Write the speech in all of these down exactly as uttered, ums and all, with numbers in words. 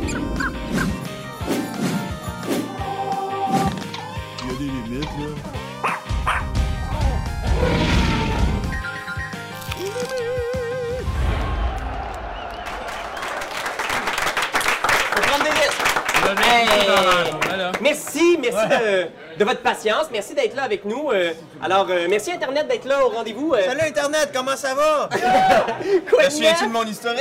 Il y a des limites, là. Faut prendre des risques. Hey! Merci, merci Ouais. de, de votre patience. Merci d'être là avec nous. Euh, alors, euh, merci Internet d'être là au rendez-vous. Euh, Salut Internet, comment ça va? quoi Te de souviens-tu neuf? de mon historique?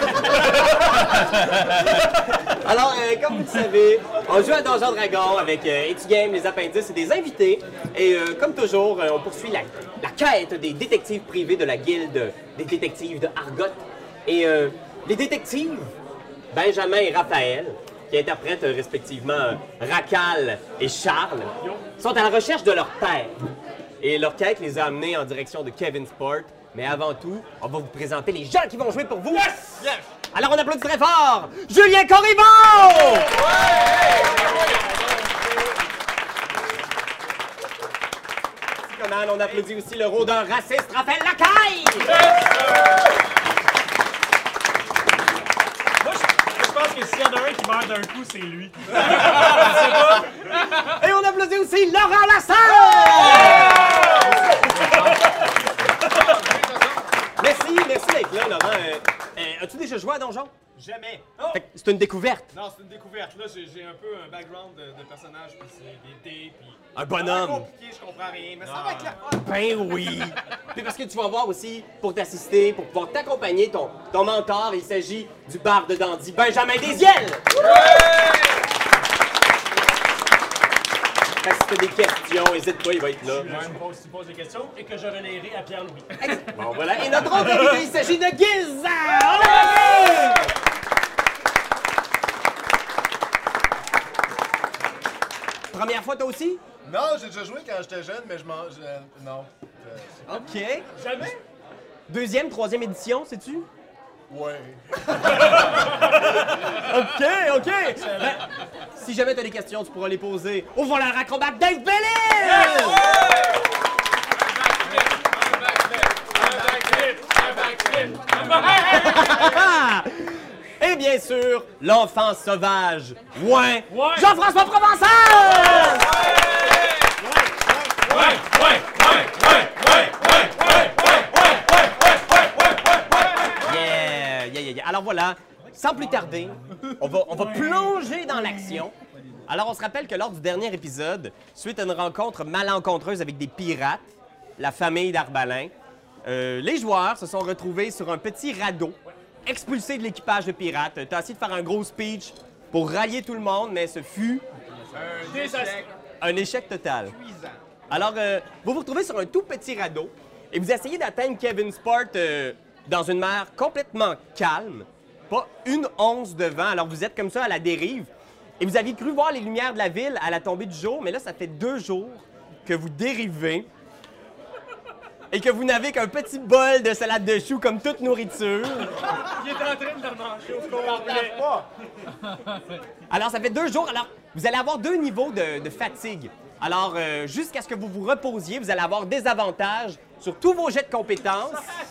Alors, euh, comme vous le savez, on joue à Donjons Dragons avec euh, Etu Game, les appendices et des invités. Et euh, comme toujours, euh, on poursuit la, la quête des détectives privés de la guilde des détectives de Argot. Et euh, les détectives, Benjamin et Raphaël, qui interprètent euh, respectivement euh, Racal et Charles, sont à la recherche de leur père. Et leur quête les a amenés en direction de Kevin Sport. Mais avant tout, on va vous présenter les gens qui vont jouer pour vous. Yes! Yes! Alors on applaudit très fort Julien Corriveau! Conan, on applaudit aussi le rôdeur raciste Raphaël Lacaille! Moi, je, je pense que s'il y en a un qui meurt d'un coup, c'est lui. Et on applaudit aussi Laurent Lassalle! Merci, merci d'être là, Laurent. Euh, euh, As-tu déjà joué à Donjon? Jamais. Fait que c'est une découverte. Non, c'est une découverte. Là, j'ai j'ai un peu un background de, de personnage, puis c'est des dés, puis... Un bonhomme. C'est compliqué, je comprends rien, mais ça va être clair. Ben oui! Puis parce que tu vas voir aussi, pour t'assister, pour pouvoir t'accompagner, ton, ton mentor, il s'agit du barde de dandy, Benjamin Desiel! Fait que si t'as des questions, n'hésite pas, il va être là. Là, tu me poses, tu me poses des questions et que je relayerai à Pierre-Louis. Bon, voilà. Et notre autre invité, il s'agit de Giz! On l'applaudit! Première fois, toi aussi? Non, j'ai déjà joué quand j'étais jeune, mais je m'en... je- non. Je- OK. Jamais? Deuxième, troisième édition, sais-tu? Ouais. OK, OK! Ben, si jamais t'as des questions, tu pourras les poser au voleur acrobate Dave Bellil! Et bien sûr, l'enfant sauvage, ouais, Ouais. Jean-François Provençal! Ouais, ouais, ouais, ouais, ouais, ouais, Yeah, yeah, yeah, yeah. Alors voilà, sans plus tarder, on va, on va plonger dans l'action. Alors on se rappelle que lors du dernier épisode, suite à une rencontre malencontreuse avec des pirates, la famille d'Arbalin, euh, les joueurs se sont retrouvés sur un petit radeau, expulsés de l'équipage de pirates. T'as essayé de faire un gros speech pour rallier tout le monde, mais ce fut un échec total. Alors, euh, vous vous retrouvez sur un tout petit radeau et vous essayez d'atteindre Kevin Sport euh, dans une mer complètement calme, pas une once de vent. Alors, vous êtes comme ça à la dérive et vous aviez cru voir les lumières de la ville à la tombée du jour, mais là, ça fait deux jours que vous dérivez et que vous n'avez qu'un petit bol de salade de choux comme toute nourriture. Il est en train de le manger au complet. Alors, ça fait deux jours. Alors, vous allez avoir deux niveaux de, de fatigue. Alors, euh, jusqu'à ce que vous vous reposiez, vous allez avoir des avantages sur tous vos jets de compétences.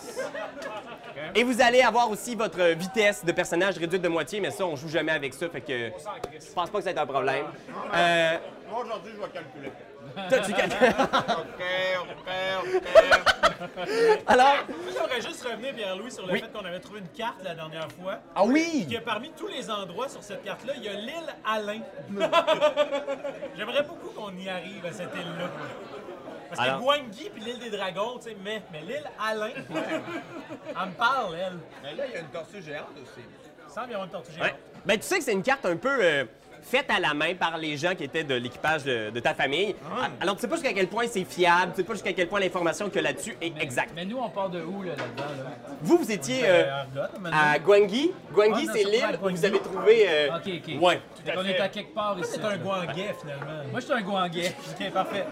Et vous allez avoir aussi votre vitesse de personnage réduite de moitié, mais ça, on joue jamais avec ça, fait que je pense pas que ça va être un problème. Euh, Moi, aujourd'hui, je vais calculer. toi, tu calcules. OK, OK, OK. Alors, J'aimerais juste revenir, Pierre-Louis, sur le Oui. fait qu'on avait trouvé une carte la dernière fois. ah oui! Que parmi tous les endroits sur cette carte-là, il y a l'île Alain. J'aimerais beaucoup qu'on y arrive à cette île-là. Parce Alors- que Gouangui puis l'île des Dragons, tu sais, mais, mais l'île Alain, elle me parle, elle. Mais là, il y a une tortue géante aussi. Il semble y avoir une tortue géante. Ouais. Ben, tu sais que c'est une carte un peu euh, faite à la main par les gens qui étaient de l'équipage de, de ta famille. Alors, tu sais pas jusqu'à quel point c'est fiable, tu sais pas jusqu'à quel point l'information qu'il y a là-dessus est exacte. Mais nous, on part de où, là, là-dedans, là? Vous, vous étiez euh, Euh, Argot, maintenant. à Gouangui. Gouangui, Ah, c'est non, l'île c'est où pas vous avez trouvé... euh, OK, OK. Ouais. Fait qu'on est à quelque part ici. C'est un Gouanguet, finalement. Moi, je suis un Gouanguet. Ok, parfait.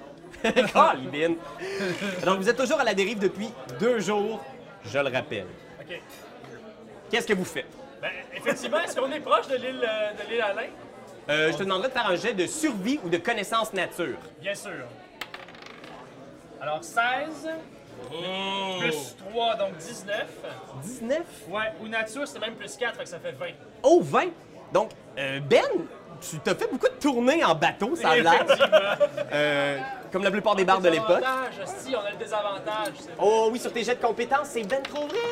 Colin. Donc, vous êtes toujours à la dérive depuis deux jours, je le rappelle. OK. Qu'est-ce que vous faites? Ben, effectivement, est-ce qu'on est proche de l'île euh, de l'île Alain? Euh, je te demanderai de faire un jet de survie ou de connaissance nature. Bien sûr. Alors, seize, plus trois, donc dix-neuf. dix-neuf? Ouais, ou nature, c'est même plus quatre, fait que ça fait vingt. Oh, vingt! Donc, euh, Ben, tu t'as fait beaucoup de tournées en bateau, ça a l'air. Euh, comme la plupart des bars de l'époque. Désavantage, hostie, on a le désavantage. c'est- Oh oui, sur tes jets de compétences, c'est ben trop vrai.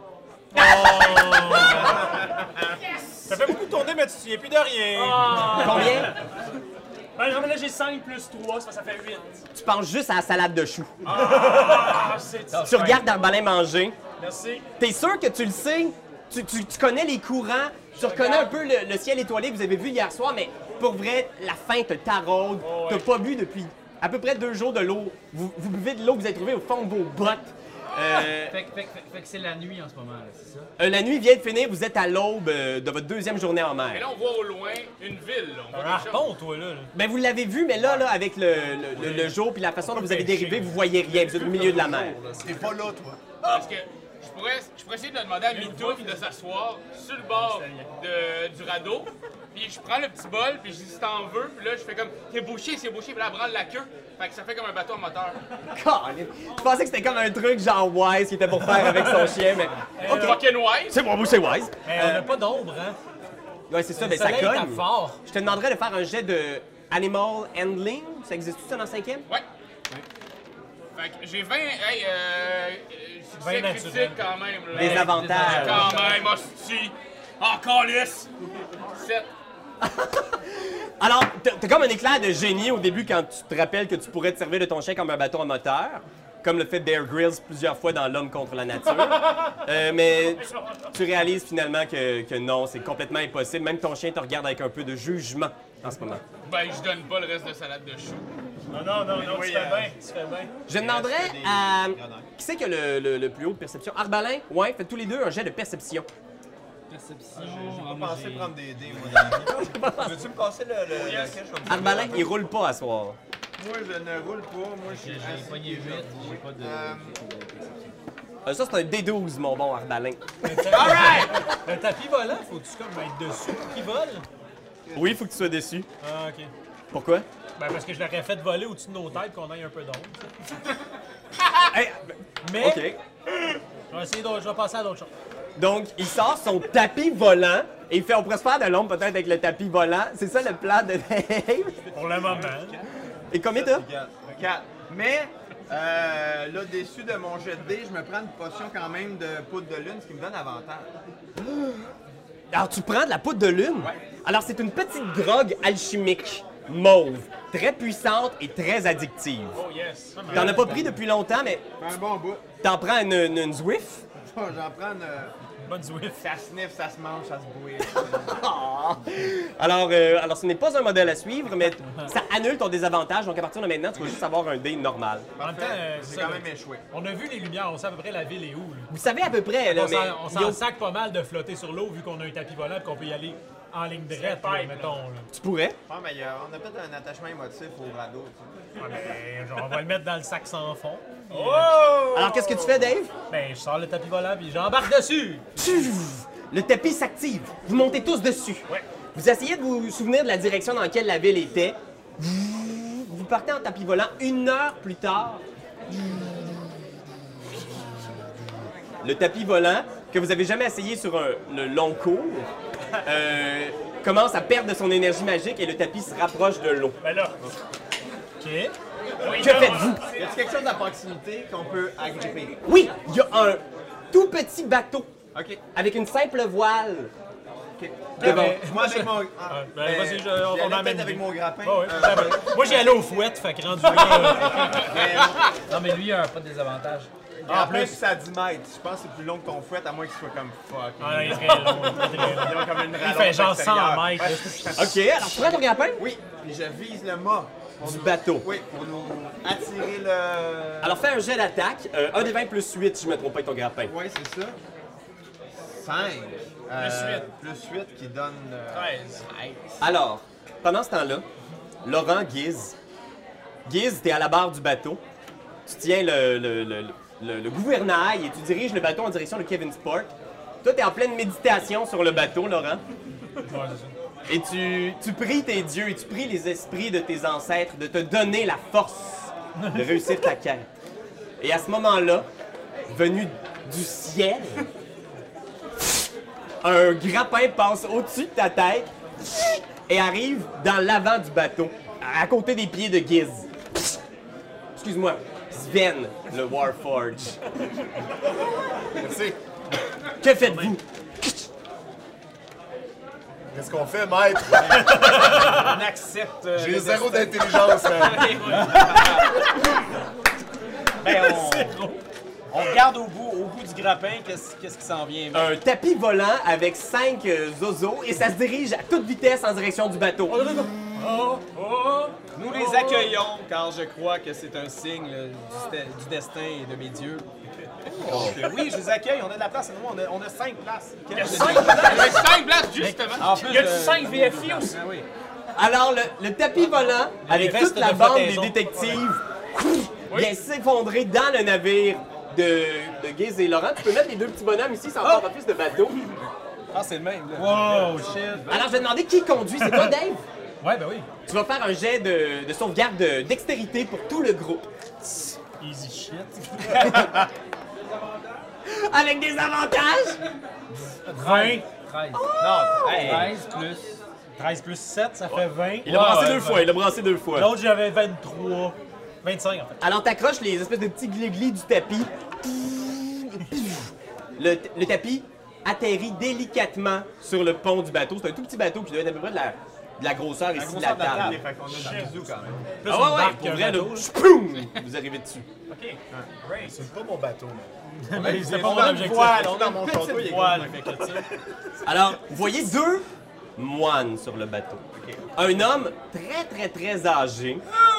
Ça fait beaucoup tourner, mais tu te souviens plus de rien. Ah! Combien? Ben non, mais là j'ai cinq plus trois, ça, ça fait huit. Tu penses juste à la salade de choux. Ah, c'est Tu regardes Arbalin manger. Merci. T'es sûr que tu le sais? Tu, tu- tu connais les courants, tu reconnais un peu le, le ciel étoilé que vous avez vu hier soir, mais pour vrai, la faim te taraude. Oh, T'as pas bu depuis à peu près deux jours de l'eau. Vous, vous buvez de l'eau que vous avez trouvée au fond de vos bottes. Euh, Fait, que- fait, que- fait, que- fait que c'est la nuit en ce moment, là, c'est ça? euh, la nuit vient de finir, vous êtes à l'aube euh, de votre deuxième journée en Et mer. là, on voit au loin une ville. Là. On voit Un quelque chose. harpon, toi, là. là. Ben vous l'avez vu, mais là, là avec le, le, le- le jour puis la façon dont vous avez dérivé, vous voyez rien, vous êtes au milieu de la mer. T'es pas là, toi. Parce que je pourrais, je pourrais essayer de demander à Mitouf de s'asseoir sur le bord de- du radeau. Puis je prends le petit bol, puis je dis si t'en veux. Puis là, je fais comme c'est bouché, c'est bouché. Puis là, elle branle la queue. Fait que ça fait comme un bateau à moteur. Colin. Je pensais que c'était comme un truc genre Wise qui était pour faire avec son chien, mais. Ok. Fucking wise. C'est bon, c'est Wise. Mais on n'a pas d'ombre, hein? Ouais, c'est ça, mais Le ça soleil cogne. tape fort. Je te demanderais de faire un jet de Animal Handling. Ça existe-tu ça dans le cinquième? Ouais. Fait que j'ai vingt. Hey, euh. vingt Succès naturel. critique quand même. Là. Des avantages. Quand même, hostie. Encore lisse. sept. Alors, t'as t'as comme un éclair de génie au début quand tu te rappelles que tu pourrais te servir de ton chien comme un bateau à moteur, comme le fait Bear Grylls plusieurs fois dans L'Homme contre la nature. Euh, mais tu, tu réalises finalement que, que non, c'est complètement impossible. Même ton chien te regarde avec un peu de jugement en ce moment. Ben, je donne pas le reste de salade de chou. Non, non, non, non, tu fais bien, tu fais bien. Je demanderais à... Qui c'est qui a le, le- le plus haut de perception? Arbalin? Ouais, faites tous les deux un jet de perception. Perception. J'ai ah, pas moi, pensé j'ai- prendre des dés, moi, dans la vie. Veux-tu me passer le... le, le cash? Je vais me Arbalin, servir. il roule pas à soir. Moi, je ne roule pas. Moi, je suis J'ai j'ai pogné huit, j'ai pas de. Euh, Euh, ça, c'est un D douze, mon bon Arbalin. Le tapis volant, faut-tu comme être dessus pour qu'il vole? Oui, il faut que tu sois déçu. Ah, OK. Pourquoi? Ben, parce que je l'aurais fait voler au-dessus de nos têtes qu'on ait un peu d'ombre. Hey, Mais, OK. je vais essayer d'autres, je vais passer à d'autres choses. Donc, il sort son tapis volant et il fait on pourrait se faire de l'ombre peut-être avec le tapis volant. C'est ça le plan de Dave. Pour le moment. Et combien t'as? quatre. Mais, euh, là, déçu de mon jet de dés, je me prends une potion quand même de poudre de lune, ce qui me donne avantage. Alors, tu prends de la poudre de lune? Alors, c'est une petite drogue alchimique, mauve, très puissante et très addictive. Oh, yes. T'en as pas pris depuis longtemps, mais Un bon bout. t'en prends une, une, une Zwift? Oh, j'en prends une... euh, Bonne Zwift. Ça sniff, ça se mange, ça se bouille. Ah! Alors, euh, alors, ce n'est pas un modèle à suivre, mais ça annule ton désavantage. Donc, à partir de maintenant, tu vas juste avoir un dé normal. En même temps, euh, c'est J'ai ça, quand là. même échoué. On a vu les lumières, on sait à peu près la ville est où. Là. Vous savez à peu près, là, On mais... s'en- on il y a- s'en sac pas mal de flotter sur l'eau vu qu'on a un tapis volant et qu'on peut y aller en ligne droite, là, mettons. Là. Tu pourrais. Ouais, mais il y a- on a peut-être un attachement émotif au radeau, tu sais. Ouais, mais, genre, on va le mettre dans le sac sans fond. Alors, qu'est-ce que tu fais, Dave? Ben, je sors le tapis volant puis j'embarque dessus. Le tapis s'active. Vous montez tous dessus. Ouais. Vous essayez de vous souvenir de la direction dans laquelle la ville était. Vous partez en tapis volant une heure plus tard. Le tapis volant, que vous avez jamais essayé sur un, le long cours, euh, commence à perdre de son énergie magique et le tapis se rapproche de l'eau. Ben là. OK. Que faites-vous? Y a-t-il quelque chose à proximité qu'on peut agripper? Oui, il y a un tout petit bateau Ok. avec une simple voile. Ok. Devant. ben, Moi, avec mon. Ah, ben, euh, vas-y, je- j'y on, allais on peut-être amène. avec mon grappin. Ah ouais, Euh, ça va. Moi, j'y allais au fouet, fait que rendu là. Non, mais lui, il a pas de désavantage. En En plus, plus. c'est à dix mètres. Je pense que c'est plus long que ton fouet, à moins qu'il soit comme fuck. Ah, il est très long. Il est très long. Il a comme une Il rallonge fait genre extérieure. cent mètres. OK, alors tu prends ton grappin Oui, puis je vise le mât. Pour du nous- bateau. Oui, pour nous attirer le. Alors fais un jet d'attaque. Euh, un des vingt plus huit, si je me trompe pas, avec ton grappin. Oui, c'est ça. cinq. Plus huit. Plus huit qui donne. euh, treize. Alors, pendant ce temps-là, Laurent Guise. Guise, t'es à la barre du bateau. Tu tiens le, le, le, le- le gouvernail et tu diriges le bateau en direction de Kevin Sport. Toi, t'es en pleine méditation sur le bateau, Laurent. Ouais, c'est ça. Et tu, tu pries tes dieux et tu pries les esprits de tes ancêtres de te donner la force de réussir ta quête. Et à ce moment-là, venu du ciel, un grappin passe au-dessus de ta tête et arrive dans l'avant du bateau, à côté des pieds de Giz. Excuse-moi, Sven, le Warforge. Merci. Que faites-vous? Qu'est-ce qu'on fait, maître? On accepte. euh, J'ai le zéro destin. d'intelligence, man. Ben, on, on regarde au bout, au bout du grappin, qu'est-ce qu'est-ce qui s'en vient. Un tapis volant avec cinq euh, zozos et ça se dirige à toute vitesse en direction du bateau. Oh, oh, Nous les accueillons, car je crois que c'est un signe là, du, st- du destin et de mes dieux. Donc, euh, oui, je les accueille, on a de la place. On a, on a cinq places. Il y a cinq Il y a cinq places, justement. En plus Il y a du de- cinq V F I aussi. Ah oui. Alors, le, le tapis volant, avec restes toute la de bande des flottaison. détectives, vient s'effondrer dans le navire de, de Giz et Laurent. Tu peux mettre les deux petits bonhommes ici, c'est encore un peu plus de bateau. Ah, c'est le même. Là. Wow, shit. Alors, je vais demander qui conduit. C'est toi, Dave? Ouais, ben oui. Tu vas faire un jet de, de sauvegarde de dextérité pour tout le groupe. Easy shit. Avec des avantages! vingt. treize. Non, hey, treize plus. treize plus sept, ça fait vingt. Il a brassé deux fois, il a brassé deux fois. L'autre, j'avais vingt-trois. vingt-cinq, en fait. Alors, t'accroches les espèces de petits glis-glis du tapis. Le, le tapis atterrit délicatement sur le pont du bateau. C'est un tout petit bateau qui doit être à peu près de la, de la grosseur ici de la grosseur de la table. Fait qu'on a du bisou quand même. Plus Ah une ouais, ouais, barque pour qu'un vrai, là, bateau. poum, vous arrivez dessus. OK. Great. C'est pas mon bateau, man. Mais c'est pas on mon a une objectif. voile, on a Dans une mon petite château, il est voile. comme fait que, tu sais. Alors, vous voyez deux moines sur le bateau. Un homme très, très, très âgé,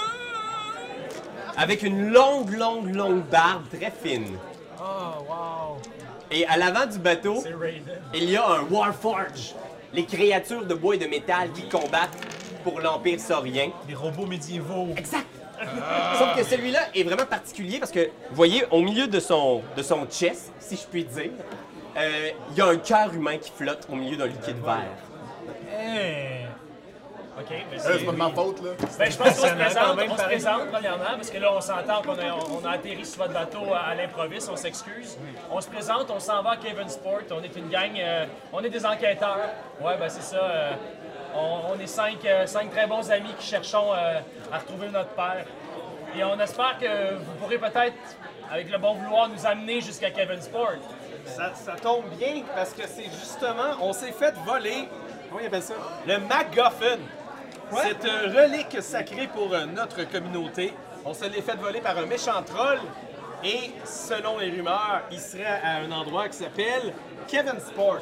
avec une longue, longue, longue barbe très fine. Oh, wow. Et à l'avant du bateau, C'est Raiden. il y a un Warforge, les créatures de bois et de métal qui combattent pour l'Empire saurien. Des robots médiévaux. Exact! Sauf que celui-là est vraiment particulier parce que, vous voyez, au milieu de son, de son chest, si je puis dire, euh, il y a un cœur humain qui flotte au milieu d'un liquide vert. Hey. OK, mais Euh, c'est pas de ma faute, là. Ben, je pense qu'on se Impressionnant présente, quand même, on se pareil. présente premièrement, parce que là, on s'entend qu'on a, on a atterri sur votre bateau à, à l'improviste, on s'excuse. On se présente, on s'en va à Kevin Sport, on est une gang, euh, on est des enquêteurs. Ouais, ben c'est ça. euh, on, on est cinq, euh, cinq très bons amis qui cherchons euh, à retrouver notre père. Et on espère que vous pourrez peut-être, avec le bon vouloir, nous amener jusqu'à Kevin Sport. Ça, ça tombe bien parce que c'est justement, on s'est fait voler, comment il appelle ça? Le MacGuffin. C'est une relique sacrée pour euh, notre communauté. On se l'est fait voler par un méchant troll et selon les rumeurs, il serait à un endroit qui s'appelle Kevin Sport.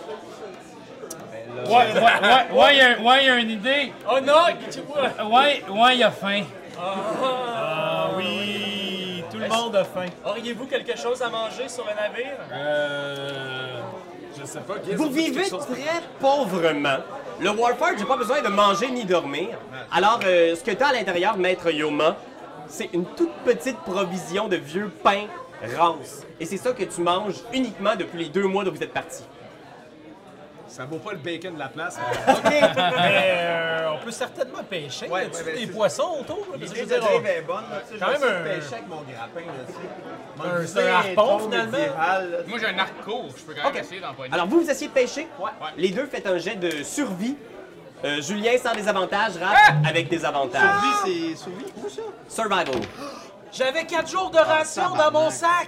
Ouais, ouais, ouais, ouais, il y a- ouais, il y a une idée. Oh non, tu vois! Ouais, ouais, il y a faim. Ah oui, tout le monde a faim. Auriez-vous quelque chose à manger sur le navire? Euh. Je sais pas. Guess, Vous on fait vivez quelque chose- très pauvrement. Le Warforge n'a pas besoin de manger ni dormir. Alors, euh, ce que tu as à l'intérieur, Maître Yoma, c'est une toute petite provision de vieux pain rance. Et c'est ça que tu manges uniquement depuis les deux mois dont vous êtes partis. Ça vaut pas le bacon de la place. OK, mais euh, on peut certainement pêcher. Ouais, y a-tu ouais, ben, des c'est- poissons autour? là? Parce que L'idée je veux de dire, Dave on- est bonne, là, tu sais, Quand je même vais un- essayer de pêcher avec mon grappin, là, tu sais. Un- M'en c'est un viser harpon, ton finalement? médiéval, là. Moi, j'ai un arc court, je peux quand même Ok. essayer d'empoigner. Alors, vous, vous essayez de pêcher? Ouais. Les deux faites un jet de survie. Euh, Julien sans désavantage, Raph avec des avantages. Survie, c'est survie où ça? Survival. J'avais quatre jours de ration dans mon sac!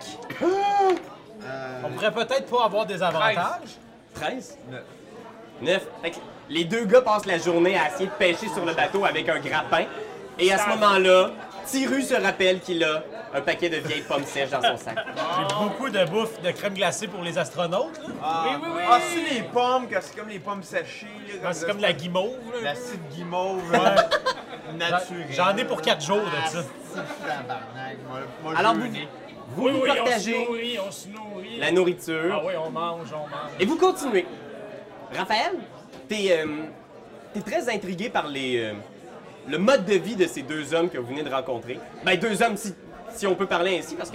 Euh, On pourrait peut-être pas avoir des avantages. treize? Neuf. neuf. Fait que les deux gars passent la journée à essayer de pêcher sur le bateau avec un grappin. Et à ce moment-là, Tiru se rappelle qu'il a un paquet de vieilles pommes sèches dans son sac. J'ai beaucoup de bouffe de crème glacée pour les astronautes. là. Ah, Oui, oui, oui. Ah, c'est les pommes, que c'est comme les pommes séchées. là, Ah, c'est comme la guimauve. là. La petite guimauve là, naturelle. J'en ai pour quatre jours de ça. Ah, c'est tabarnak. Moi, moi, Alors, je vous, veux une- vous, Oui, vous oui, on se partagez nourrit, on se nourrit. la nourriture. Ah oui, on mange, on mange. Et vous continuez. Raphaël, t'es euh, t'es très intrigué par les, euh, le mode de vie de ces deux hommes que vous venez de rencontrer. Ben, deux hommes, si, si on peut parler ainsi, parce que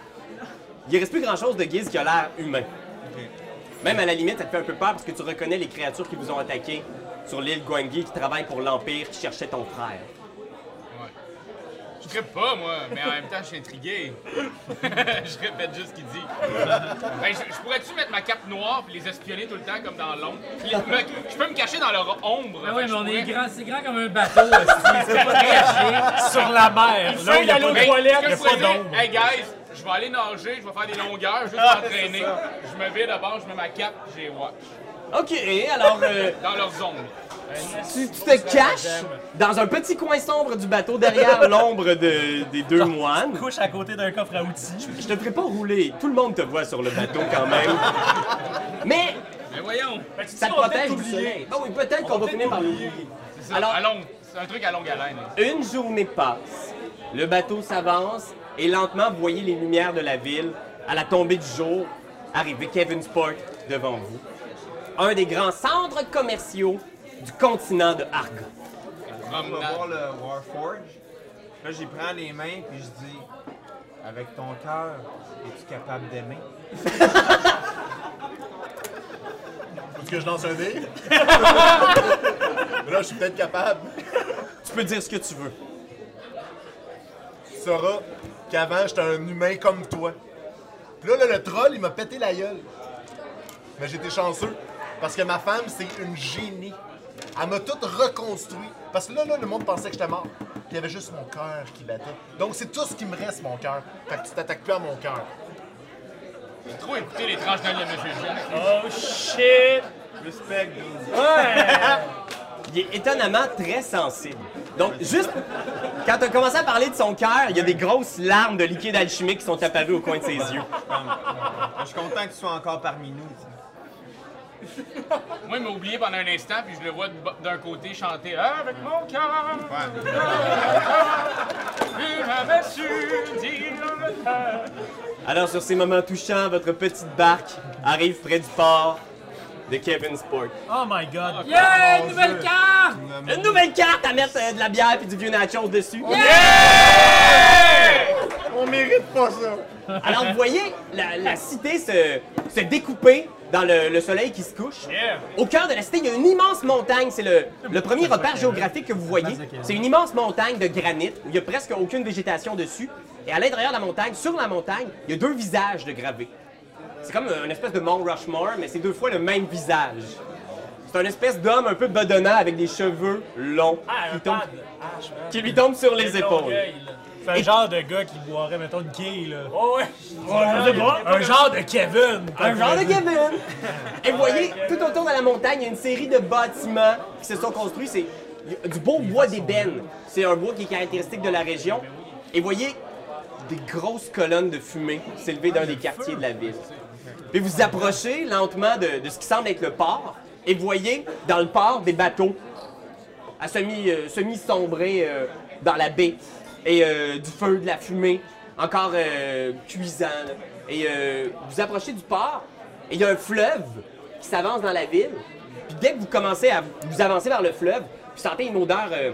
il reste plus grand-chose de Giz qui a l'air humain. Même à la limite, ça te fait un peu peur parce que tu reconnais les créatures qui vous ont attaqué sur l'île Gwangi qui travaillent pour l'Empire, qui cherchaient ton frère. Je trippe pas, moi, mais en même temps, je suis intrigué. Je répète juste ce qu'il dit. Ben, je, je pourrais-tu mettre ma cape noire et les espionner tout le temps comme dans l'ombre? Puis me- Je peux me cacher dans leur ombre. Ah Fait oui, que mais on je est pourrais- grand, c'est grand comme un bateau, hostie. Tu peux pas te cacher. Sur la mer, là où il y a aller pas aux de Hey, toilettes, ce que il y a je pas pourrais dire, d'ombre. hey guys, je vais aller nager, je vais faire des longueurs, juste m'entraîner. Je me vide d'abord, je mets ma cape, j'ai watch. OK, alors euh, Dans leurs ombres. tu, tu te caches dans un petit coin sombre du bateau derrière l'ombre de- des deux moines. Couche à côté d'un coffre à outils. Je te ferai pas rouler. Tout le monde te voit sur le bateau quand même. Mais Mais voyons, Fait que tu dis ça te qu'on va protège peut-être du t'oublier. soleil. Ah oui, peut-être qu'on va finir par l'oublier. c'est ça, Alors- à longue. C'est un truc à longue haleine. Une journée passe. Le bateau s'avance et lentement, vous voyez les lumières de la ville. À la tombée du jour, arriver Kevin Sport devant vous. Un des grands centres commerciaux du continent de Argon. On va Promenade. voir le Warforge. Là, j'y prends les mains puis je dis, avec ton cœur, es-tu capable d'aimer? Faut que je lance un dé? Mais là, je suis peut-être capable. Tu peux dire ce que tu veux. Tu sauras qu'avant, j'étais un humain comme toi. Puis là, là, le troll, il m'a pété la gueule. Mais j'étais chanceux. Parce que ma femme, c'est une génie. Elle m'a tout reconstruit. Parce que là, là, le monde pensait que j'étais mort. Puis il y avait juste mon cœur qui battait. Donc, c'est tout ce qui me reste, mon cœur. Fait que tu t'attaques plus à mon cœur. J'ai trop écouté les tranches de Monsieur Jack. Oh shit! Respect, dude. Ouais! Il est étonnamment très sensible. Donc, juste quand tu as commencé à parler de son cœur, il y a des grosses larmes de liquide alchimique qui sont apparues au coin de ses yeux. Je suis content que tu sois encore parmi nous. tu sais. Moi, il m'a oublié pendant un instant, puis je le vois d'un côté chanter avec mon cœur. Tu m'avais su dire le cœur. Alors, sur ces moments touchants, votre petite barque arrive près du port de Kevin Sport. Oh my god! Yeah, une nouvelle carte! Une nouvelle carte à mettre euh, de la bière et du vieux nachos dessus. On mérite pas ça. Alors, vous voyez la, la cité se, se découper dans le, le soleil qui se couche. Yeah! Au cœur de la cité, il y a une immense montagne. C'est le, le premier repère géographique que vous voyez. C'est une immense montagne de granit où il n'y a presque aucune végétation dessus. Et à l'intérieur de la montagne, sur la montagne, il y a deux visages de gravés. C'est comme une espèce de Mont Rushmore, mais c'est deux fois le même visage. C'est une espèce d'homme un peu bedonnant avec des cheveux longs Ah, un qui, tombent- pad! Ah, je me- qui lui tombent sur les Quel épaules. orgueil, là. C'est un genre de gars qui boirait, mettons, une quille, là. Oh ouais! Un genre de Kevin. Un genre de Kevin! Et vous voyez, tout autour de la montagne, il y a une série de bâtiments qui se sont construits. C'est du beau bois d'ébène. C'est un bois qui est caractéristique de la région. Et vous voyez des grosses colonnes de fumée s'élever dans des quartiers de la ville. Puis vous approchez lentement de, de ce qui semble être le port. Et vous voyez dans le port des bateaux à semi, euh, semi-sombrés euh, dans la baie. Et euh, du feu, de la fumée, encore euh, cuisant. là. Et euh, vous approchez du port, et il y a un fleuve qui s'avance dans la ville. Puis dès que vous commencez à vous avancer vers le fleuve, vous sentez une odeur, euh,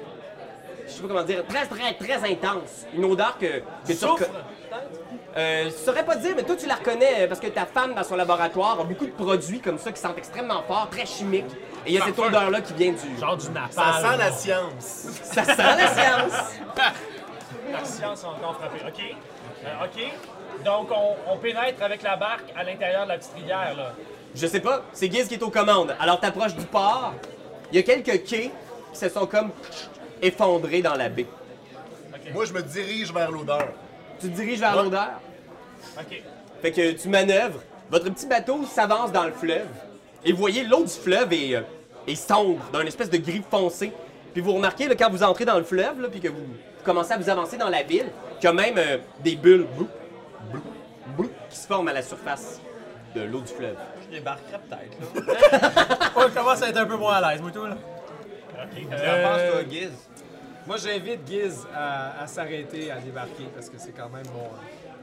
je sais pas comment dire, très, très, très intense. Une odeur que, que tu Soufre, reco- euh, je saurais pas te dire, mais toi tu la reconnais euh, parce que ta femme dans son laboratoire a beaucoup de produits comme ça qui sentent extrêmement fort, très chimiques. Et il y a cette odeur-là qui vient du... Genre du Ça napalm. sent la science. Ça sent la science! La science a encore frappé. OK. Euh, OK. Donc, on, on pénètre avec la barque à l'intérieur de la petite rivière, là. Je sais pas, c'est Giz qui est aux commandes. Alors t'approches du port, il y a quelques quais qui se sont comme effondrés dans la baie. Moi, je me dirige vers l'odeur. Tu te diriges vers Ouais. l'odeur, OK. fait que tu manœuvres. Votre petit bateau s'avance dans le fleuve et vous voyez l'eau du fleuve est, euh, est sombre, d'une espèce de gris foncé. Puis vous remarquez là, quand vous entrez dans le fleuve, là, puis que vous commencez à vous avancer dans la ville, qu'il y a même euh, des bulles bloup, bloup, bloup, qui se forment à la surface de l'eau du fleuve. Je débarquerais peut-être, là. On commence à être un peu moins à l'aise, moi, tout, là. OK. T'en Euh, penses, toi, Giz? Moi, j'invite Giz à, à s'arrêter, à débarquer, parce que c'est quand même mon,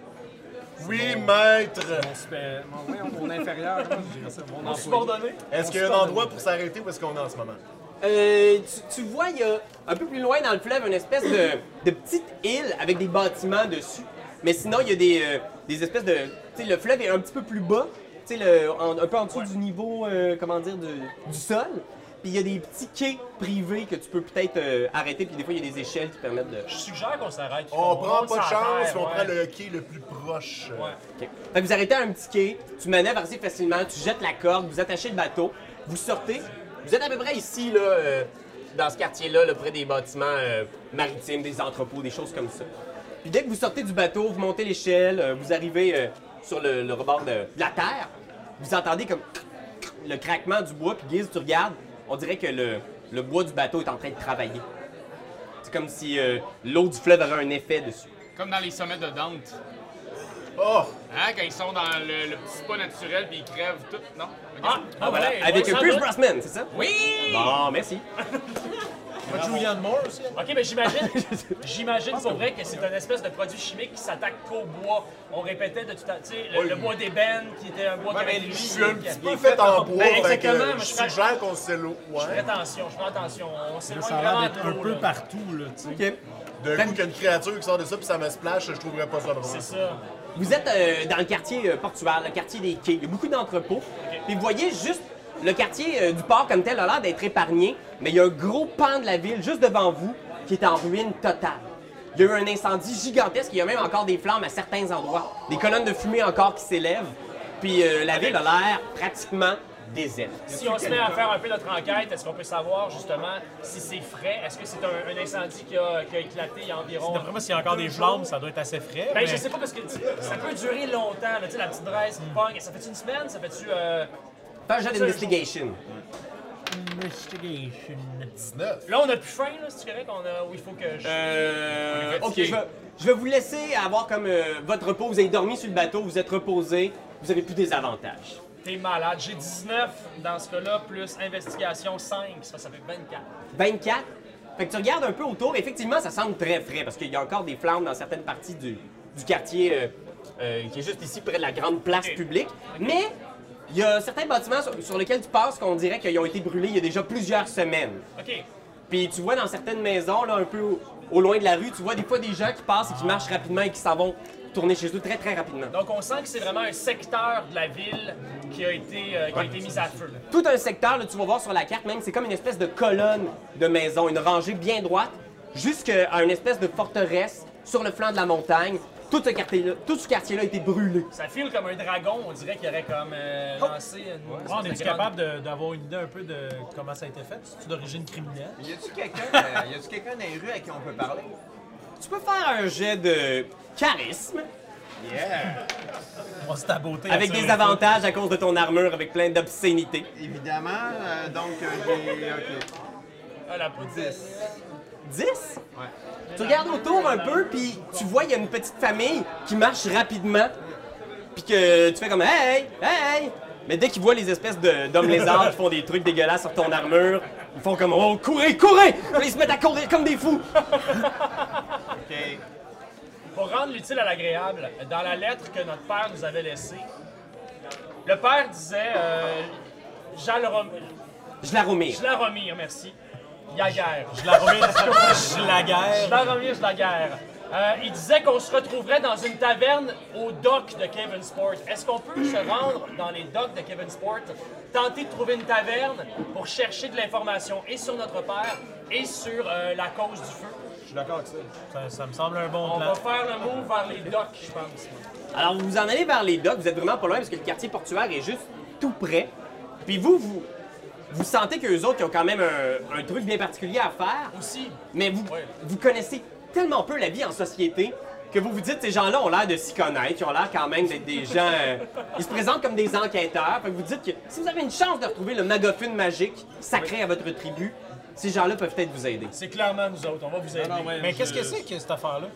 Oui, maître. mon, super, mon, ouais, mon inférieur, comment je dirais ça, mon employé. subordonné? Est-ce qu'il y a un endroit pour s'arrêter où est-ce qu'on est en ce moment? Euh, tu, tu vois, il y a un peu plus loin dans le fleuve une espèce de, de petite île avec des bâtiments dessus. Mais sinon, il y a des, euh, des espèces de... Tu sais, le fleuve est un petit peu plus bas, tu sais, le- en- un peu en dessous du niveau, euh, comment dire, de- du sol. puis il y a des petits quais privés que tu peux peut-être euh, arrêter, puis des fois, il y a des échelles qui permettent de... Je suggère qu'on s'arrête. On prend monte pas de sur la chance, terre, on ouais. prend le quai le plus proche. Ouais. OK. Fait que vous arrêtez à un petit quai, tu manœuvres assez facilement, tu jettes la corde, vous attachez le bateau, vous sortez. Vous êtes à peu près ici, là, euh, dans ce quartier-là, là, près des bâtiments euh, maritimes, des entrepôts, des choses comme ça. Puis dès que vous sortez du bateau, vous montez l'échelle, euh, vous arrivez euh, sur le, le rebord de, de la terre, vous entendez comme le craquement du bois, puis Guise, tu regardes, on dirait que le, le bois du bateau est en train de travailler. C'est comme si euh, l'eau du fleuve avait un effet dessus. Comme dans les sommets de Dante. Oh! Hein, quand ils sont dans le, le petit spa naturel puis ils crèvent tout, non? Ok. Ah, ah Voilà, ouais, avec ouais, un sans Pierce doute. Brosnan, c'est ça? Oui! Bon, merci. Pas Julianne Moore aussi. OK, mais j'imagine, j'imagine pour vrai que c'est une espèce de produit chimique qui s'attaque qu'au bois. On répétait de tout à tu sais, le, le bois d'ébène qui était un bois qui avait des Je suis chimiques. un petit peu fait en bois, Ben, fait que exactement, je mais je ferais- suggère qu'on se l'eau. Je fais Ouais. attention, je fais attention. On s'éloigne Ça a l'air vraiment d'être trop, un peu là. partout, là, tu sais. OK. D'un coup, qu'il y a une créature qui sort de ça puis ça me splash, je trouverais pas ça drôle. C'est ça. Vous êtes euh, dans le quartier euh, portuaire, le quartier des quais. Il y a beaucoup d'entrepôts. Puis vous voyez juste le quartier euh, du port comme tel a l'air d'être épargné, mais il y a un gros pan de la ville juste devant vous qui est en ruine totale. Il y a eu un incendie gigantesque, il y a même encore des flammes à certains endroits. Des colonnes de fumée encore qui s'élèvent. Puis euh, la ville a l'air pratiquement déserte. Si on se met à faire un peu notre enquête, est-ce qu'on peut savoir justement si c'est frais? Est-ce que c'est un, un incendie qui a, qui a éclaté il y a environ. D'après moi, s'il y a encore des flammes, ça doit être assez frais. Ben, mais- je sais pas parce que tu sais, ça peut durer longtemps, là, tu sais, la petite braise qui pogne. Ça fait une semaine? Ça fait-tu. Euh... Fais un jet d'investigation. Investigation. dix-neuf. Là, on a plus faim, là, c'est correct? On a... Ou il faut que je. Euh, On est ok, je fatigué. vais, je vais vous laisser avoir comme euh, votre repos. Vous avez dormi sur le bateau, vous êtes reposé, vous avez plus des avantages. T'es malade. J'ai dix-neuf dans ce cas-là, plus investigation cinq. Ça, ça fait vingt-quatre. vingt-quatre. Fait que tu regardes un peu autour, effectivement, ça semble très frais parce qu'il y a encore des flammes dans certaines parties du, du quartier euh, euh, qui est juste ici près de la grande place publique. Mais il y a certains bâtiments sur, sur lesquels tu passes qu'on dirait qu'ils ont été brûlés il y a déjà plusieurs semaines. OK. Puis tu vois dans certaines maisons, là, un peu au, au loin de la rue, tu vois des fois des gens qui passent et qui marchent rapidement et qui s'en vont tourner chez eux très très rapidement. Donc, on sent que c'est vraiment un secteur de la ville qui a été, euh, qui a été mis à feu. là. Tout un secteur, là, tu vas voir sur la carte même, c'est comme une espèce de colonne de maisons, une rangée bien droite, jusqu'à une espèce de forteresse sur le flanc de la montagne. Tout ce quartier-là, tout ce quartier-là a été brûlé. Ça file comme un dragon. On dirait qu'il aurait comme euh, lancé une. Oh, on est-tu capable de- d'avoir une idée un peu de comment ça a été fait? C'est-tu d'origine criminelle? Y a-tu quelqu'un euh, y a-tu quelqu'un dans les rues à qui on peut parler? Tu peux faire un jet de charisme On va se taboter. avec des avantages à cause de ton armure avec plein d'obscénités. Évidemment, euh, donc euh, j'ai. Ok. Ah, la poudre. dix. dix? Tu regardes autour un peu, puis tu vois, il y a une petite famille qui marche rapidement, puis que tu fais comme « Hey! Hey! » Mais dès qu'ils voient les espèces de- d'hommes lézards qui font des trucs dégueulasses sur ton armure, ils font comme « Oh, courez, courez! » Puis ils se mettent à courir comme des fous. Ok. Pour rendre l'utile à l'agréable, dans la lettre que notre père nous avait laissée, le père disait euh, Jalrom... Je la remire. Jlaromir, merci. Yaguerre. Je la remets, je la guerre. Jlaromir, Jlaguerre. Euh, il disait qu'on se retrouverait dans une taverne au dock de Kevin Sport. Est-ce qu'on peut se rendre dans les docks de Kevin Sport, tenter de trouver une taverne pour chercher de l'information et sur notre père et sur euh, la cause du feu? Je suis d'accord avec ça. ça. Ça me semble un bon On plan. va faire le move vers les docks, je pense. Alors, vous vous en allez vers les docks, vous êtes vraiment pas loin parce que le quartier portuaire est juste tout près. Puis vous, vous, vous sentez qu'eux autres, ils ont quand même un, un truc bien particulier à faire. Aussi, Mais vous, Ouais. vous connaissez tellement peu la vie en société que vous vous dites, ces gens-là ont l'air de s'y connaître, ils ont l'air quand même d'être des gens... euh, ils se présentent comme des enquêteurs. Fait que vous dites que si vous avez une chance de retrouver le MacGuffin magique sacré à votre tribu, ces gens-là peuvent peut-être vous aider. c'est clairement nous autres. On va vous aider. Non, ouais, Mais qu'est-ce que c'est que cette affaire-là?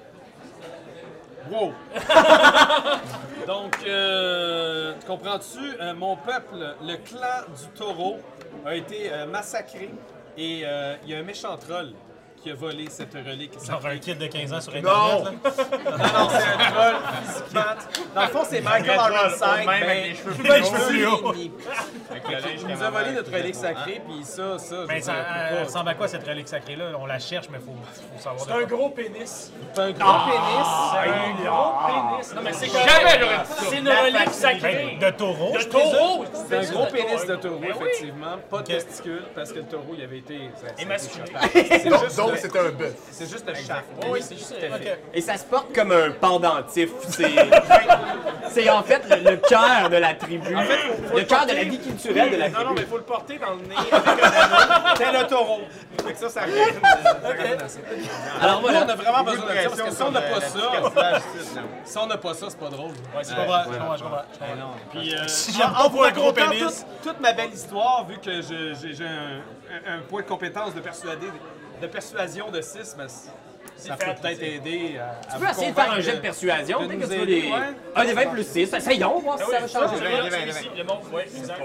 Wow! Donc, euh, comprends-tu, euh, mon peuple, le clan du taureau, a été euh, massacré et euh, il y a un méchant troll qui a volé cette relique. Genre sacrée. un kid de quinze ans sur Internet, Non! là? Non, non, c'est un troll physiquement. Dans le fond, c'est Michael troll, Ironside, même avec mais les cheveux plus plus cheveux hauts. et Il nous a volé notre relique sacrée, puis ça, ça, je Mais veux ça, dire, elle pas- ressemble à quoi cette relique sacrée-là? On la cherche, mais il faut, faut savoir. C'est un gros pénis. C'est un gros pénis. C'est un gros pénis. Non, mais c'est correct. Jamais j'aurais dit ça. C'est une relique sacrée. De taureau. De je taureau. C'est un gros pénis de taureau, Ben oui. effectivement. Pas de testicules, parce que le taureau, il avait été... ça- ça a été Émasculé. choquant. C'est Donc, juste donc le- c'était un bœuf. c'est juste le shaft. Oui, c'est juste. Ok. Et ça se porte comme un pendentif. C'est c'est en fait le, le cœur de la tribu. le cœur de la vie culturelle de la Non, non, tribu. mais il faut le porter dans le nez avec un anneau. C'est le taureau. Fait que ça, ça revient. Ça revient à ça. Alors Nous, on voilà. a vraiment besoin de ça, parce que si on n'a pas ça, ça. si on n'a pas ça, c'est pas drôle. Ouais, c'est pas vrai. Je comprends, je comprends. Puis, euh, Si j'aime pas pour un gros racontant pénis. Toute, toute ma belle histoire, vu que je- j'ai j'ai un, un- un point de compétence de, persuader, de persuasion de six, mais c- ça peut fait, peut-être aider à, à Tu peux essayer de faire un jet de persuasion. de Peut-être nous que tu veux aider, des... ouais. Un des vingt plus six. Essayons, voir si ça va changer. Celui-là, celui-ci, le monde. Oui, exact.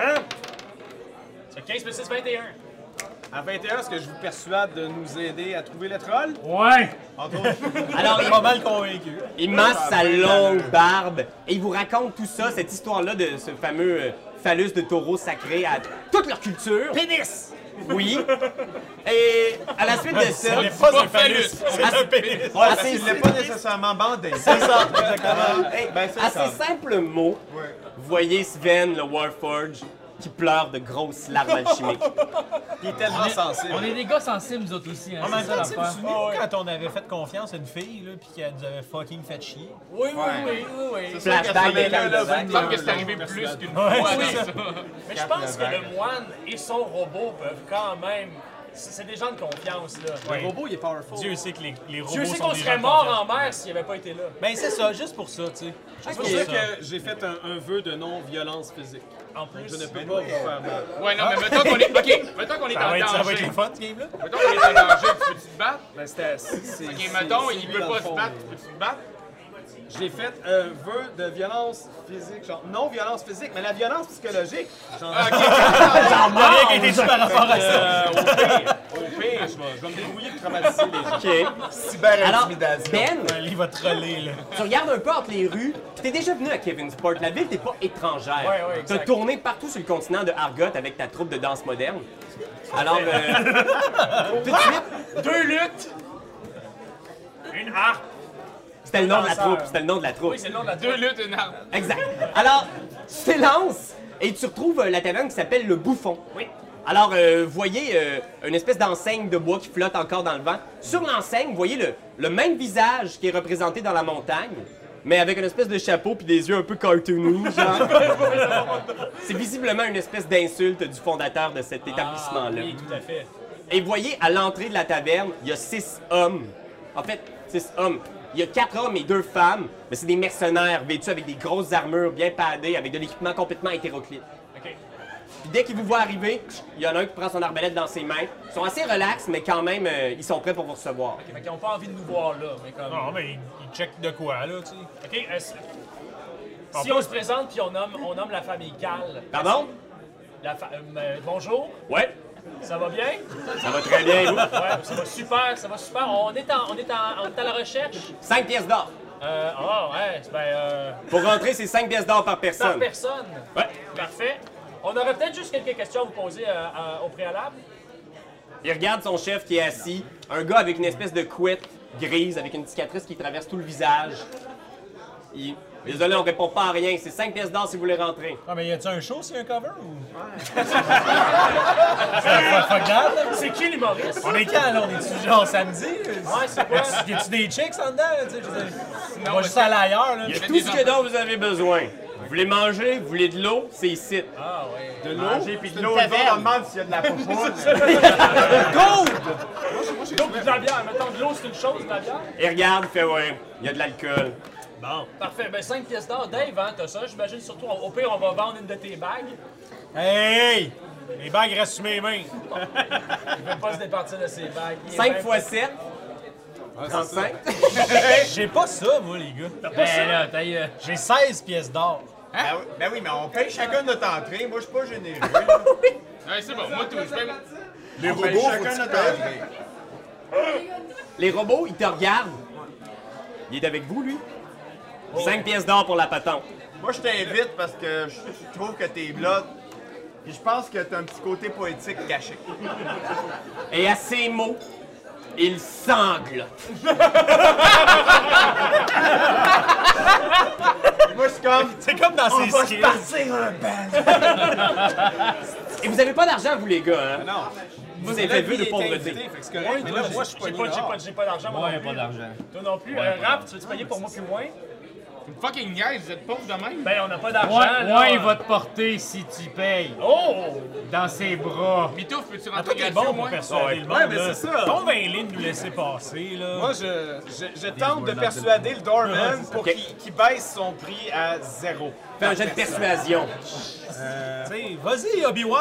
C'est quinze plus six, vingt et un. À vingt et un, est-ce que je vous persuade de nous aider à trouver le troll? Ouais. Alors, Pas mal convaincu. il masse sa longue barbe et il vous raconte tout ça, cette histoire-là de ce fameux euh, phallus de taureau sacré à toute leur culture. Pénis! Oui. Et à la suite de ça, Ce n'est pas pas un phallus, c'est Ah, un pénis. à Parce ces, qu'il n'est pas nécessairement bandé. C'est ça, exactement. hey, Ben, c'est à ça. ces simples mots, vous voyez Sven, le Warforge, qui pleure de grosses larmes alchimiques. Il est tellement sensible. On est des gars sensibles, nous autres aussi. Hein, En même c'est ça temps, tu sais, vous l'affaire. souvenez quand on avait fait confiance à une fille, là, puis qu'elle nous avait fucking fait chier? Oui, oui, oui, oui, oui. Flashback de Il Canada. me semble que c'est arrivé plus qu'une Ouais, fois. c'est dans ça. ça. Mais je pense que le moine et son robot peuvent quand même. C'est c'est des gens de confiance, là. Le robot, il est powerful. Dieu sait que les, les robots Dieu sait sont qu'on des serait gens de mort confiance. en mer s'il n'avait pas été là. Ben c'est ça, juste pour ça, tu sais. C'est Juste pour pour ça ça. que j'ai fait un, un vœu de non-violence physique. En plus. Je ne peux pas vous faire mal. Ouais, non, mais mettons qu'on est. Ok, mettons qu'on est Ça en va être, ça va être danger. le fun, ce game-là. Mettons qu'on est en danger, tu peux-tu te battre? Ben, c'était... c'est- c'est- Ok, c'est- mettons, c'est il lui peut dans pas le se fond, battre, mais- tu peux-tu te battre? J'ai fait un vœu de violence physique, genre non-violence physique, mais la violence psychologique. Genre, Rien qui a été dit par rapport à ça. euh, au pire, au pire, je vais, je vais me débrouiller pour traumatiser les gens. OK. Alors, Cyber-intimidation. Ben, Ouais, lui, il va troller, là. tu regardes un peu entre les rues, puis t'es déjà venu à Kevinsport. La ville t'es pas étrangère. Ouais, ouais, T'as exact. tourné partout sur le continent de Argot avec ta troupe de danse moderne. Alors, euh, tout de suite, Deux luttes. Une harpe. c'était le nom de la danseur. troupe. C'était le nom de la troupe. Oui, c'est le nom de la Deux deux. luttes, une arme. Exact. Alors, tu t'élances et tu retrouves euh, la taverne qui s'appelle le Bouffon. Oui. Alors, euh, vous voyez euh, une espèce d'enseigne de bois qui flotte encore dans le vent. Sur l'enseigne, vous voyez le, le même visage qui est représenté dans la montagne, mais avec une espèce de chapeau puis des yeux un peu cartoony, genre. C'est visiblement une espèce d'insulte du fondateur de cet établissement-là. Oui, tout à fait. Et vous voyez, à l'entrée de la taverne, il y a six hommes. En fait, six hommes. Il y a quatre hommes et deux femmes, mais c'est des mercenaires vêtus avec des grosses armures bien padées, avec de l'équipement complètement hétéroclite. OK. Puis dès qu'ils vous voient arriver, il y en a un qui prend son arbalète dans ses mains. Ils sont assez relax, mais quand même, euh, ils sont prêts pour vous recevoir. OK, fait qu'ils n'ont pas envie de nous voir là, mais comme... Non, mais il, il check de quoi, là, tu sais. OK, euh, si- si on se présente puis on nomme, on nomme la famille Cal. Pardon? La fa- euh, euh, bonjour, Ouais, ça va bien? ça va très bien, vous. Ouais, ça va super, ça va super. On est, en, on est, en, on est à la recherche. Cinq pièces d'or. Euh, ah, ouais, ben, euh, Pour rentrer, c'est cinq pièces d'or par par personne. personne. Ouais. Parfait. On aurait peut-être juste quelques questions à vous poser euh, euh, au préalable. Il regarde son chef qui est assis, un gars avec une espèce de couette grise, avec une cicatrice qui traverse tout le visage. Il... Désolé, on répond pas à rien. C'est cinq pièces d'or si vous voulez rentrer. Ah, mais y a-tu un show s'il y a un cover ou. C'est la fuck that, là? C'est qui l'humoriste? On est quand, là? On est-tu genre samedi? Ouais, c'est quoi? Y a-tu des chicks en dedans, là, tu sais? je veux dire, On va juste aller ailleurs, là. Il y a tout ce que dont vous avez besoin. Vous voulez manger, vous voulez de l'eau, c'est ici. Ah, ouais. De l'eau. Manger puis de l'eau, on demande s'il y a de la popoune. L'eau puis de la bière. Mettons, de l'eau, c'est une chose, de la bière. Il regarde, il fait ouais, il y a de l'alcool. Bon. Parfait. Ben, cinq pièces d'or. Dave, hein, t'as ça. J'imagine surtout, au pire, on va vendre une de tes bagues. Hey! Les bagues restent sur mes mains. Il veut pas se départir de ses bagues. Il est cinq bien- fois sept, trente-cinq. J'ai pas ça, moi, les gars. T'as pas ça? Ben là, t'as eu... J'ai seize pièces d'or. Ben oui, ben oui, mais on paye chacun notre entrée. Moi, je suis pas généreux. là. Ouais, c'est bon, moi tout, je paye. Les On paye robots, faut chacun que notre tu payes. entrée. Les robots, ils te regardent. Il est avec vous, lui? cinq pièces d'or pour la patente. Moi, je t'invite parce que je trouve que t'es blood. Et je pense que t'as un petit côté poétique caché. Et à ces mots, il sanglote. Moi, je suis comme... C'est comme dans ses skills. partir un band! Et vous avez pas d'argent, vous, les gars, hein? Non. Vous avez fait vu de pauvreté. Fait que c'est correct, mais là, moi, je suis pas J'ai pas, j'ai pas, j'ai pas d'argent, moi Ouais, non plus. pas d'argent. Toi non plus. Euh, Rap, tu veux-tu payer pour moi plus moins? Fucking guys, vous êtes pauvres de même? Ben, on n'a pas d'argent, Ouais, là. ouais, il va te porter si tu payes. Oh! Dans ses bras. Mitouf, peux-tu Ah, rentrer toi, t'es gratuit bon au pour moins? persuader le monde, Ouais, mais là. c'est ça. Convainc-les de nous laisser passer, là. Moi, je, je, je tente de persuader le doorman pour Ok. qu'il qu'il baisse son prix à zéro. Fais un jet de persuasion. Tu sais, vas-y, Obi-Wan!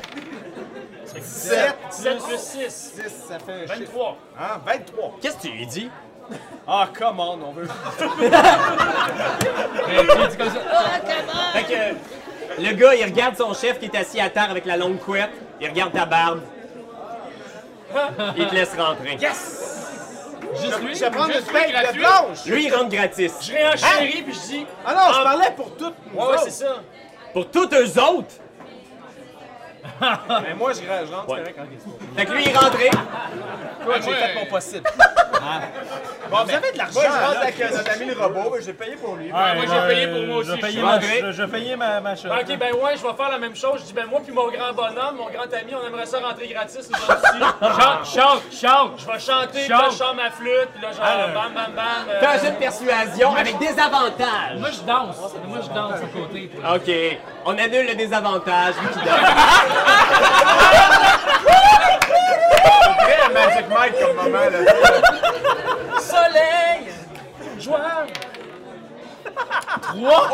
sept sept plus six. six, ça fait un chiffre. vingt-trois. Hein, vingt-trois. Qu'est-ce que tu lui dis? Ah, come on, on veut. Fait que le gars, il regarde son chef qui est assis à terre avec la longue couette. Il regarde ta barbe. Il te laisse rentrer. Juste lui? Je vais prendre une Juste lui paille de gratuit? blanche. Lui, il rentre gratis. Je réenchéris, puis je dis... Ah non, je parlais pour toutes nous Ouais, ouais, autres. c'est ça. Pour tous eux autres. Mais moi, je, je rentre, Ouais. c'est correct. Ok. Fait que lui, il est rentré. Toi, j'ai ouais. fait mon possible. Bon, vous avez de l'argent. Moi, je rentre avec euh, notre ami le robot, ben, j'ai payé pour lui. Ouais, moi, j'ai payé pour moi aussi. Je vais je payer suis ma, rentré. je, je vais payer ma, ma shot. Ben, ok, ben ouais, je vais faire la même chose. Je dis, ben moi puis mon grand bonhomme, mon grand ami, on aimerait ça rentrer gratis nous autres aussi. Chante, chante, chante! Je vais chanter, puis Chante. là, je chante ma flûte, puis là, genre, bam, bam, bam. euh, Fais un jet de persuasion avec des avantages. Moi, je danse. Moi, je danse à côté. OK. On annule le désavantage. Lui qui donne. Très Magic Mike comme moment, là. Soleil! Joie! Trois!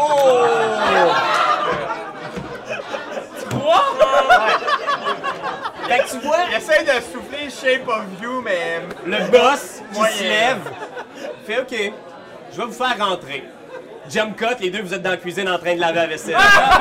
Trois! Fait que tu vois, Il essaie de souffler Shape of You, mais... le boss qui Moyen. se lève fait OK, je vais vous faire rentrer. Jump cut, les deux, vous êtes dans la cuisine en train de laver la vaisselle.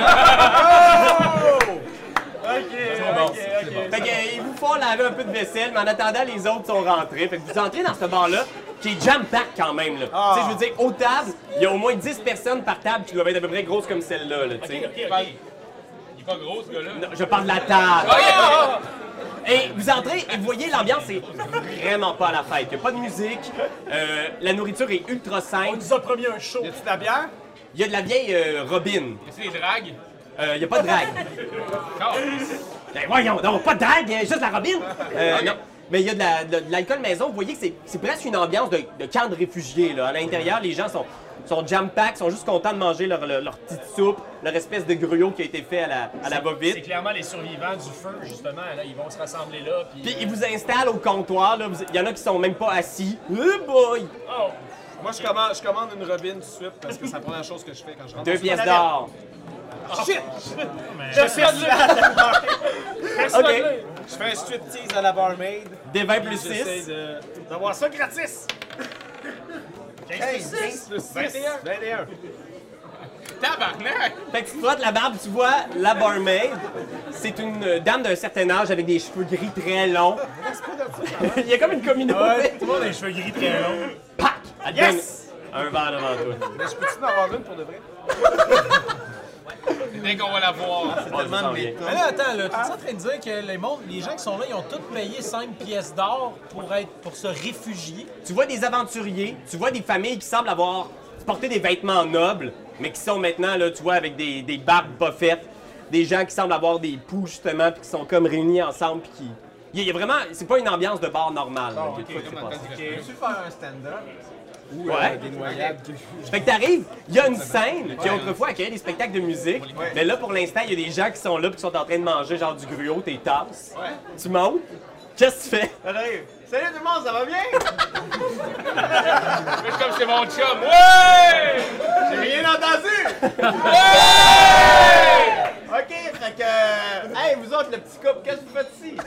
Ok, ok, ok. Fait que, euh, ils vous font laver un peu de vaisselle, mais en attendant, les autres sont rentrés. Fait que vous entrez dans ce bar-là, qui est jam-pack quand même, là. Ah. Tu sais, je veux dire, aux tables, il y a au moins dix personnes par table qui doivent être à peu près grosses comme celle-là, là, tu sais. Ok, ok, ok. Il est pas gros, ce gars-là. Non, je parle de la table. Ah! Et vous entrez et vous voyez, l'ambiance est vraiment pas à la fête. Il n'y a pas de musique, euh, la nourriture est ultra On simple. nous a promis un show. Y a-tu de la bière? Il y a de la vieille euh, Robin. C'est des dragues. Euh, Il n'y a pas de drague. Ben voyons donc, pas de drague, hein, juste la Robin. Euh, non. Mais il y a de la- de de l'alcool maison. Vous voyez que c'est- c'est presque une ambiance de, de camp de réfugiés. Là. À l'intérieur, les gens sont, sont jam-pack, sont juste contents de manger leur, leur, leur petite soupe, leur espèce de gruau qui a été fait à la, à la C'est va-vite. clairement les survivants du feu, justement. Là, ils vont se rassembler là. Puis, Puis ils vous installent au comptoir. là. Vous- Il y en a qui sont même pas assis. Oh boy! oh, Moi, je commande, je commande une Robin tout de suite parce que c'est la première chose que je fais quand je rentre. Deux dans pièces une d'or. Shit! persuade-le! OK. Persuade-le! Je fais un striptease à la barmaid. Des vingt plus J'essaie six. de- d'avoir ça gratis. quinze plus six! Plus six. vingt et un. vingt et un. Tabarnak! Fait que tu te frottes la barbe, tu vois la barmaid. C'est une euh, dame d'un certain âge avec des cheveux gris très longs. Il y a comme une communauté. Ouais, tout le monde a les cheveux gris très longs. Pac! Elle te Yes! donne un verre devant toi. Mais je peux-tu en avoir une pour de vrai? Dès qu'on va la voir. Oh, ça sent bien. Mais là, attends, là, tu es en train de dire que les, mondes, les gens qui sont là, ils ont tous payé cinq pièces d'or pour, être, pour se réfugier? Tu vois des aventuriers, tu vois des familles qui semblent avoir porté des vêtements nobles, mais qui sont maintenant, là, tu vois, avec des, des barbes pas faites, des gens qui semblent avoir des poux, justement, puis qui sont comme réunis ensemble, puis qui... Il y a- il y a vraiment... C'est pas une ambiance de bar normal, là, il y a de quoi qui s'est passé. Peux-tu faire un stand-up? Ou Ouais. euh, des noyades. Fait que t'arrives, il y a une scène qui autrefois accueillait des spectacles de musique, mais là, pour l'instant, il y a des gens qui sont là, puis qui sont en train de manger, genre, du gruau, tes tasses. Tu montes, qu'est-ce que tu fais? J'arrive. Salut tout le monde, ça va bien? Je suis comme c'est mon chum. Ouais! J'ai rien entendu! Ok, fait que... euh, Hey, vous autres, le petit couple, qu'est-ce que vous faites ici?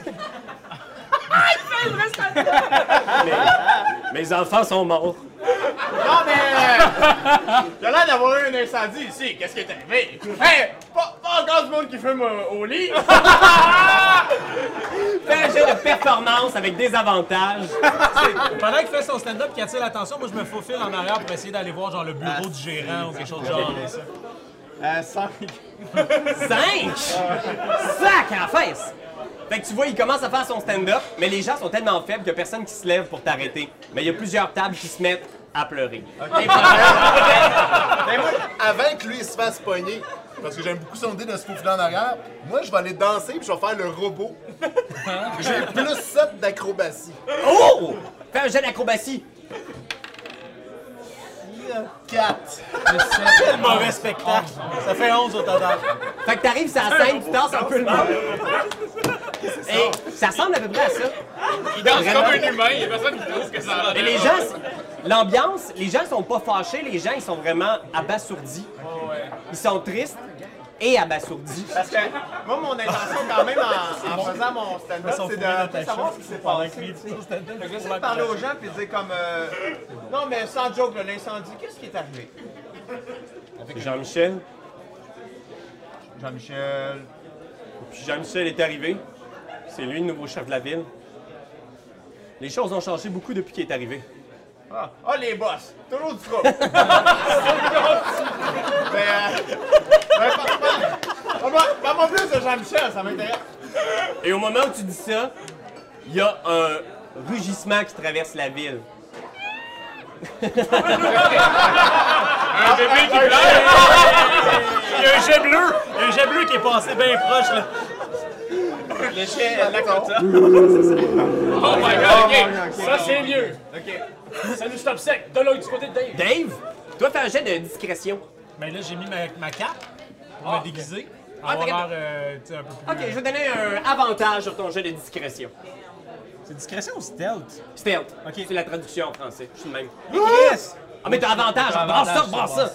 Mes enfants sont morts. Non, mais... euh, T'as l'air d'avoir eu un incendie ici. Qu'est-ce qui est arrivé? Hey! Pas, pas encore du monde qui fume au, au lit! Fais un jet de performance avec des avantages. Pendant qu'il fait son stand-up qui attire l'attention, moi je me faufile en arrière pour essayer d'aller voir genre le bureau du gérant ou quelque chose de genre. Euh, cinq. Cinq! Sac à la face! Fait que tu vois, il commence à faire son stand-up, mais les gens sont tellement faibles qu'il n'y a personne qui se lève pour t'arrêter. Mais il y a plusieurs tables qui se mettent à pleurer. Ben moi, avant que lui il se fasse pogner, parce que j'aime beaucoup son idée de se faufiler en arrière, moi je vais aller danser puis je vais faire le robot. J'ai plus sept d'acrobatie. Oh! Fais un jet d'acrobatie. quatre. Quel mauvais spectacle! Ça fait onze au total. Fait que t'arrives sur la scène, tu danses un peu le monde. Et ça ressemble à peu près à ça. Il danse comme un humain, il y a personne qui trouve que ça a Et les gens, l'ambiance, les gens sont pas fâchés, les gens ils sont vraiment abasourdis. Ils sont tristes et abasourdis. Parce que moi, mon intention quand même en, en faisant mon stand-up, c'est de un peu savoir ce qui s'est passé. Fait que j'essaie de parler aux gens puis de dire comme... euh, non, mais sans joke, là, l'incendie, qu'est-ce qui est arrivé? Jean-Michel, Jean-Michel... puis Jean-Michel est arrivé. C'est lui le nouveau chef de la ville. Les choses ont changé beaucoup depuis qu'il est arrivé. Ah, ah, les boss! Toujours du trouble! mais, euh... mais, parle-moi plus de Jean-Michel, ça m'intéresse. Et au moment où tu dis ça, il y a un rugissement qui traverse la ville. Un bébé qui pleure! Il y a un jet bleu! Il y a un jet bleu qui est passé bien proche là. Le chien, d'accord. Oh my god, ok! Ça, c'est mieux. OK. Ça nous stoppe sec. De l'autre du côté de Dave. Dave, toi fais un jet de discrétion. Ben là j'ai mis ma, ma cape pour me déguiser. Ah, Avoir t'as- l'air euh, tu sais, un peu plus. Ok, je vais donner un avantage sur ton jet de discrétion. C'est discrétion ou stealth? Stealth. Ok. C'est la traduction en français. Je suis le même. Chris! Ah, mais t'as avantage. Brasse ça, brasse ça.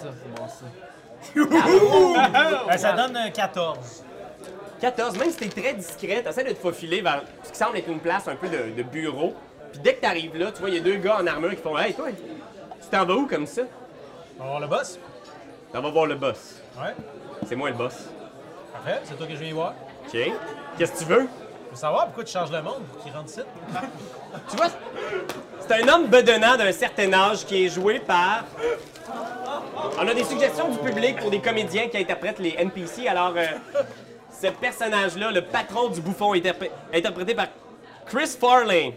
Ben, ça donne euh, quatorze. quatorze, même si t'es très discret, t'essaies de te faufiler vers ce qui semble être une place un peu de, de bureau. Puis dès que t'arrives là, tu vois, il y a deux gars en armure qui font « Hey, toi, tu t'en vas où comme ça? On va voir le boss? » T'en vas voir le boss. Ouais. C'est moi le boss. Parfait, c'est toi que je viens voir. OK. Qu'est-ce que tu veux? Je veux savoir pourquoi tu changes le monde pour qu'il rentre ici. Tu vois, c'est un homme bedonnant d'un certain âge qui est joué par... On a des suggestions du public pour des comédiens qui interprètent les N P C. Alors, euh, ce personnage-là, le patron du bouffon, est interpré- interprété par Chris Farley.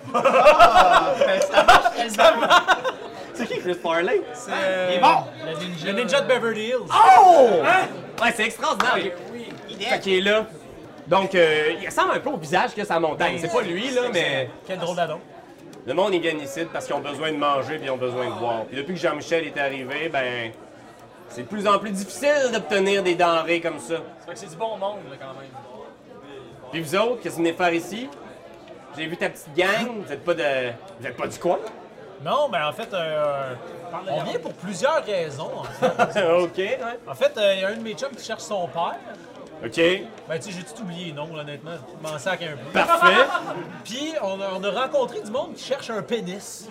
C'est qui Chris Farley? C'est Il est bon! le ninja, le ninja de Beverly Hills. Oh! Ouais, c'est extraordinaire. Fait qu'il est là. Donc, euh, il ressemble un peu au visage qu'il a sa montagne. C'est pas lui, là, mais... Quel drôle d'adon. Le monde, ils viennent ici parce qu'ils ont besoin de manger puis ils ont besoin de boire. Puis depuis que Jean-Michel est arrivé, ben... c'est de plus en plus difficile d'obtenir des denrées comme ça. Ça fait que c'est du bon monde, là, quand même. Puis vous autres, qu'est-ce que vous venez faire ici? J'ai vu ta petite gang, vous êtes pas de... Vous êtes pas du coin? Non, mais en fait, euh, on vient pour plusieurs raisons. En fait, OK, ouais. En fait, euh, il y a un de mes chums qui cherche son père. OK, Ben, tu sais, j'ai tout oublié, non, honnêtement. Je m'en sac un peu. parfait. Puis, on a, on a rencontré du monde qui cherche un pénis.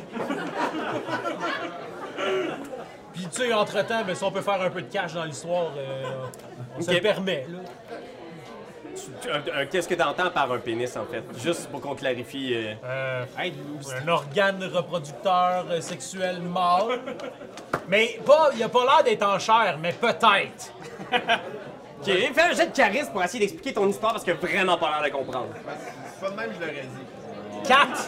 Puis, tu sais, entre-temps, ben, si on peut faire un peu de cash dans l'histoire, euh, on se Ok. le permet, là. Tu- un- un- Qu'est-ce que tu entends par un pénis, en fait? Juste pour qu'on clarifie... euh, Euh, un organe reproducteur euh, sexuel mâle. Mais pas, il a pas l'air d'être en chair, mais peut-être. OK, fais un jet de charisme pour essayer d'expliquer ton histoire parce que vraiment pas l'air de comprendre. C'est pas de même que je l'aurais dit. Quatre.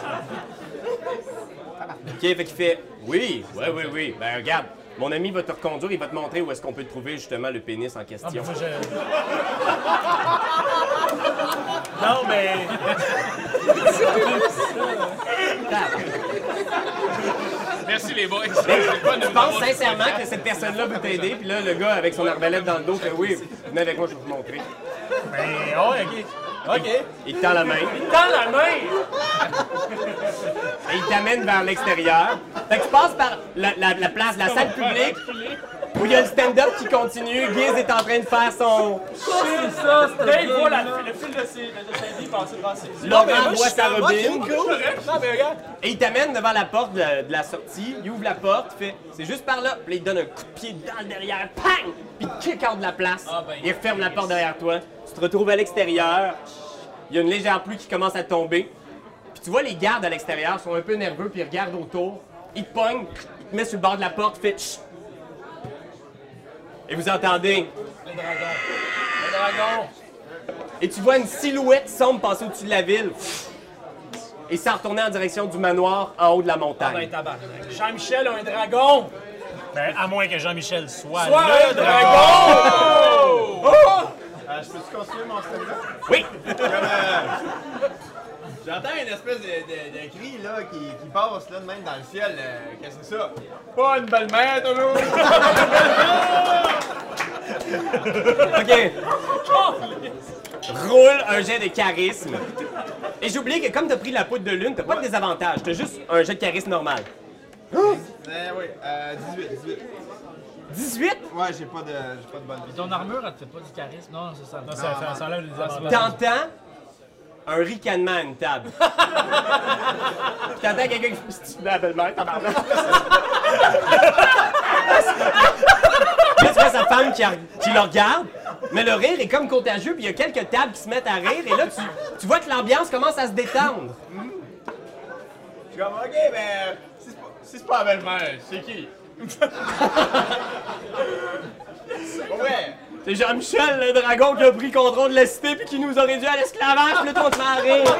OK, fait qu'il fait « Oui, oui, oui, oui. Ben regarde, mon ami va te reconduire, il va te montrer où est-ce qu'on peut trouver justement le pénis en Ah, question. ben, moi, je... Non, mais... Merci les boys. C'est le fun de Je vous pense avoir- sincèrement que cette personne-là veut t'aider, puis là, le gars avec son arbalète dans le dos fait « Oui, venez avec moi, je vais vous montrer. Ben, oh, OK. OK. » Il te tend la main Dans la main! et il t'amène vers l'extérieur. Fait que tu passes par la, la- la place, la salle publique, où il y a le stand-up qui continue. Guiz est en train de faire son... C'est ça, Dave voit la- le fil de, ses, de sa vie passer devant ses yeux. Laurent mais moi, boit je sa suis comme, robine. OK, cool. Non, mais regarde. Et il t'amène devant la porte de la, de la sortie, il ouvre la porte, il fait « C'est juste par là », puis là, il te donne un coup de pied dans le derrière, pang! Puis il kick out de la place, Ah, ben, il referme la porte derrière toi, tu te retrouves à l'extérieur, il y a une légère pluie qui commence à tomber, Puis tu vois les gardes à l'extérieur sont un peu nerveux, puis ils regardent autour. Ils te pognent, ils te mettent sur le bord de la porte, fait chut. Et vous entendez. Le dragon. Le dragon. Et tu vois une silhouette sombre passer au-dessus de la ville. Et s'en retourner en direction du manoir en haut de la Ah ben, montagne. tabarnak. Jean-Michel a un dragon. Ben, à moins que Jean-Michel soit, Soit le le dragon! Euh, je peux-tu continuer mon stand-up? Oui! Comme, euh, j'entends une espèce de, de, de cri là, qui, qui passe là, de même dans le ciel. Euh, Qu'est-ce que c'est ça? Pas une belle-mère, toujours! OK. Roule un jet de charisme. Et j'ai oublié que comme t'as pris la poudre de lune, t'as pas de désavantage. T'as juste un jet de charisme normal. Eh oui, euh, dix-huit, dix-huit. dix-huit? Ouais, j'ai pas de, j'ai pas de bonne vie. Ton armure, elle te fait pas du charisme? Non, c'est ça. Non, ça, ça, ça enlève les avantages. T'entends un ricanement à une table. Puis t'entends quelqu'un qui fait « C'est la belle-mère, tabarnak. » Là, tu vois sa femme qui, qui le regarde, mais le rire est comme contagieux, puis il y a quelques tables qui se mettent à rire, et là, tu, tu vois que l'ambiance commence à se détendre. Je suis comme, ok, ben, si c'est pas, si c'est pas la belle-mère, c'est qui? Ouais. C'est Jean-Michel, le dragon qui a pris contrôle de la cité puis qui nous a réduits à l'esclavage, puis là, on te met à rire.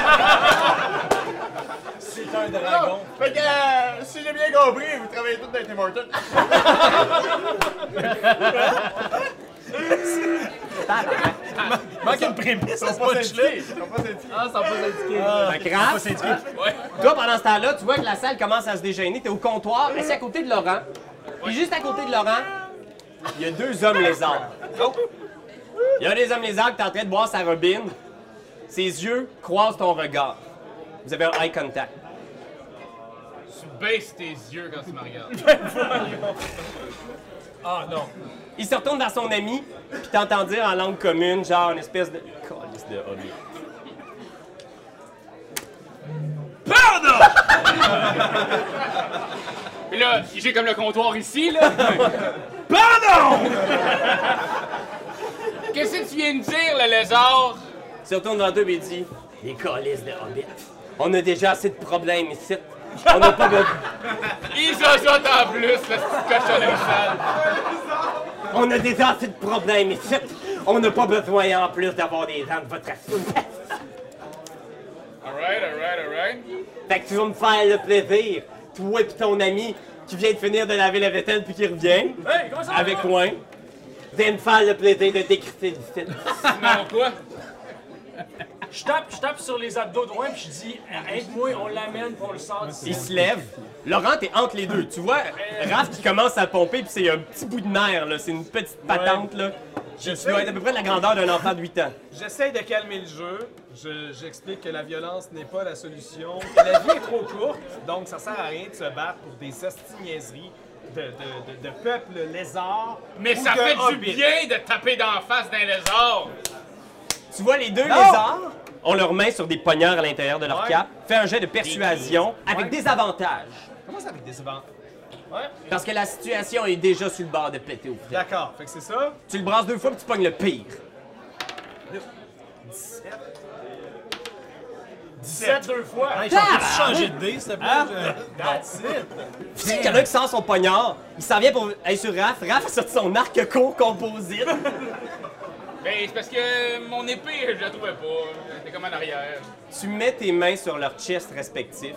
C'est un dragon. Fait que, euh, si j'ai bien compris, vous travaillez tous dans Tim Hortons. Manque une prémisse, Ils sont pas syndiqués. Ils sont pas syndiqués. Ah, ça va pas s'indiquer. Fait que Raph, toi, pendant ce temps-là, tu vois que la salle commence à se déjeuner. T'es au comptoir, assis à côté de Laurent. Puis juste à côté de Laurent, il y a deux hommes lézards. Il y a un des hommes lézards qui est en train de boire sa robine. Ses yeux croisent ton regard. Vous avez un eye contact. Tu baisses tes yeux quand tu me regardes. Ah non. Il se retourne vers son ami, puis t'entends dire en langue commune, genre une espèce de... Calice de hobbit. Pardon! Puis là, j'ai comme le comptoir ici, là. Pardon! Qu'est-ce que tu viens de dire, le lézard? Il se retourne vers deux et il dit « Les calices de hobbit. On a déjà assez de problèmes ici. On n'a pas besoin... Ils ont ça en plus, la petite cochonnerie sale. On a déjà assez de problèmes ici. On n'a pas besoin en plus d'avoir des gens de votre espèce. Alright, alright, alright. Fait que tu vas me faire le plaisir, toi et ton ami qui vient de finir de laver la vaisselle puis qui revient, Hey, comment ça va? avec moi, vous allez me faire le plaisir de décrypter le site. Sinon quoi? Je tape, je tape sur les abdos de loin puis je dis aide-moi, on l'amène pour le sort Il d'ici. se lève. Laurent, t'es entre les deux. Tu vois, Raph qui commence à pomper puis c'est un petit bout de nerf, là. C'est une petite patente, là. Qui doit être à peu près de la grandeur d'un enfant de huit ans. J'essaie de calmer le jeu. Je- J'explique que la violence n'est pas la solution. Que la vie est trop courte, donc ça sert à rien de se battre pour des hosties-niaiseries de, de, de, de peuple lézard. Mais ou ça de fait du hobbits. bien de taper d'en face d'un lézard. Tu vois les deux lézards ont leurs mains sur des poignards à l'intérieur de leur Ouais. cap. Fais un jet de persuasion avec des avantages. Comment ça avec des avantages? Parce que la situation est déjà sur le bord de péter au frais. D'accord, fait que c'est ça. Tu le brasses deux fois puis tu pognes le pire. dix-sept deux fois. Hey, peux-tu changer de dé, s'il te plaît? That's it. Tu sais qu'il y en a un qui sort son poignard, il s'en vient pour aller sur Raph. Raph a sorti son arc court composite. Ben, c'est parce que mon épée, je la trouvais pas. Elle était comme en arrière. Tu mets tes mains sur leur chest respectifs.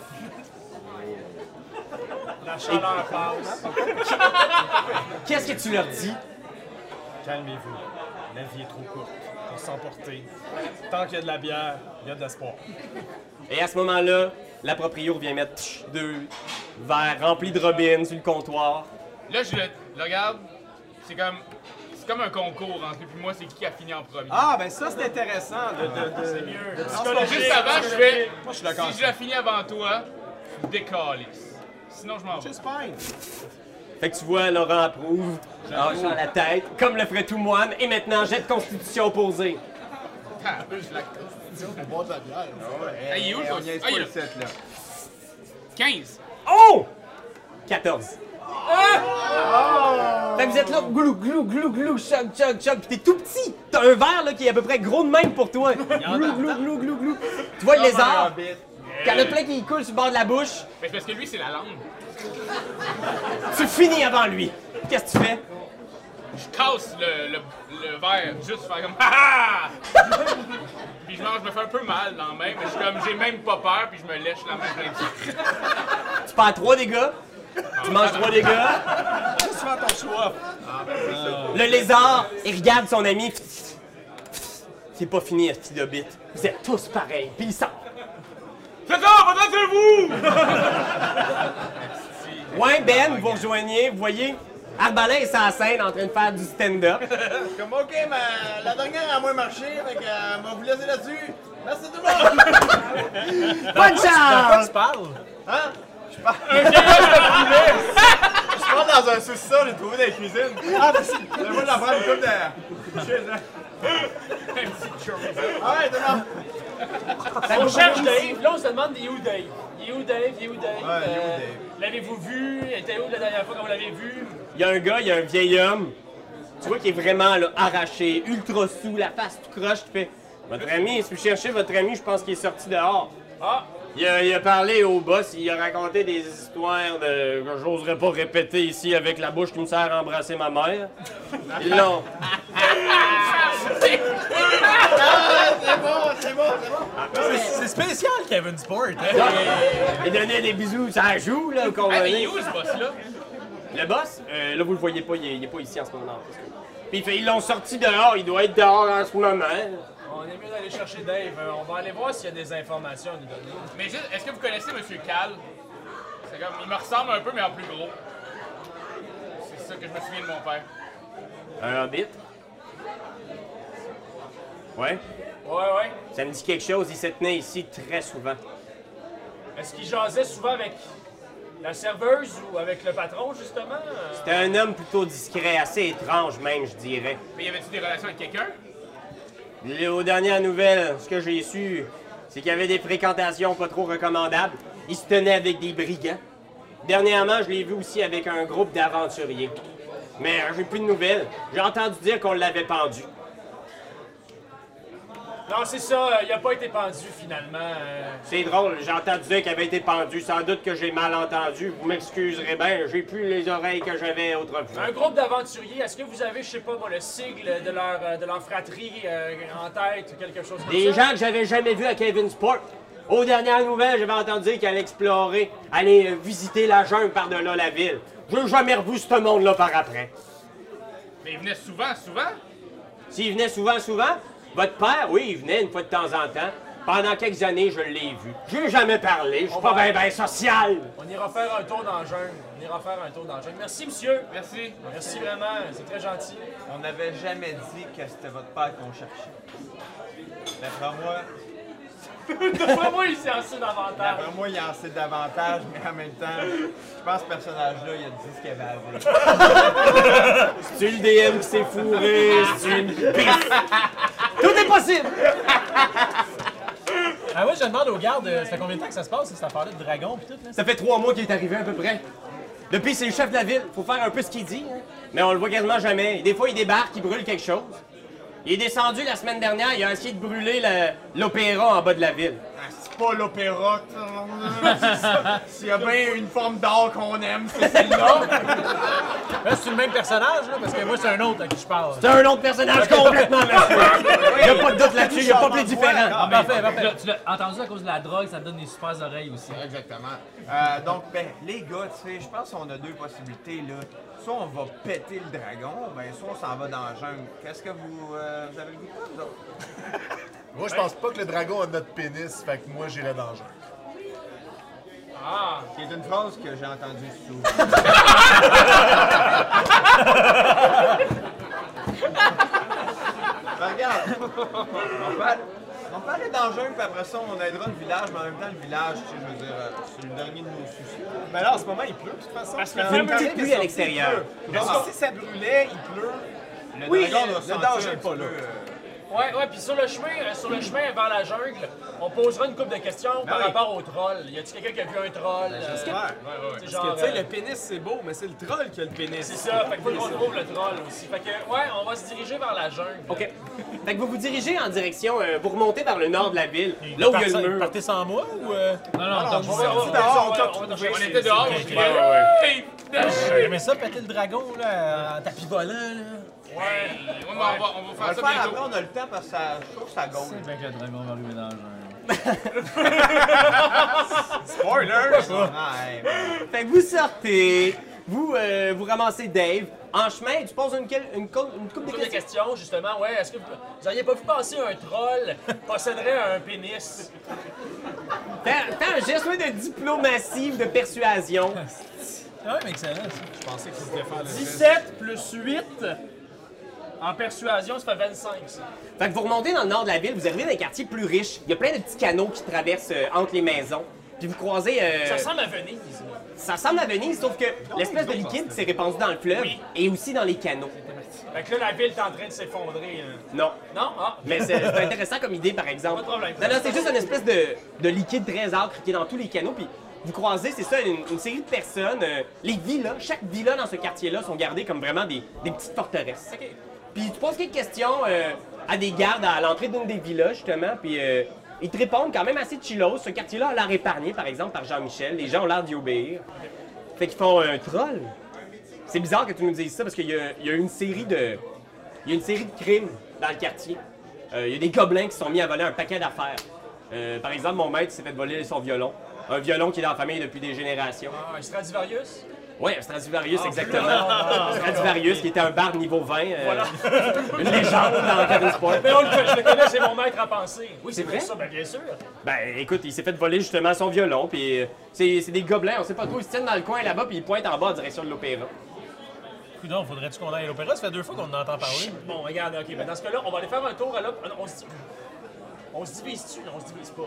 La chaleur passe. Qu'est-ce que tu leur dis? Calmez-vous. La vie est trop courte pour s'emporter. Tant qu'il y a de la bière, il y a de l'espoir. Et à ce moment-là, la proprio vient mettre tch, deux verres remplis de robines sur le comptoir. Là, je le, le regarde. C'est comme. C'est comme un concours entre lui et moi, c'est qui a fini en premier. Ah, ben ça, c'est intéressant. De, de, de... C'est mieux. Juste avant, je fais. Moi, je suis d'accord. Si je la finis avant toi, tu décalisses. Sinon, je m'en vais. Just fine. Fait que tu vois, Laurent approuve, en hochant la tête, comme le ferait tout moine, et maintenant, jet de constitution opposé. Ah, je la- Pour boire de la bière. Ah, il est où le On niaise pas Ah, il est le là. set, là. quinze. Oh! quatorze. Fait que vous êtes là, glou, glou, glou, glou, chug, chug, chug, pis t'es tout petit. T'as un verre là qui est à peu près gros de même pour toi. Glou, glou, glou, glou, glou. Tu vois le Comme un lézard? hobbit. T'en as plein qui coulent sur le bord de la bouche. Mais c'est parce que lui, c'est la langue. Tu finis avant lui. Qu'est-ce que tu fais? Je casse le, le, le verre, juste faire comme ha ha! Puis je, mange, je me fais un peu mal dans la main, mais je suis comme, j'ai même pas peur, puis je me lèche la main plein de sucre. Tu perds trois dégâts. Tu manges trois dégâts. Juste faire ton choix. Le lézard, il regarde son ami. C'est pas fini, esti de bite. Vous êtes tous pareils. Puis il sort. C'est ça, peut-être c'est vous! Ouais, Ben, vous rejoignez, vous voyez, Arbalin est sur la scène en train de faire du stand-up. Comme, OK, mais la dernière a moins marché, fait que euh, on va vous laisser là-dessus. Merci tout le monde! Bonne De quoi chance! tu parles? Hein? Je parle. Je parle dans un sous-sol, j'ai trouvé dans la cuisine. Ah, mais c'est. Je vais la prendre une coupe de. Chez Ah ouais, non. On cherche Dave. Là, on se demande, il est où Dave? Il est où Dave? Il est où Dave? Ouais, il est où Euh, Dave? L'avez-vous vu? Il était où la dernière fois qu'on l'avait vu? Il y a un gars, il y a un vieil homme. Tu vois qu'il est vraiment là, arraché, ultra sous, la face tout croche. Tu fais, votre ami, si vous cherchez votre ami, je pense qu'il est sorti dehors. Ah! Il a, il a parlé au boss, il a raconté des histoires de, que j'oserais pas répéter ici avec la bouche qui me sert à embrasser ma mère. Ils l'ont. C'est bon, c'est bon, c'est bon. C'est spécial, Kevin Sport. Hein? Il donnait des bisous, ça joue, là, qu'on Ah, mais venait. il est où ce boss-là? Le boss, euh, là, vous le voyez pas, il est, il est pas ici en ce moment. Parce que... Puis il fait, ils l'ont sorti dehors, il doit être dehors en ce moment. On est mieux d'aller chercher Dave. Euh, On va aller voir s'il y a des informations à nous donner. Mais juste, est-ce que vous connaissez M. Cal? C'est comme, il me ressemble un peu, mais en plus gros. C'est ça que je me souviens de mon père. Un hobbit? Ouais. Ouais, ouais. Ça me dit quelque chose, il se tenait ici très souvent. Est-ce qu'il jasait souvent avec la serveuse ou avec le patron, justement? Euh, C'était un homme plutôt discret, assez étrange même, je dirais. Mais y avait-tu des relations avec quelqu'un? Et aux dernières nouvelles, ce que j'ai su, c'est qu'il y avait des fréquentations pas trop recommandables. Il se tenait avec des brigands. Dernièrement, je l'ai vu aussi avec un groupe d'aventuriers. Mais euh, j'ai plus de nouvelles. J'ai entendu dire qu'on l'avait pendu. Non, c'est ça. euh, Il a pas été pendu, finalement. euh. C'est drôle, j'ai entendu dire qu'il avait été pendu. Sans doute que j'ai mal entendu. Vous m'excuserez bien, j'ai plus les oreilles que j'avais autrefois. Un groupe d'aventuriers, est-ce que vous avez, je sais pas moi, le sigle de leur, euh, de leur fratrie euh, en tête ou quelque chose comme Des ça? gens que j'avais jamais vus à Kevin Sport. Aux dernières nouvelles, j'avais entendu dire qu'il allait explorer, aller euh, visiter la jungle par-delà la ville. Je n'ai jamais revu ce monde-là par après. Mais il venait souvent, souvent? S'il venait souvent, souvent, votre père, oui, il venait une fois de temps en temps. Pendant quelques années, je l'ai vu. Je lui ai jamais parlé, je suis pas bien ben social. On ira faire un tour dans le jungle. On ira faire un tour dans le jungle. Merci, monsieur. Merci. Merci vraiment, c'est très gentil. On n'avait jamais dit que c'était votre père qu'on cherchait. D'après moi, D'après moi, il s'est en sait davantage. d'après moi, il en sait davantage, mais en même temps, je pense que ce personnage-là, il a dit ce qu'il avait à dire. C'est-tu le D M qui s'est fourré? C'est une piste? Tout est possible! Ah ouais, je demande aux gardes, euh, ça fait combien de temps que ça se passe, cette affaire-là de dragon pis tout, là? Ça fait trois mois qu'il est arrivé à peu près. Depuis, c'est le chef de la ville. Faut faire un peu ce qu'il dit. Hein. Mais on le voit quasiment jamais. Des fois, il débarque, il brûle quelque chose. Il est descendu la semaine dernière, il a essayé de brûler le- l'opéra en bas de la ville. Ah, c'est pas l'opéra. S'il y a bien une forme d'art qu'on aime, c'est celle-là. Là, c'est le même personnage, là, parce que moi, c'est un autre à qui je parle. C'est un autre personnage complètement monsieur. Il n'y a pas de doute là-dessus, il n'y a pas plus différent. Ah, parfait, parfait. Tu l'as- Tu l'as entendu à cause de la drogue, ça te donne des super oreilles aussi. Exactement. Euh, donc, ben, les gars, tu sais, je pense qu'on a deux possibilités, là. Soit on va péter le dragon, ben, soit on s'en va dans la jungle. Qu'est-ce que vous, euh, vous avez le goût de quoi, vous autres? Moi, je pense pas que le dragon a notre pénis, fait que moi, j'irais dans le jeu. Ah! C'est une phrase que j'ai entendue souvent. Ben, regarde, on peut, aller, on peut aller dans le jungle, puis après ça, on aidera le village, mais en même temps, le village, tu sais, je veux dire, euh, c'est le dernier de nos soucis. Mais là, en ce moment, il pleut, de toute façon. Parce que Euh, le Une petite pluie à l'extérieur. Donc, si ça brûlait, il pleut. Le Oui, dragon doit le sentir danger un est pas petit là. peu, euh, Ouais, ouais, puis sur le chemin, euh, sur le chemin vers la jungle, on posera une couple de questions par oui. rapport au troll. Y a-t-il quelqu'un qui a vu un troll? euh, J'espère. tu sais, Parce que, genre, tu sais, euh, le pénis, c'est beau, mais c'est le troll qui a le pénis. c'est ça, fait qu'il faut qu'on trouve le troll aussi. Fait que, ouais, on va se diriger vers la jungle. OK. Fait que vous vous dirigez en direction, euh, vous remontez vers le nord de la ville, là où il y a le mur. Partez sans moi ou. euh? Non, non, On attends, va- on va- dehors, on on va- t'a on va- trouvé. on On va- était dehors, on c'est- criait, ouais, ouais. Hey! J'aimais ça péter le dragon là, en tapis volant. Là. Ouais, ouais, mais on va, on va On va faire le ça faire bientôt. après, on a le temps parce que ça, je trouve que ça gonne. C'est bien que le dragon va arriver dans le jungle. Spoiler! Ouais, Fait que vous sortez, vous, euh, vous ramassez Dave. En chemin, tu poses une, quel- une, co- une couple de Une couple de questions. questions, justement, ouais. Est-ce que vous, vous auriez pas vu passer un troll posséderait un pénis? Fais, fais un geste ouais, de diplomatie, de persuasion. Ah ouais, mais excellent ça. Je pensais que c'était faire le dix-sept plus huit en persuasion, ça fait vingt-cinq, ça. Fait que vous remontez dans le nord de la ville, vous arrivez dans un quartier plus riche. Il y a plein de petits canaux qui traversent euh, entre les maisons. Puis vous croisez... euh, Ça ressemble à Venise. ça ressemble à Venise, sauf que l'espèce de liquide qui s'est répandu dans le fleuve Oui. et aussi dans les canaux. Fait que là, la ville est en train de s'effondrer. hein. Non. Non? Ah! Mais c'est c'est intéressant comme idée, par exemple. Pas de problème. Non, non, c'est juste une espèce de, de liquide très âcre qui est dans tous les canaux. Puis vous croisez, c'est ça, une, une série de personnes. euh, les villas, chaque villa dans ce quartier-là sont gardées comme vraiment des, des petites forteresses. Puis tu poses quelques questions euh, à des gardes à l'entrée d'une des villas, justement. Puis euh, ils te répondent quand même assez chillos. Ce quartier-là a l'air épargné, par exemple, par Jean-Michel. Les gens ont l'air d'y obéir. Fait qu'ils font un troll. C'est bizarre que tu nous dises ça parce qu'il y, a- il y a une série de. Il y a une série de crimes dans le quartier. Euh, il y a des gobelins qui se sont mis à voler un paquet d'affaires. Euh, par exemple, mon maître s'est fait voler son violon. Un violon qui est dans la famille depuis des générations. Ah, un Stradivarius? Oui, un Stradivarius, exactement. Un Stradivarius qui était un bar niveau vingt. euh, une légende dans Kevin Sport. Mais on le, je le connais, c'est mon maître à penser. Oui, c'est C'est vrai? pour ça, ben bien sûr. Ben écoute, il s'est fait voler justement son violon. Puis euh, c'est c'est des gobelins, on sait pas trop. Ils se tiennent dans le coin là-bas, puis ils pointent en bas en direction de l'opéra. Coudon, faudrait-tu qu'on aille à l'opéra? Ça fait deux fois qu'on en entend parler. Bon, regarde, ok, ben dans ce cas-là, on va aller faire un tour à l'opéra. On, se- on se divise-tu? Non, on se divise pas.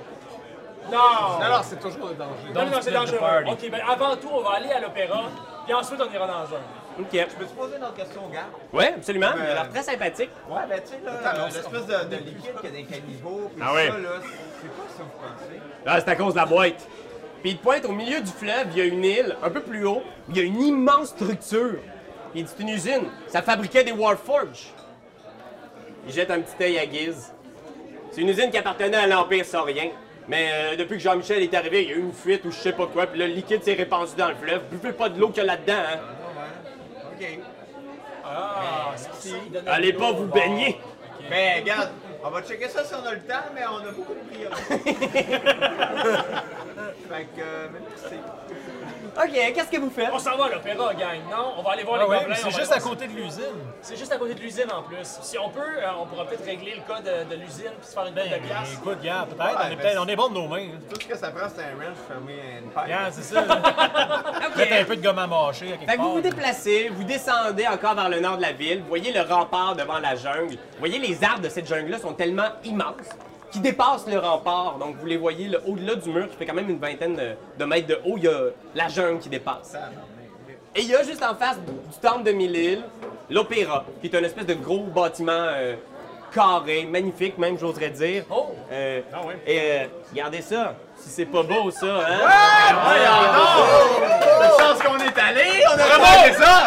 Non! Non, non, c'est toujours le danger. Non, non, non, c'est split the dangereux. party. Ok, ben avant tout, on va aller à l'opéra, puis ensuite on ira dans le jungle. OK. Peux-tu poser une autre question au gars? Oui, absolument. Il a l'air très sympathique. Ouais, ben tu sais, là, euh, l'espèce de, de liquide qu'il y a dans les caniveaux, pis Ah ça, ouais. là, c'est quoi ça, vous pensez? Ah, c'est à cause de la boîte. Puis il te pointe au milieu du fleuve, il y a une île, un peu plus haut, il y a une immense structure. Puis il dit, c'est une usine. Ça fabriquait des Warforges. Il jette un petit œil à Guise. C'est une usine qui appartenait à l'Empire saurien. Mais euh, depuis que Jean-Michel est arrivé, il y a eu une fuite ou je sais pas quoi, puis là, le liquide s'est répandu dans le fleuve. Buvez pas de l'eau qu'il y a là-dedans, hein. OK. Ah, c'est ça. il donne Allez un pas gros vous bord. baigner. Mais regarde, on va checker ça si on a le temps, mais on a beaucoup de priorités. Fait que, euh, mais merci. OK, qu'est-ce que vous faites? On s'en va à l'opéra, gang, non? On va aller voir Ah les ouais, gobelins. c'est on va juste aller à voir côté de l'usine. ça. C'est juste à côté de l'usine en plus. Si on peut, euh, on pourra peut-être régler le cas de, de l'usine puis se faire une belle de Ben, glace. écoute, gars, peut-être. Ouais, on, est mais peut-être- on est bon de nos mains. hein. Tout ce que ça prend, c'est un wrench fermé une paille. Regarde, c'est ça. Peut-être un peu de gomme à mâcher à quelque Fait que part. vous vous déplacez, vous descendez encore vers le nord de la ville, vous voyez le rempart devant la jungle. Vous voyez les arbres de cette jungle-là sont tellement immenses qu'ils dépassent le rempart. Donc vous les voyez là, au-delà du mur qui fait quand même une vingtaine de, de mètres de haut, il y a la jungle qui dépasse. Et il y a juste en face du temple de Mille-Îles, l'opéra, qui est un espèce de gros bâtiment euh, carré, magnifique même, j'oserais dire. Oh! Euh, Et euh, regardez ça, si c'est pas beau ça, hein? La chance qu'on est allé, on a remarqué ça!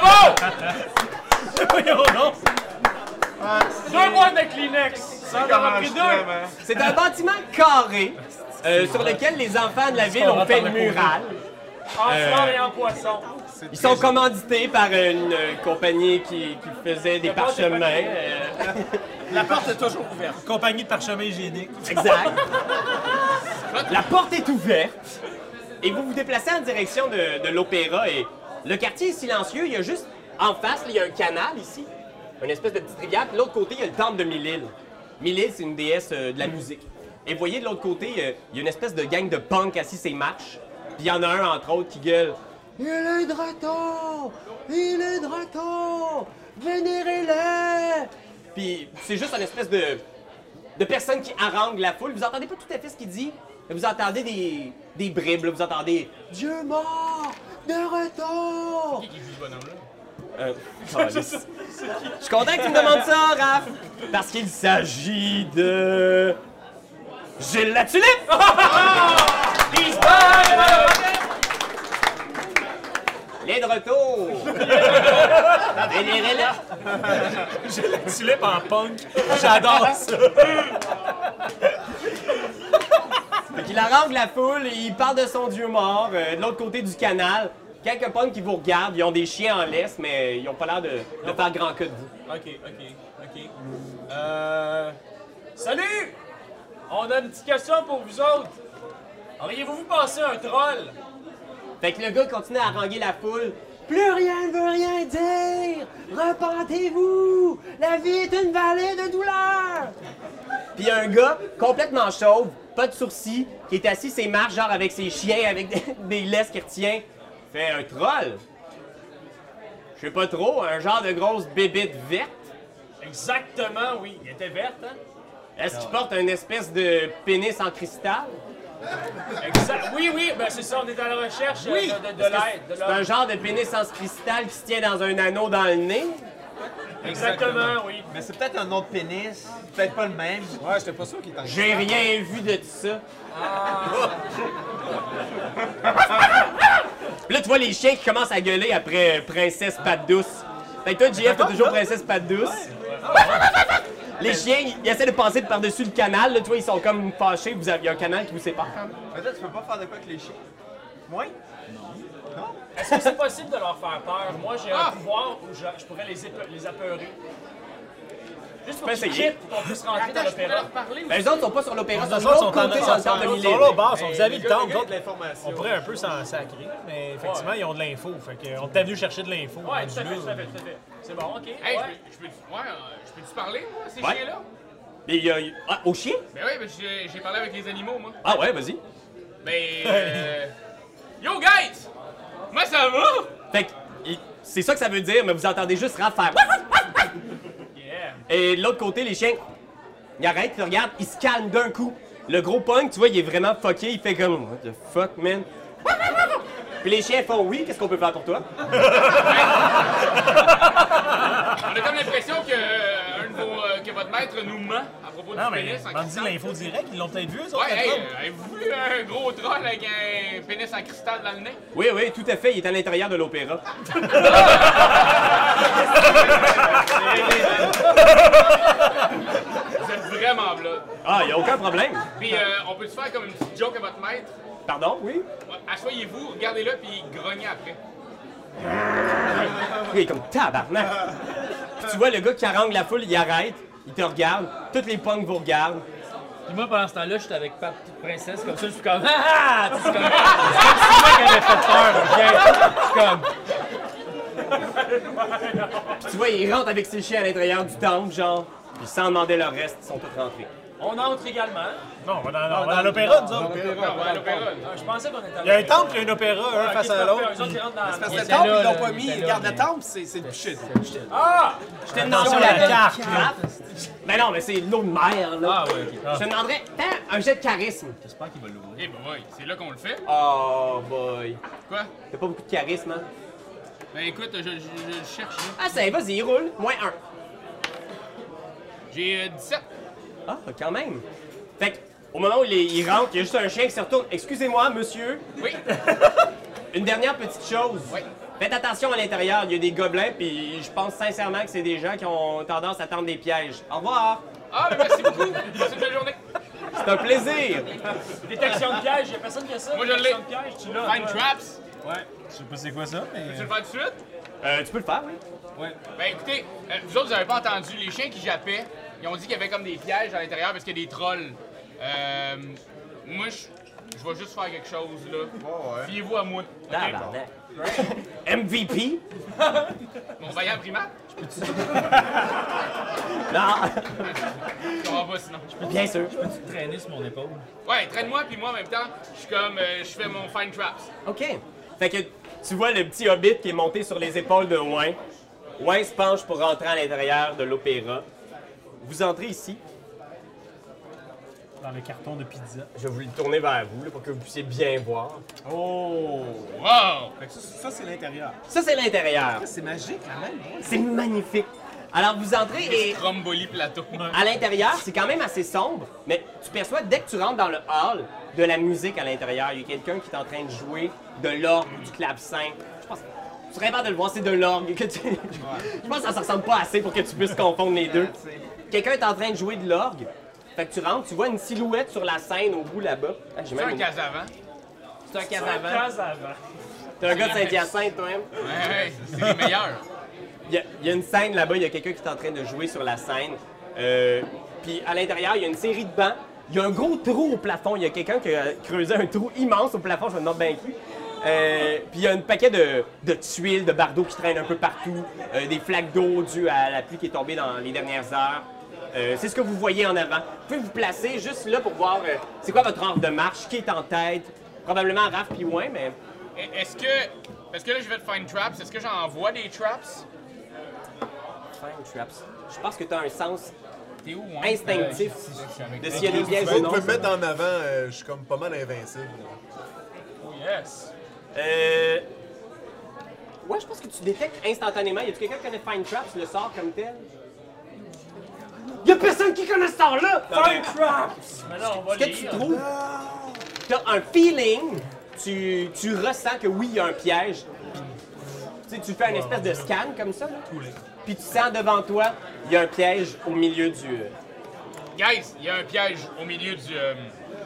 Voyons donc. Deux boîtes de Kleenex! Ça en aura pris deux! C'est un bâtiment carré euh, sur lequel les enfants de la ville ont fait une murale. En fleurs et en poisson. Ils sont commandités par une euh, compagnie qui, qui faisait des porte est pas parchemins. clé. euh, La porte est toujours ouverte. Compagnie de parchemin hygiénique. exact. La porte est ouverte. Et vous vous déplacez en direction de, de l'opéra. Et le quartier est silencieux. Il y a juste en face, là, il y a un canal ici. Une espèce de petite rivière. Puis de l'autre côté, il y a le temple de Mille-Îles. Mille-Îles, c'est une déesse euh, de la musique. Et vous voyez de l'autre côté, euh, il y a une espèce de gang de punk assis ses marches. Puis il y en a un, entre autres, qui gueule « Il est de retour! Il est de retour! Vénérez-le! » Puis c'est juste une espèce de, de personne qui harangue la foule. Vous entendez pas tout à fait ce qu'il dit, mais vous entendez des, des bribes, là. Vous entendez « Dieu mort! De retour! Qui qui joue ce bonhomme-là? » Euh, calice. Je suis content que tu me demandes ça, Raph! Parce qu'il s'agit de... Gilles la Tulipe! He's back! Il est de retour! Vénérez-le! J'ai la tulipe en punk. J'adore ça. Fait qu'il harangue la foule, et il parle de son dieu mort, euh, de l'autre côté du canal. Quelques punks qui vous regardent, ils ont des chiens en laisse, mais ils ont pas l'air de, de faire grand cas de vous. Ok, ok, ok. Euh... Salut! On a une petite question pour vous autres. Auriez-vous vu passer un troll? Fait que le gars continue à haranguer la foule. Plus rien ne veut rien dire! Repentez-vous! La vie est une vallée de douleur! Puis il y a un gars complètement chauve, pas de sourcils, qui est assis ses marches, genre avec ses chiens, avec des, des laisses qu'il retient. Fait un troll. Je sais pas trop, un genre de grosse bébite verte. Exactement, oui. Il était verte, hein? Est-ce qu'il porte une espèce de pénis en cristal? Exact. Oui, oui, ben c'est ça, on est à la recherche euh, Oui. de, de, de Est-ce que l'aide. de C'est l'aide. un genre de pénis en cristal qui se tient dans un anneau dans le nez? Exactement, oui. Mais c'est peut-être un autre pénis, peut-être pas le même. Ouais, j'étais pas sûr qu'il était en J'ai rien vu de tout ça. Puis là, tu vois les chiens qui commencent à gueuler après Princesse Patte Douce. Fait que toi, J F, t'as toujours Princesse Patte Douce. Les chiens, ils, ils essaient de passer de par-dessus le canal. Là, tu vois, ils sont comme fâchés. Vous avez, il y a un canal qui vous sépare quand même. Mais là, tu peux pas faire de quoi avec les chiens? Moi? Est-ce que c'est possible de leur faire peur? Moi, j'ai Ah! un pouvoir où je, je pourrais les, épe- les apeurer. Juste pour peux qu'ils essayer. quittent, pour qu'on puisse rentrer dans Attends, je peux l'opéra. leur parler Ben, les autres sont pas sur l'opéra, ils sont de Les autres l'autre sont en côté sont- dans le sont- temple de sont Mylène. là au bar, sont vis-à-vis Les le gars, temple. les gars, d'autres, de l'information. On pourrait un peu s'en sacrer, mais effectivement, ils ont de l'info. Fait que, on était venu chercher de l'info. Ouais, rendu tout à fait, là. tout à fait, tout à fait. C'est bon, ok. Hey, ouais. je peux- je peux-tu ouais, euh, je peux-tu parler, moi, à ces Ouais. chiens-là? Mais il y a- il- Ah, au chien? Ben oui, ben j'ai j'ai parlé avec les animaux, moi. Ah ouais, vas-y. Ben, euh... Yo, guys! Moi, ça va? Fait que, il- c'est ça que ça veut dire, mais vous entendez juste Raph faire... Yeah. Et de l'autre côté, les chiens, ils arrêtent, ils te regardent, ils se calment d'un coup. Le gros punk, tu vois, il est vraiment fucké, il fait comme... What the fuck, man? Puis les chiens font oui, qu'est-ce qu'on peut faire pour toi? On a comme l'impression que, euh, un de vos, euh, que votre maître nous ment à propos Non, du mais pénis en m'en dit cristal. l'info direct, ils l'ont peut-être vu, ça. Ouais, hey, euh, avez-vous vu un gros troll avec un pénis en cristal dans le nez? Oui, oui, tout à fait, il est à l'intérieur de l'opéra. Vous êtes vraiment blood. Ah, il a aucun problème. Puis, euh, on peut-se faire comme une petite joke à votre maître? Pardon, oui? Ouais, asseyez-vous, regardez-le, puis grognez après. Il est comme tabarnak. Puis tu vois le gars qui harangue la foule, il arrête, il te regarde, toutes les punks vous regardent. Puis moi, pendant ce temps-là, j'étais avec Pape Petite Princesse, comme ça, je suis comme « Ah ah! » C'est comme c'est moi qui avait fait peur, ok? Je suis comme... Puis tu vois, il rentre avec ses chiens à l'intérieur du temple, genre, puis sans demander leur reste, ils sont tous rentrés. On entre également. Non, on va dans, on va dans l'opéra, nous autres. Non, on va à l'opéra. Ah, je pensais qu'on était à Il y a un l'opéra. temple et un opéra, un Ah, face ok, à c'est l'autre. parfait. Eux autres, ils rentrent dans- Parce que Il le était temple, là, ils l'ont là, pas il mis. était là, Regarde, le mais- temple, c'est c'est le bûcher. Ah! Je te Attention demanderais... à la carte, là. Mais non, mais c'est l'eau de mer, là. Ah ouais, ok. Je te demanderais, fais un jet de charisme. J'espère qu'il va l'ouvrir. Eh ben ouais, c'est là qu'on le fait. Oh boy. Quoi? T'as pas beaucoup de charisme, hein? Ben écoute, je, je, je cherche. là. Ah, ça, vas-y, roule. Moins un. J'ai euh, dix-sept. Ah, quand même. Fait que, au moment où il, est- il rentre, il y a juste un chien qui se retourne. Excusez-moi, monsieur. Oui. Une dernière petite chose. Oui. Faites attention à l'intérieur, il y a des gobelins, puis je pense sincèrement que c'est des gens qui ont tendance à tendre des pièges. Au revoir. Ah, ben merci beaucoup. Passez une belle journée. C'est un plaisir. Détection de piège, y'a personne qui a ça? Moi, je l'ai. Détection de piège, tu l'as. Find toi. traps. Je sais pas c'est quoi ça, mais... Tu le faire tout de suite? Euh, tu peux le faire, oui. Ben écoutez, euh, vous autres, vous avez pas entendu. Les chiens qui jappaient, ils ont dit qu'il y avait comme des pièges à l'intérieur parce qu'il y a des trolls. Euh, moi, je je vais juste faire quelque chose, là. Fiez-vous à moi. OK? Tabarnak. M V P? Mon vaillant primate? Non. Je comprends pas sinon. Bien sûr. Peux-tu te traîner sur mon épaule? Ouais, traîne-moi, puis moi, en même temps, je suis comme, euh, je fais mon find traps. OK. Fait que tu vois le petit hobbit qui est monté sur les épaules de Ouin. Ouin se penche pour rentrer à l'intérieur de l'opéra. Vous entrez ici. Dans le carton de pizza. Je vais vous le tourner vers vous là, pour que vous puissiez bien voir. Oh! Wow! Fait que ça, ça, c'est l'intérieur. Ça, c'est l'intérieur. C'est magique, quand même. Ouais. C'est magnifique. Alors, vous entrez et Stromboli plateau. à l'intérieur, c'est quand même assez sombre, mais tu perçois dès que tu rentres dans le hall de la musique à l'intérieur. Il y a quelqu'un qui est en train de jouer de l'orgue ou du clavecin. Je pense tu serais capable de le voir, c'est de l'orgue. Que tu... Je pense que ça ne ressemble pas assez pour que tu puisses confondre les deux. Quelqu'un est en train de jouer de l'orgue. Fait que tu rentres, tu vois une silhouette sur la scène au bout là-bas. Ah, j'ai C'est même un une- Casavant. C'est un Un Casavant. case avant. T'es un gars de Saint-Hyacinthe, toi-même. Ouais, ouais, c'est les meilleurs. Il y, a, il y a une scène là-bas, il y a quelqu'un qui est en train de jouer sur la scène. Euh, Puis à l'intérieur, il y a une série de bancs. Il y a un gros trou au plafond. Il y a quelqu'un qui a creusé un trou immense au plafond, je me demande bien qui. Euh, Puis il y a un paquet de, de tuiles, de bardeaux qui traînent un peu partout. Euh, des flaques d'eau dues à la pluie qui est tombée dans les dernières heures. Euh, c'est ce que vous voyez en avant. Vous pouvez vous placer juste là pour voir euh, c'est quoi votre ordre de marche, qui est en tête. Probablement Raph puis Ouin, mais Et- Est-ce que. Parce que là, je vais te find traps. Est-ce que j'en vois des traps? Find traps. Je pense que tu as un sens T'es où, hein? instinctif de s'il y a des pièges Vous ou non. pouvez me mettre en avant, euh, je suis comme pas mal invincible. Oh yes. Euh... Ouais, je pense que tu détectes instantanément. Y a-tu quelqu'un qui connaît Find Traps, le sort comme tel? Y a personne qui connaît ce sort-là! Find Traps! Mais là, on va Ce que lire. tu trouves, t'as un feeling, tu, tu ressens que oui, il y a un piège. Tu sais, tu fais une espèce de scan comme ça, là. Puis tu sens devant toi, il y a un piège au milieu du... euh, Guys, il y a un piège au milieu du. euh,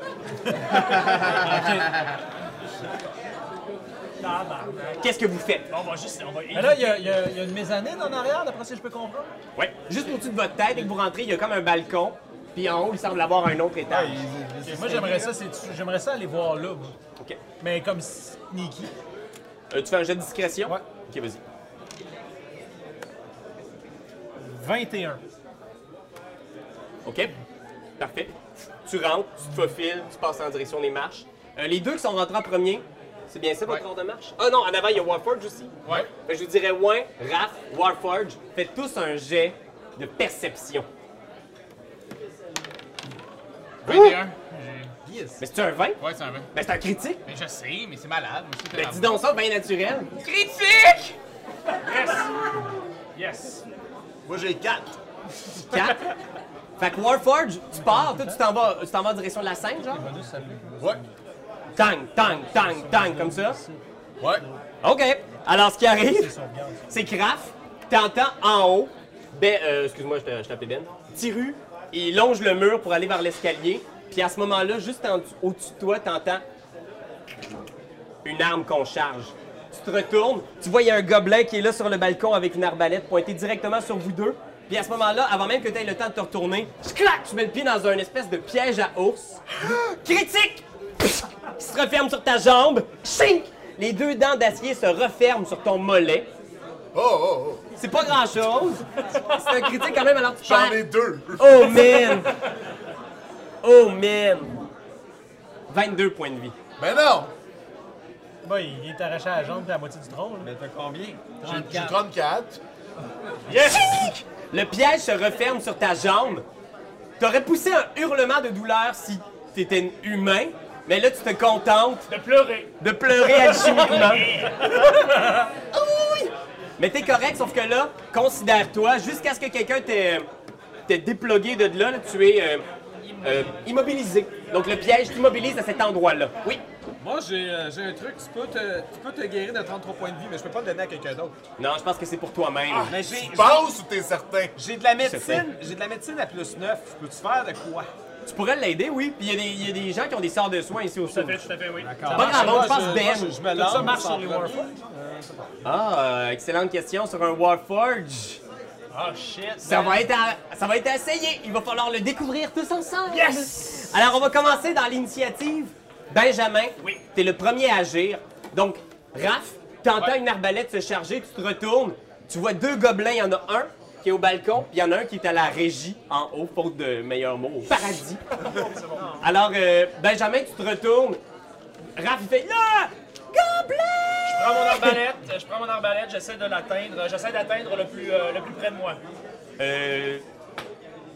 Tabarnak. Qu'est-ce que vous faites? On va juste. On va Mais là, il y, a- il y a il y a une mezzanine en arrière, d'après ce que je peux comprendre. Ouais. Juste au-dessus de votre tête, dès que vous rentrez, il y a comme un balcon. Puis en haut, il semble avoir un autre étage. Ok, moi, j'aimerais ça, c'est- j'aimerais ça aller voir là, moi. OK. Mais comme sneaky. Euh, tu fais un jet de discrétion? Ouais. OK, vas-y. vingt et un. OK? Parfait. Tu rentres, tu te faufiles, tu passes en direction des marches. Euh, les deux qui sont rentrés en premier, c'est bien ça votre Ouais. ordre de marche? Ah non, en avant, il y a Warforge aussi. Ouais. Fait que je vous dirais, ouais, Raph, Warforge, faites tous un jet de perception. vingt et un. Mais c'est un vingt? Ouais, c'est un vingt. Ben c'est un critique. Mais je sais, mais c'est malade. Moi, c'est Ben la- dis donc ça, bien naturel. Critique! Yes. Moi, j'ai quatre. quatre. Fait que Warforge, tu pars, toi, tu t'en vas, tu t'en vas en direction de la scène, genre? Ouais. Tang, tang, tang, tang, comme ça. Ouais. OK. Alors, ce qui arrive, c'est que Raph, t'entends en haut, ben, euh, excuse-moi, je t'ai- je t'ai appelé Ben, Tiru, il longe le mur pour aller vers l'escalier, puis à ce moment-là, juste en- au-dessus de toi, t'entends une arme qu'on charge. Tu te retournes, tu vois, il y a un gobelin qui est là sur le balcon avec une arbalète pointée directement sur vous deux. Puis à ce moment-là, avant même que tu aies le temps de te retourner, clac, tu mets le pied dans un espèce de piège à ours. Critique! Qui se referme sur ta jambe. Chink! Les deux dents d'acier se referment sur ton mollet. Oh, oh, oh. C'est pas grand-chose. C'est un critique quand même, alors tu J'en perds. ai deux. Oh man! Oh man! vingt-deux points de vie. Mais non! Bah, il est arraché à la jambe et à la moitié du tronc. là. Mais t'as combien? J'ai trente-quatre. Chink! Le piège se referme sur ta jambe. T'aurais poussé un hurlement de douleur si t'étais humain, mais là tu te contentes De pleurer. de pleurer alchimiquement. Oui! Mais t'es correct, sauf que là, considère-toi, jusqu'à ce que quelqu'un t'ait t'ait déplugué de là, là, tu es euh, euh, immobilisé. Donc le piège t'immobilise à cet endroit-là. Oui? Moi, j'ai euh, j'ai un truc. Tu peux, te, tu peux te guérir de trente-trois points de vie, mais je peux pas le donner à quelqu'un d'autre. Non, je pense que c'est pour toi-même. Mais j'ai Tu penses ou t'es certain? j'ai de la Certain. médecine. J'ai de la médecine à plus neuf. Peux-tu faire de quoi? Tu pourrais l'aider, oui. Puis il y, a des- il y a des gens qui ont des sorts de soins ici au Tout à sud. fait, tout à fait, oui. Pas grand monde, je pense je, Ben. moi, je, je me Tout lance. ça marche sur en les premier. Warforges? Ah, euh, excellente question sur un Warforge. Ah, shit. Ça va, être à- ça va être essayé. Il va falloir le découvrir tous ensemble. Yes! Alors, on va commencer dans l'initiative. Benjamin, Oui. t'es le premier à agir. Donc, Raph, t'entends une arbalète se charger, tu te retournes, tu vois deux gobelins, il y en a un qui est au balcon, puis il y en a un qui est à la régie, en haut, faute de meilleur mot, au paradis. Alors, euh, Benjamin, tu te retournes. Raph, il fait là! Gobelin! Je prends mon arbalète, je prends mon arbalète, j'essaie de l'atteindre, j'essaie d'atteindre le plus, euh, le plus près de moi. Euh.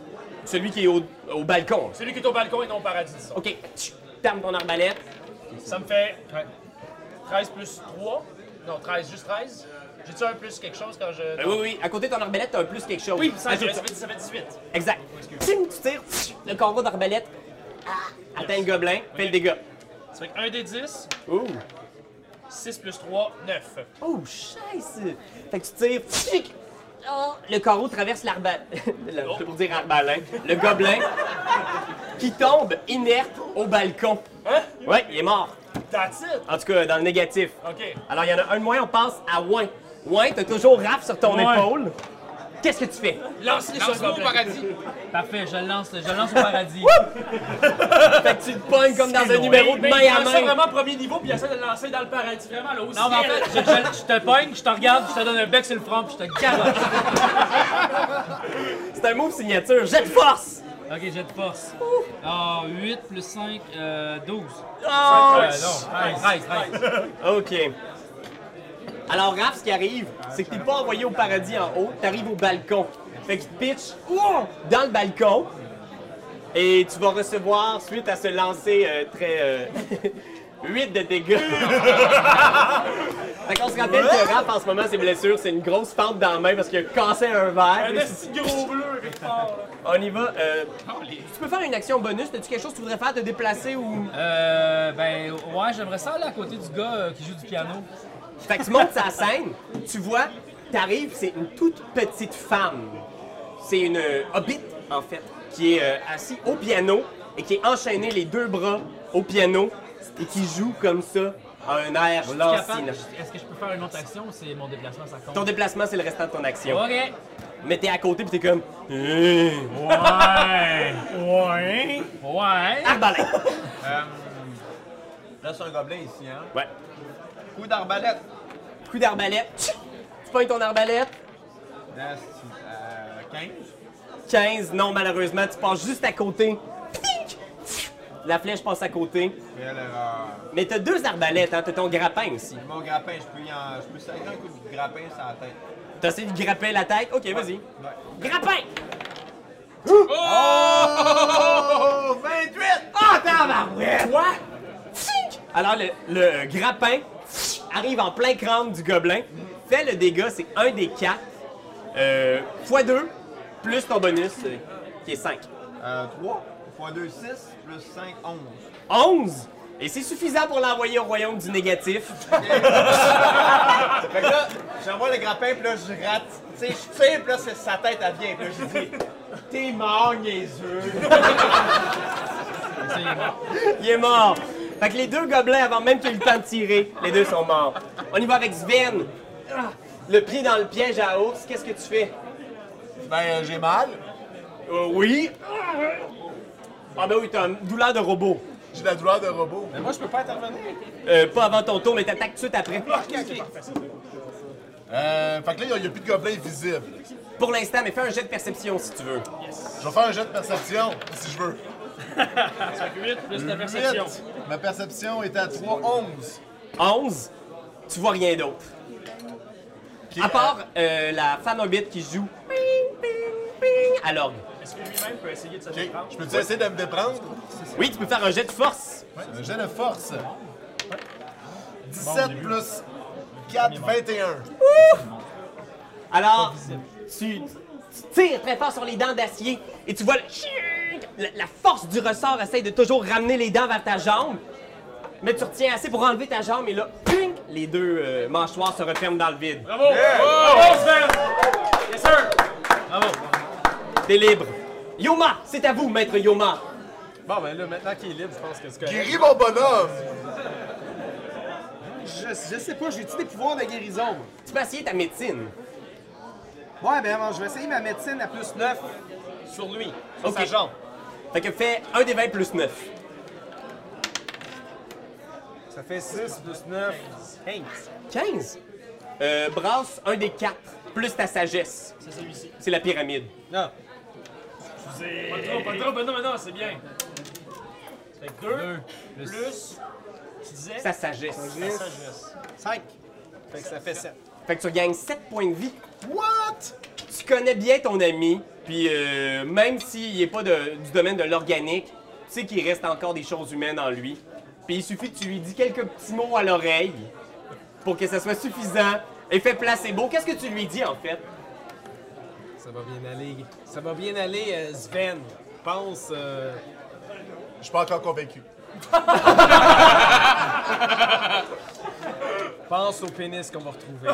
Celui qui est au, au balcon. Celui qui est au balcon et non au paradis, disons. OK. Tch, T'armes ton arbalète. Ça me fait treize plus trois. Non, treize, juste treize. J'ai-tu un plus quelque chose quand je. Euh, oui, oui. À côté de ton arbalète, t'as un plus quelque chose. Oui, ça, Ajoute ça, fait, ça fait dix-huit. Exact. Ting, tu tires. Pfff, le carreau d'arbalète ah, atteint le gobelin. Fais le dégât. Ça fait que un des dix, Ouh. six plus trois, neuf. Oh, scheisse! Fait que tu tires. Pfic! Oh, le carreau traverse l'arbalète. Pour dire arbalin. Le gobelin qui tombe inerte au balcon. Hein? Ouais, il est mort. That's it! En tout cas, dans le négatif. OK. Alors, il y en a un de moins, on passe à Ouin. Ouin, t'as toujours Raph sur ton Ouais. épaule. Qu'est-ce que tu fais? Lance-les sur le Lance-moi au gobelin. paradis. Parfait, je le lance, je le lance au paradis. Fait que tu te pognes comme dans un numéro de Mais main il à prend ça main. vraiment premier niveau puis il essaie de le lancer dans le paradis. Vraiment, là, aussi. Non, mais en fait, je, je- je te pogne, je te regarde, je te donne un bec sur le front, puis je te garoche. C'est un move signature. Jet de force! Ok, j'ai de force. Ah, huit plus cinq, euh, douze. Oh! Euh, non, treize, treize. OK. Alors, Raph, ce qui arrive, c'est que t'es pas envoyé au paradis en haut, t'arrives au balcon. Fait qu'il te pitch ouah, dans le balcon. Et tu vas recevoir, suite à ce lancer euh, très... euh, huit de dégâts. Fait qu'on se rappelle que Raph, en ce moment, ses blessures, c'est une grosse fente dans la main parce qu'il a cassé un verre. Un petit gros bleu, quelque part. On y va. Euh, tu peux faire une action bonus. As-tu quelque chose que tu voudrais faire, te déplacer ou... Euh, ben, ouais, j'aimerais ça aller à côté du gars euh, qui joue du piano. Fait que tu montes sa scène, tu vois, t'arrives, c'est une toute petite femme. C'est une euh, hobbit, en fait, qui est euh, assise au piano et qui est enchaînée les deux bras au piano et qui joue comme ça, à un air Je suis capable- lancinant. Est-ce que je peux faire une autre action ou c'est mon déplacement, ça compte? Ton déplacement, c'est le restant de ton action. Ok. Mais t'es à côté pis t'es comme... Hey. Ouais. Ouais. Ouais. Arbalète. Euh, là, c'est un gobelin ici, hein? Ouais. Coup d'arbalète. Coup d'arbalète. Tch! Tu pognes ton arbalète. Là, c'est, euh, quinze. quinze, non, malheureusement, tu passes juste à côté. Pink! La flèche passe à côté. Puis elle, euh, Mais t'as deux arbalètes, hein, t'as ton grappin aussi. mon grappin, je peux y en, je peux salir un coup de grappin sur la tête. T'as essayé de grapper la tête? Ok, vas-y. Ouais. Grappin! Oh! vingt-huit! Ah, tabarouette! Quoi? Alors, le, le grappin arrive en plein crâne du gobelin, fait le dégât, c'est un des quatre, euh, fois deux, plus ton bonus, euh, qui est cinq. Euh, trois fois deux, six, plus cinq, onze. onze! Et c'est suffisant pour l'envoyer au royaume du négatif. Fait que là, j'envoie le grappin, puis là, je rate. Tu sais, je tire, puis là, c'est sa tête, elle vient. Puis là, je dis, t'es mort, niaiseux. Il est mort. Fait que les deux gobelins, avant même qu'il ait eu le temps de tirer, les deux sont morts. On y va avec Sven. Ah, le pied dans le piège à ours, qu'est-ce que tu fais? Ben, euh, j'ai mal. Euh, oui. Ah ben oui, t'as une douleur de robot. J'ai la douleur de robot. Mais moi, je peux pas intervenir. Euh, pas avant ton tour, mais t'attaques tout de suite après. Euh, fait que là, il n'y a, plus de gobelins visibles. Pour l'instant, mais fais un jet de perception si tu veux. Je vais faire un jet de perception, si je veux. Ça fait huit plus ta perception. huit. Ma perception est à trois, onze. onze, tu vois rien d'autre. Qui, À part euh, la fan hobbit qui joue ping, ping, ping, à l'orgue. Est-ce que lui-même peut essayer de se Ok. déprendre? Je peux-tu essayer de me déprendre? Oui, tu peux faire un jet de force. Ouais, un jet de force. dix-sept plus quatre, vingt et un. Alors, tu, tu tires très fort sur les dents d'acier et tu vois le chic, la, la force du ressort essaye de toujours ramener les dents vers ta jambe. Mais tu retiens assez pour enlever ta jambe et là, ping, les deux euh, mâchoires se referment dans le vide. Bravo! Bravo, Sven! Yes, sir! Bravo. T'es libre. Yoma, c'est à vous, maître Yoma. Bon, ben là, maintenant qu'il est libre, je pense que c'est correct. Guéris mon bonhomme! Je, je sais pas, j'ai-tu des pouvoirs de guérison? moi? Tu peux essayer ta médecine. Ouais, ben bon, je vais essayer ma médecine à plus neuf sur lui, sur Ok. sa jambe. Fait que fais un des vingt plus neuf. Ça fait six plus neuf, quinze. quinze. Euh, brasse un des quatre plus ta sagesse. C'est celui-ci. C'est la pyramide. Non. C'est... Pas trop, pas trop. Ben non, ben non, c'est bien. Fait que deux, plus... Tu disais? Sa sagesse. La sagesse. cinq. Fait que ça fait sept. Fait que tu gagnes sept points de vie. What? tu connais bien ton ami, puis euh, même s'il n'est pas de- du domaine de l'organique, tu sais qu'il reste encore des choses humaines en lui. Puis il suffit que tu lui dis quelques petits mots à l'oreille pour que ça soit suffisant. Effet placebo. Qu'est-ce que tu lui dis, en fait? Ça va bien aller. Ça va bien aller, euh, Sven. Pense. Euh... Je suis pas encore convaincu. Pense au pénis qu'on va retrouver.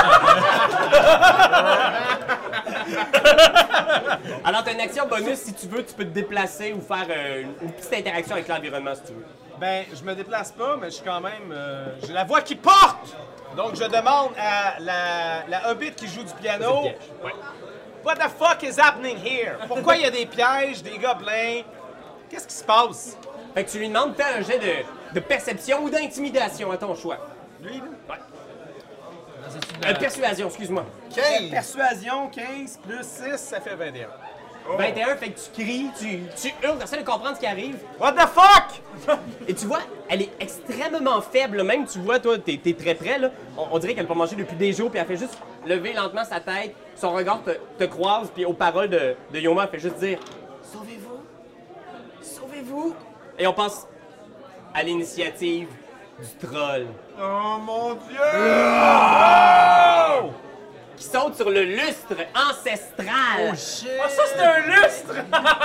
Alors, tu as une action bonus. Si tu veux, tu peux te déplacer ou faire euh, une, une petite interaction avec l'environnement, si tu veux. Ben, je me déplace pas, mais je suis quand même. Euh, J'ai la voix qui porte! Donc, je demande à la, la Hobbit qui joue du piano. C'est le piège. Ouais. What the fuck is happening here? Pourquoi il y a des pièges, des gobelins? Qu'est-ce qui se passe? Fait que tu lui demandes, fais un jet de, de perception ou d'intimidation, à ton choix. Lui, là? Ouais. Euh, persuasion, excuse-moi. quinze! Persuasion, quinze plus six, ça fait vingt et un. vingt et un, fait que tu cries, tu, tu hurles, t'essaies de comprendre ce qui arrive. What the fuck? Et tu vois, elle est extrêmement faible. Même, tu vois, toi, t'es, t'es très près, là. On, on dirait qu'elle n'a pas mangé depuis des jours, puis elle fait juste lever lentement sa tête. Son regard te, te croise, puis aux paroles de, de Yoma, elle fait juste dire « Sauvez-vous! Sauvez-vous! » Et on passe à l'initiative du troll. Oh mon Dieu! Qui saute sur le lustre ancestral. Ah, ça, c'est un lustre!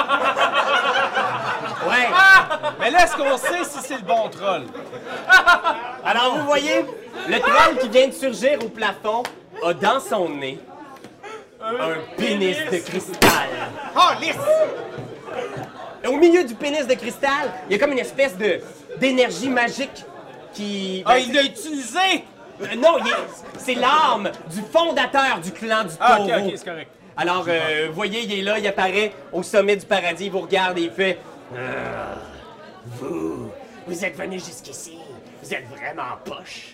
Ouais. Mais là, est-ce qu'on sait si c'est le bon troll? Alors, vous voyez, le troll qui vient de surgir au plafond a dans son nez un pénis de cristal. Oh, lisse! Et au milieu du pénis de cristal, il y a comme une espèce de d'énergie magique qui... Ah, ben, il l'a utilisé! Euh, non, il est- c'est l'arme du fondateur du clan du Ah, taureau. ok, ok, c'est correct. Alors, euh, vous voyez, il est là, il apparaît au sommet du paradis, il vous regarde et il fait Ah, vous, vous êtes venus jusqu'ici, vous êtes vraiment poche.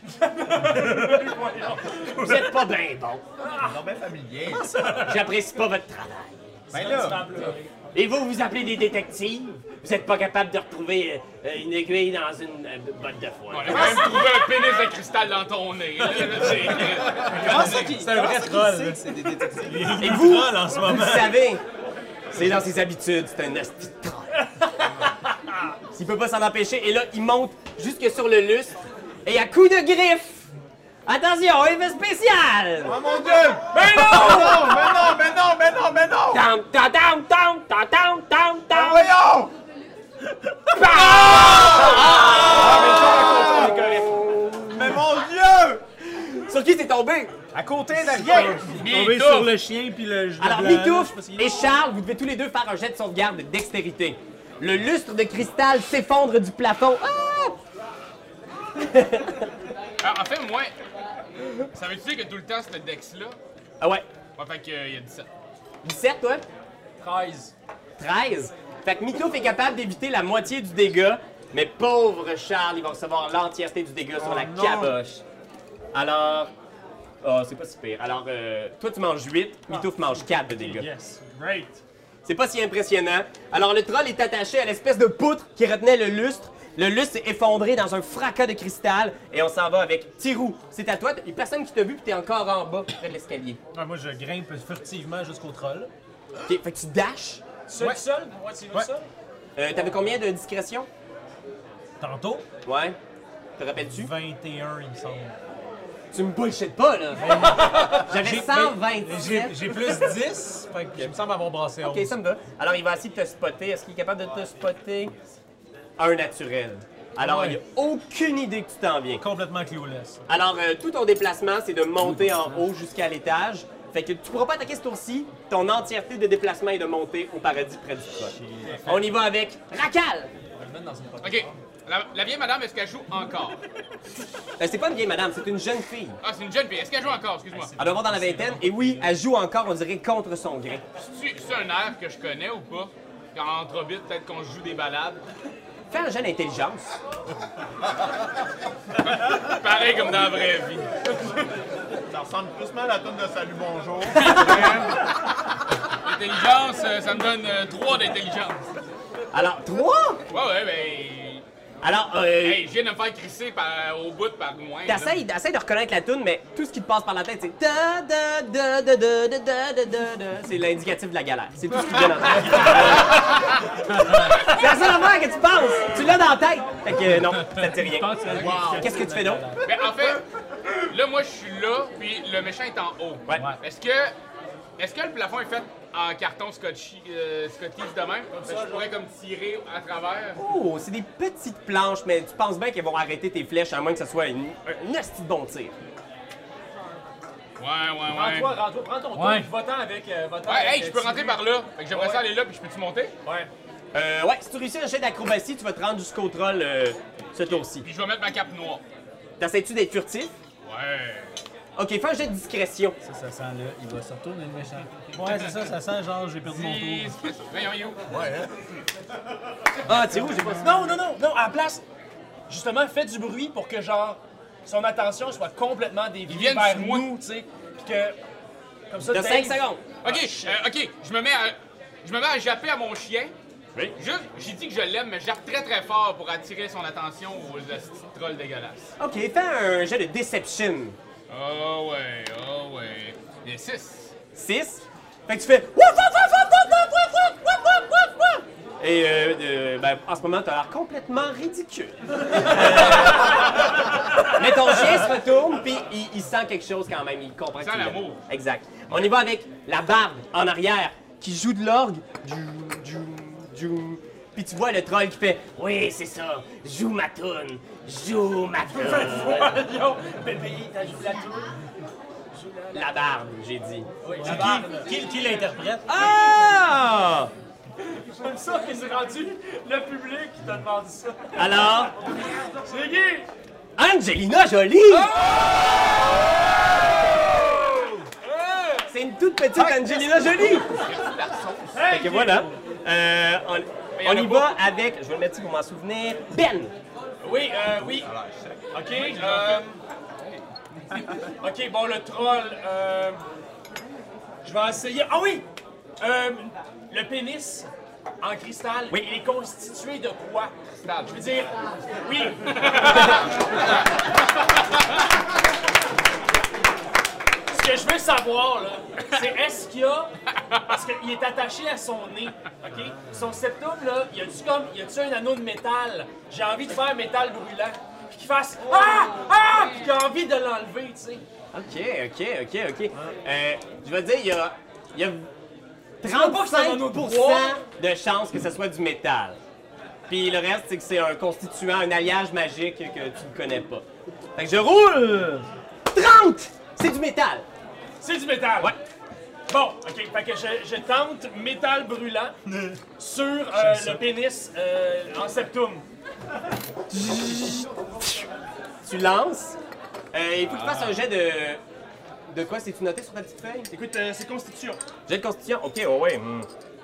Vous êtes pas bien bon. Non, ben familier. J'apprécie pas votre travail. Ben là, Et vous, vous appelez des détectives? Vous êtes pas capable de retrouver euh, une aiguille dans une euh, botte de On foin. a quand même trouvé un pénis de cristal dans ton nez. là, là, c'est- comment ça qu'il C'est un vrai comment ça qu'il troll, sait là. que c'est des détectives? Et vous, troll en ce vous moment. le savez, c'est dans ses habitudes, c'est un asti de troll. S'il peut pas s'en empêcher, et là, il monte jusque sur le lustre, et à coups de griffe, attention, effet spécial! Oh mon Dieu! Mais non! Mais non, mais non, mais non, mais non, mais non! Tam, tam, tam, tam, tam, tam, tam, tam. Voyons! Mais mon Dieu! Sur qui c'est tombé? À côté de rien! Tombé sur le chien puis le. le Alors, blanc, là, Mitouf je sais pas si- et Charles, vous devez tous les deux faire un jet de sauvegarde de dextérité. Le lustre de cristal s'effondre du plafond. Ah! Ah, en fait, moi, ça veut dire que tout le temps, ce dex-là? Ah ouais. Ouais, fait qu'il y a dix-sept. dix-sept, toi? treize. treize. Fait que Mitouf est capable d'éviter la moitié du dégât, mais pauvre Charles, il va recevoir l'entièreté du dégât sur la caboche. Alors... Oh, c'est pas si pire. Alors, euh, toi, tu manges huit, Mitouf mange quatre de dégâts. Yes. Great. C'est pas si impressionnant. Alors, le troll est attaché à l'espèce de poutre qui retenait le lustre. Le lustre s'est effondré dans un fracas de cristal et on s'en va avec Tirou. C'est à toi. Il y a personne qui t'a vu puis t'es encore en bas, près de l'escalier. Ah, moi, je grimpe furtivement jusqu'au troll. OK, fait que tu dashes. Seul, Ouais. seul? Ouais, c'est Ouais. seul? Euh, T'avais combien de discrétion? Tantôt? Ouais. Te rappelles-tu? vingt et un, il me semble. Tu me bullshit pas, là! J'avais J'ai- cent vingt-sept. J'ai j'ai plus dix, fait que je me semble avoir brassé OK, onze. ça me va. Alors, il va essayer de te spotter. Est-ce qu'il est capable de te spotter? Un naturel. Alors, Ouais. il n'y a aucune idée que tu t'en viens. Complètement clueless. Alors, euh, tout ton déplacement, c'est de monter en haut jusqu'à l'étage. Fait que tu pourras pas attaquer ce tour-ci. Ton entièreté de déplacement est de monter au paradis près du troll. On y va avec Racal! OK. La, la vieille madame, est-ce qu'elle joue encore? Euh, c'est pas une vieille madame, c'est une jeune fille. Ah, c'est une jeune fille. Est-ce qu'elle joue encore? Excuse-moi. Elle doit avoir dans la vingtaine. Et oui, elle joue encore, on dirait, contre son gré. C'est c'est un air que je connais ou pas? Quand entre hobbits, peut-être qu'on joue des balades. Fais un jeu d'intelligence. Pareil comme dans la vraie vie. Ça ressemble plus mal à la toune de Salut Bonjour. L'intelligence, euh, ça me donne euh, trois d'intelligence. Alors, trois? Ouais, ouais, ben. Alors, euh, Hey, je viens de me faire crisser par, au bout par loin. là. t'essayes, t'essayes de reconnaître la toune, mais tout ce qui te passe par la tête, c'est da da da da da da da da da da. C'est l'indicatif de la galère. C'est tout ce qui te vient dans la tête. C'est la seule affaire que tu penses. Tu l'as dans la tête. Fait que non, ça te dit rien. Qu'est-ce que tu fais donc? Ben, en fait, là, moi, je suis là, puis le méchant est en haut. Ouais. Est-ce que, est-ce que le plafond est fait en carton scotchy, euh, scottish de même? Fait que je pourrais comme tirer à travers. Oh, c'est des petites planches, mais tu penses bien qu'elles vont arrêter tes flèches à moins que ce soit une, une hostie de bon tir. Ouais, ouais, ouais. Rends-toi, rends-toi, prends ton tour, Ouais. puis va-t'en avec. Euh, va-t'en Ouais, avec, hey, je euh, peux rentrer Thierry. par là. Fait que j'aimerais Ouais. ça aller là, puis je peux-tu monter? Ouais. Euh, ouais, si tu réussis un jet d'acrobatie, tu vas te rendre jusqu'au troll euh, ce tour-ci. Puis je vais mettre ma cape noire. T'essaies-tu d'être furtif? Ouais. Ok, fais un jet de discrétion. Ça, ça sent là, il va se retourner le méchant. Ouais, c'est ça, ça sent genre j'ai perdu mon tour. Dix. Voyons, you. Ouais, hein? Ah, tu sais où, j'ai pas... Non, non, non, non, à la place, justement, fais du bruit pour que, genre, son attention soit complètement déviée vienne vers sur moi. nous, tu sais. Puis que, comme ça, T'as Dave- cinq secondes. Ok, euh, ok, je me mets à, je me mets à japper à mon chien. Oui. Juste, j'ai dit que je l'aime, mais je jappe très très fort pour attirer son attention au le petit troll dégueulasse. Ok, fais un jet de deception. Oh ouais, oh ouais. Il y a six. six. Fait que tu fais... Wouf, wouf, wouf, wouf, wouf, wouf, wouf, wouf, wouf, wouf, wouf. Et euh, euh, ben, en ce moment, t'as l'air complètement ridicule. Mais ton chien se retourne, puis il, il sent quelque chose quand même. Il comprend Il que sent tu l'aimes. l'amour. Exact. On y va avec la barbe en arrière qui joue de l'orgue. Djoum, djoum, djoum. Puis tu vois le troll qui fait « Oui, c'est ça. Joue ma toune. Joue ma toune. Yo, bébé, t'as joué la tour. » La barbe, j'ai dit. Qui, qui, qui l'interprète? Ah! J'aime ça que c'est rendu le public qui t'a demandé ça. Alors, C'est qui? Angelina Jolie! C'est une toute petite Angelina Jolie! Fait que voilà. Euh, on y en on a y pas. va avec, je vais le mettre ici pour m'en souvenir, Ben! Oui, euh, oui. OK, euh... OK, bon, le troll, euh... Je vais essayer... Ah oui! Euh, le pénis en cristal, Oui. il est constitué de quoi? Je veux dire... Oui! Ce que je veux savoir, là, c'est est-ce qu'il y a... Parce qu'il est attaché à son nez, OK? Son septum, là, il y a-tu comme... Il y a-tu un anneau de métal? J'ai envie de faire métal brûlant. Puis qu'il fasse... Ah! Ah! Puis qu'il a envie de l'enlever, tu sais. Ok, ok, ok, ok. Euh, je vais dire, il y a, il y a Dis-moi pas que c'est un anneau de trente-cinq pour cent de chances que ce soit du métal. Puis le reste, c'est que c'est un constituant, un alliage magique que tu ne connais pas. Fait que je roule! trente! C'est du métal! C'est du métal. Ouais. Bon, OK. Fait que je, je tente métal brûlant sur euh, le pénis euh, en septum. Tu lances. Euh, il faut que tu fasses un jet de... De quoi? C'est-tu noté sur ta petite feuille? Écoute, euh, c'est constitution. Jet de constitution? Ok, oh ouais. hmm.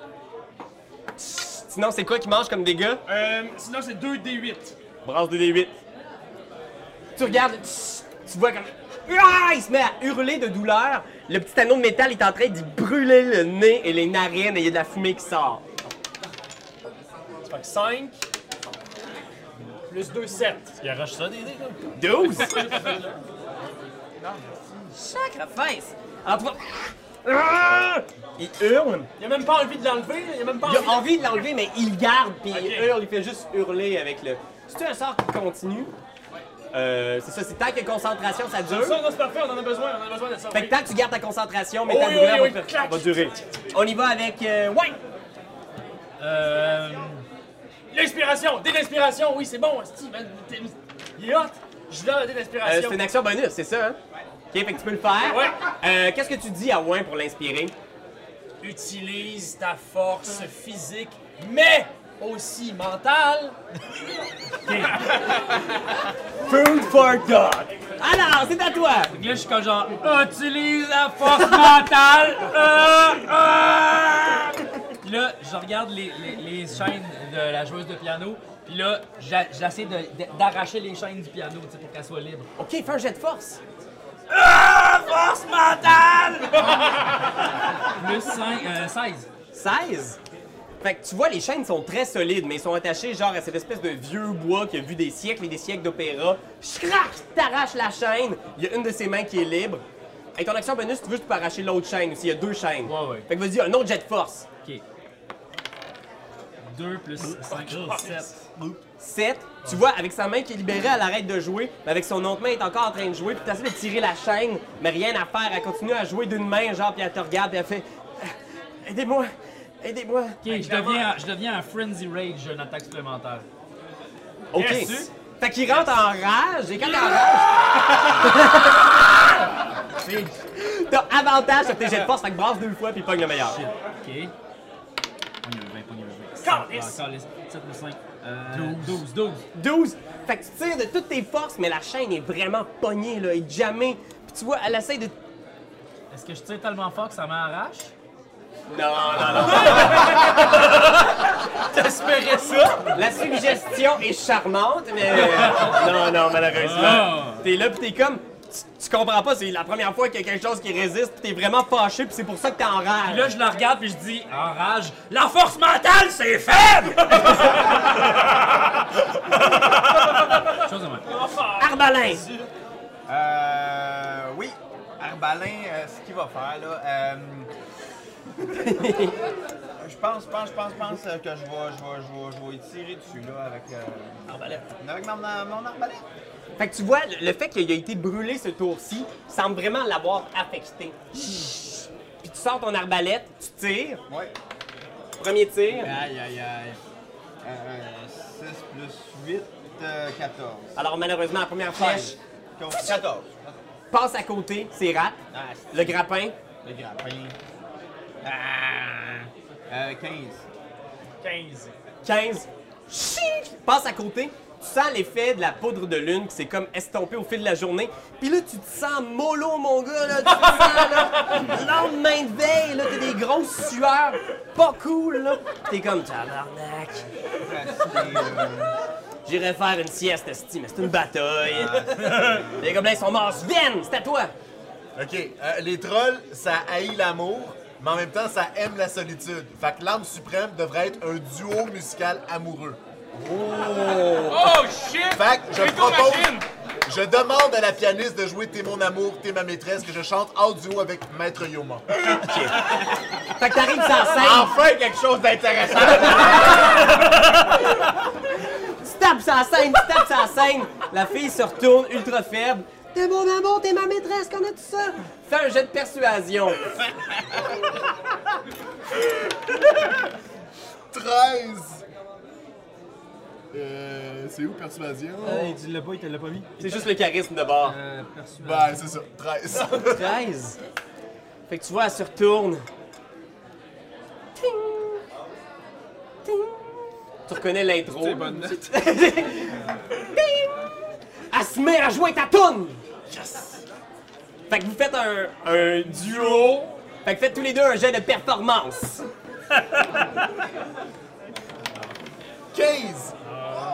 Sinon, c'est quoi qui mange comme dégâts? Euh, sinon, c'est deux D huit. Brasse de D huit. Tu regardes, tu vois comme... Ah, il se met à hurler de douleur. Le petit anneau de métal est en train d'y brûler le nez et les narines et il y a de la fumée qui sort. Ça fait que cinq plus deux, sept. Il arrache ça des dés, là? douze! Sacrifice! En tout cas... Ah! Il hurle. Il a même pas envie de l'enlever, là. Il a même pas Il envie. a envie de l'enlever, mais il garde, puis il Ok. hurle, il fait juste hurler avec le... C'est un sort qui continue. Euh, c'est ça, c'est tant que concentration, ça dure. Ça, non, c'est parfait, on en a besoin, on en a besoin de ça. Fait que oui. tant que tu gardes ta concentration, mais Oh ta oui, douleur oui, va, oui, te- clac. va durer. On y va avec... Euh, ouais! Euh. L'inspiration, dé d'inspiration, oui, c'est bon, Steven. Il est hot. Je donne un dé Euh, d'inspiration. c'est une action bonus, c'est ça, hein? Ok, fait que tu peux le faire. Ouais. Euh, Qu'est-ce que tu dis à Wayne pour l'inspirer? Utilise ta force physique, mais aussi mentale. Food for dog! Alors, c'est à toi! Là, je suis comme genre, utilise la force mentale. Euh, euh. Puis là, je regarde les, les, les chaînes de la joueuse de piano. Puis là, j'a- j'essaie de- de- d'arracher les chaînes du piano, tu sais, pour qu'elle soit libre. Ok, fais un jet de force. Ah, force mentale! Plus cinq, euh, seize. seize. Fait que tu vois, les chaînes sont très solides, mais ils sont attachés genre à cette espèce de vieux bois qui a vu des siècles et des siècles d'opéra. Crac! T'arraches la chaîne, il y a une de ses mains qui est libre. Avec ton action bonus, tu veux, tu peux arracher l'autre chaîne aussi, il y a deux chaînes. Ouais, ouais. Fait que vas-y, un autre jet de force. Ok. deux plus cinq, sept. sept. Tu vois, avec sa main qui est libérée, elle arrête de jouer, mais avec son autre main, elle est encore en train de jouer, puis tu essaies de tirer la chaîne, mais rien à faire. Elle continue à jouer d'une main, genre, puis elle te regarde, puis elle fait « Aidez-moi! Aidez-moi! » Ok, je deviens, je deviens un Frenzy Rage, une attaque supplémentaire. OK. Yes. Fait qu'il rentre en rage, et quand t'es en rage... T'as avantage sur tes jets de force, fait que brasse deux fois, puis pogne le meilleur. Ok. Pogne le vingt, pogne le vingt. Calice. sept plus cinq. Euh, douze, douze. douze. Fait que tu tires de toutes tes forces, mais la chaîne est vraiment pognée, là, et jamais. Puis tu vois, elle essaie de... Est-ce que je tire tellement fort que ça m'arrache? Non, non, non. T'espérais ça? La suggestion est charmante, mais... Non, non, malheureusement. T'es là, pis t'es comme... Tu, tu comprends pas, c'est la première fois qu'il y a quelque chose qui résiste, pis t'es vraiment fâché, pis c'est pour ça que t'es en rage. Puis là, je la regarde puis je dis, en rage, la force mentale, c'est faible! Chose de même. Arbalin! Euh. Oui. Arbalin, euh, ce qu'il va faire, là. Euh... je pense, je pense, je pense, je pense euh, que je vais, je vais, je vais, je vais y tirer dessus, là, avec. Euh... Arbalète. Avec mon, mon arbalète. Fait que tu vois, le, le fait qu'il ait été brûlé ce tour-ci semble vraiment l'avoir affecté. Puis tu sors ton arbalète, tu tires. Ouais. Premier tir. Aïe, aïe, aïe. Euh, six plus huit, euh, quatorze. Alors malheureusement, la première flèche quatorze. passe à côté, c'est rate. Ah, Le grappin, le grappin. Ah, euh, quinze. quinze. quinze, chic, passe à côté. Tu sens l'effet de la poudre de lune qui s'est comme estompé au fil de la journée. Puis là, tu te sens mollo, mon gars, là. Tu te sens, là, lendemain de veille, là, t'as des grosses sueurs. Pas cool, là. T'es comme, tabarnak. J'irais faire une sieste, esti, mais c'est une bataille. Les gobelins sont morts. Sven, c'est à toi. OK. euh, les trolls, ça haït l'amour, mais en même temps, ça aime la solitude. Fait que l'arme suprême devrait être un duo musical amoureux. Oh shit! Fait que je J'ai ton propose... machine! Je demande à la pianiste de jouer T'es mon amour, t'es ma maîtresse, que je chante en duo avec Maître Yoma. Fait que t'arrives sur la scène. Enfin, quelque chose d'intéressant! Tu tapes sur la scène, tu tapes sur la scène. La fille se retourne, ultra faible. T'es mon amour, t'es ma maîtresse, qu'on a tout ça. Fais un jet de persuasion. treize! Euh, c'est où persuasion? Tu l'as pas, il te l'a pas mis. C'est juste le charisme de bord. Euh, persuasion. Ben, c'est ça, treize. treize. Fait que tu vois, elle se retourne. Ting! Ting! Tu reconnais l'intro. C'est bonne note. Ting! Elle se met à jouer ta toune! Yes! Fait que vous faites un, un duo. Fait que faites tous les deux un jet de performance. quinze!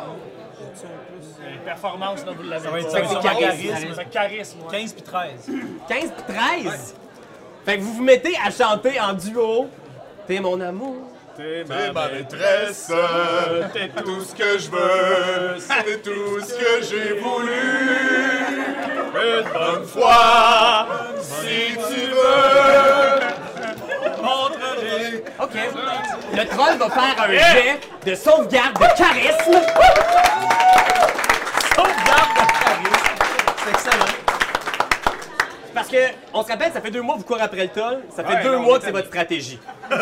Les performances, là, vous l'avez dit. Fait que c'est charisme. C'est charisme, ouais. quinze puis treize. quinze puis treize? Fait que vous vous mettez à chanter en duo. T'es mon amour. T'es ma maîtresse, t'es tout ce que je veux, c'est tout ce que j'ai voulu. Une bonne fois, si tu veux, montrerai. OK. Le troll va faire un jet de sauvegarde de charisme. Sauvegarde de charisme. C'est excellent. Parce que, on se rappelle, ça fait deux mois que vous courez après le troll. Ça fait Ouais, deux non, mois on que c'est est votre stratégie. Euh,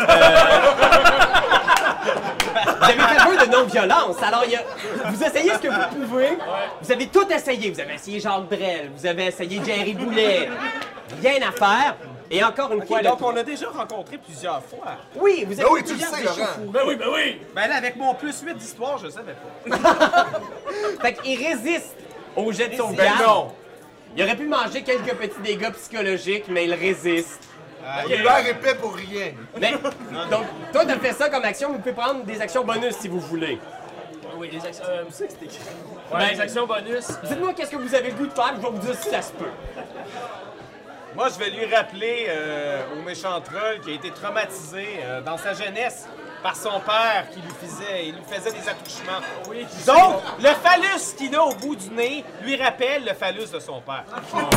Vous avez fait jeu de non-violence. Alors, il y a... vous essayez ce que vous pouvez. Vous avez tout essayé. Vous avez essayé Jacques Brel. Vous avez essayé Jerry Boulet. Rien à faire. Et encore une fois, Ok, le donc on a déjà rencontré plusieurs fois. Oui, vous avez Ben oui, tu le plusieurs sais, Laurent. échauffures. Ben oui, ben oui! Ben là, avec mon plus huit d'histoire, je savais pas. Fait qu'il résiste au jet de Ben sauvegarde. non! Il aurait pu manger quelques petits dégâts psychologiques, mais il résiste. Il leur épais pour rien. Mais, donc, toi, t'as fait ça comme action, vous pouvez prendre des actions bonus si vous voulez. Oui, les actions. Euh, c'est que c'était écrit. Ouais, les actions bonus. Dites-moi qu'est-ce que vous avez le goût de faire, je vais vous dire si ça se peut. Moi, je vais lui rappeler euh, au méchant troll qui a été traumatisé euh, dans sa jeunesse par son père qui lui faisait, il lui faisait des attouchements. Oui, donc, le phallus qu'il a au bout du nez lui rappelle le phallus de son père.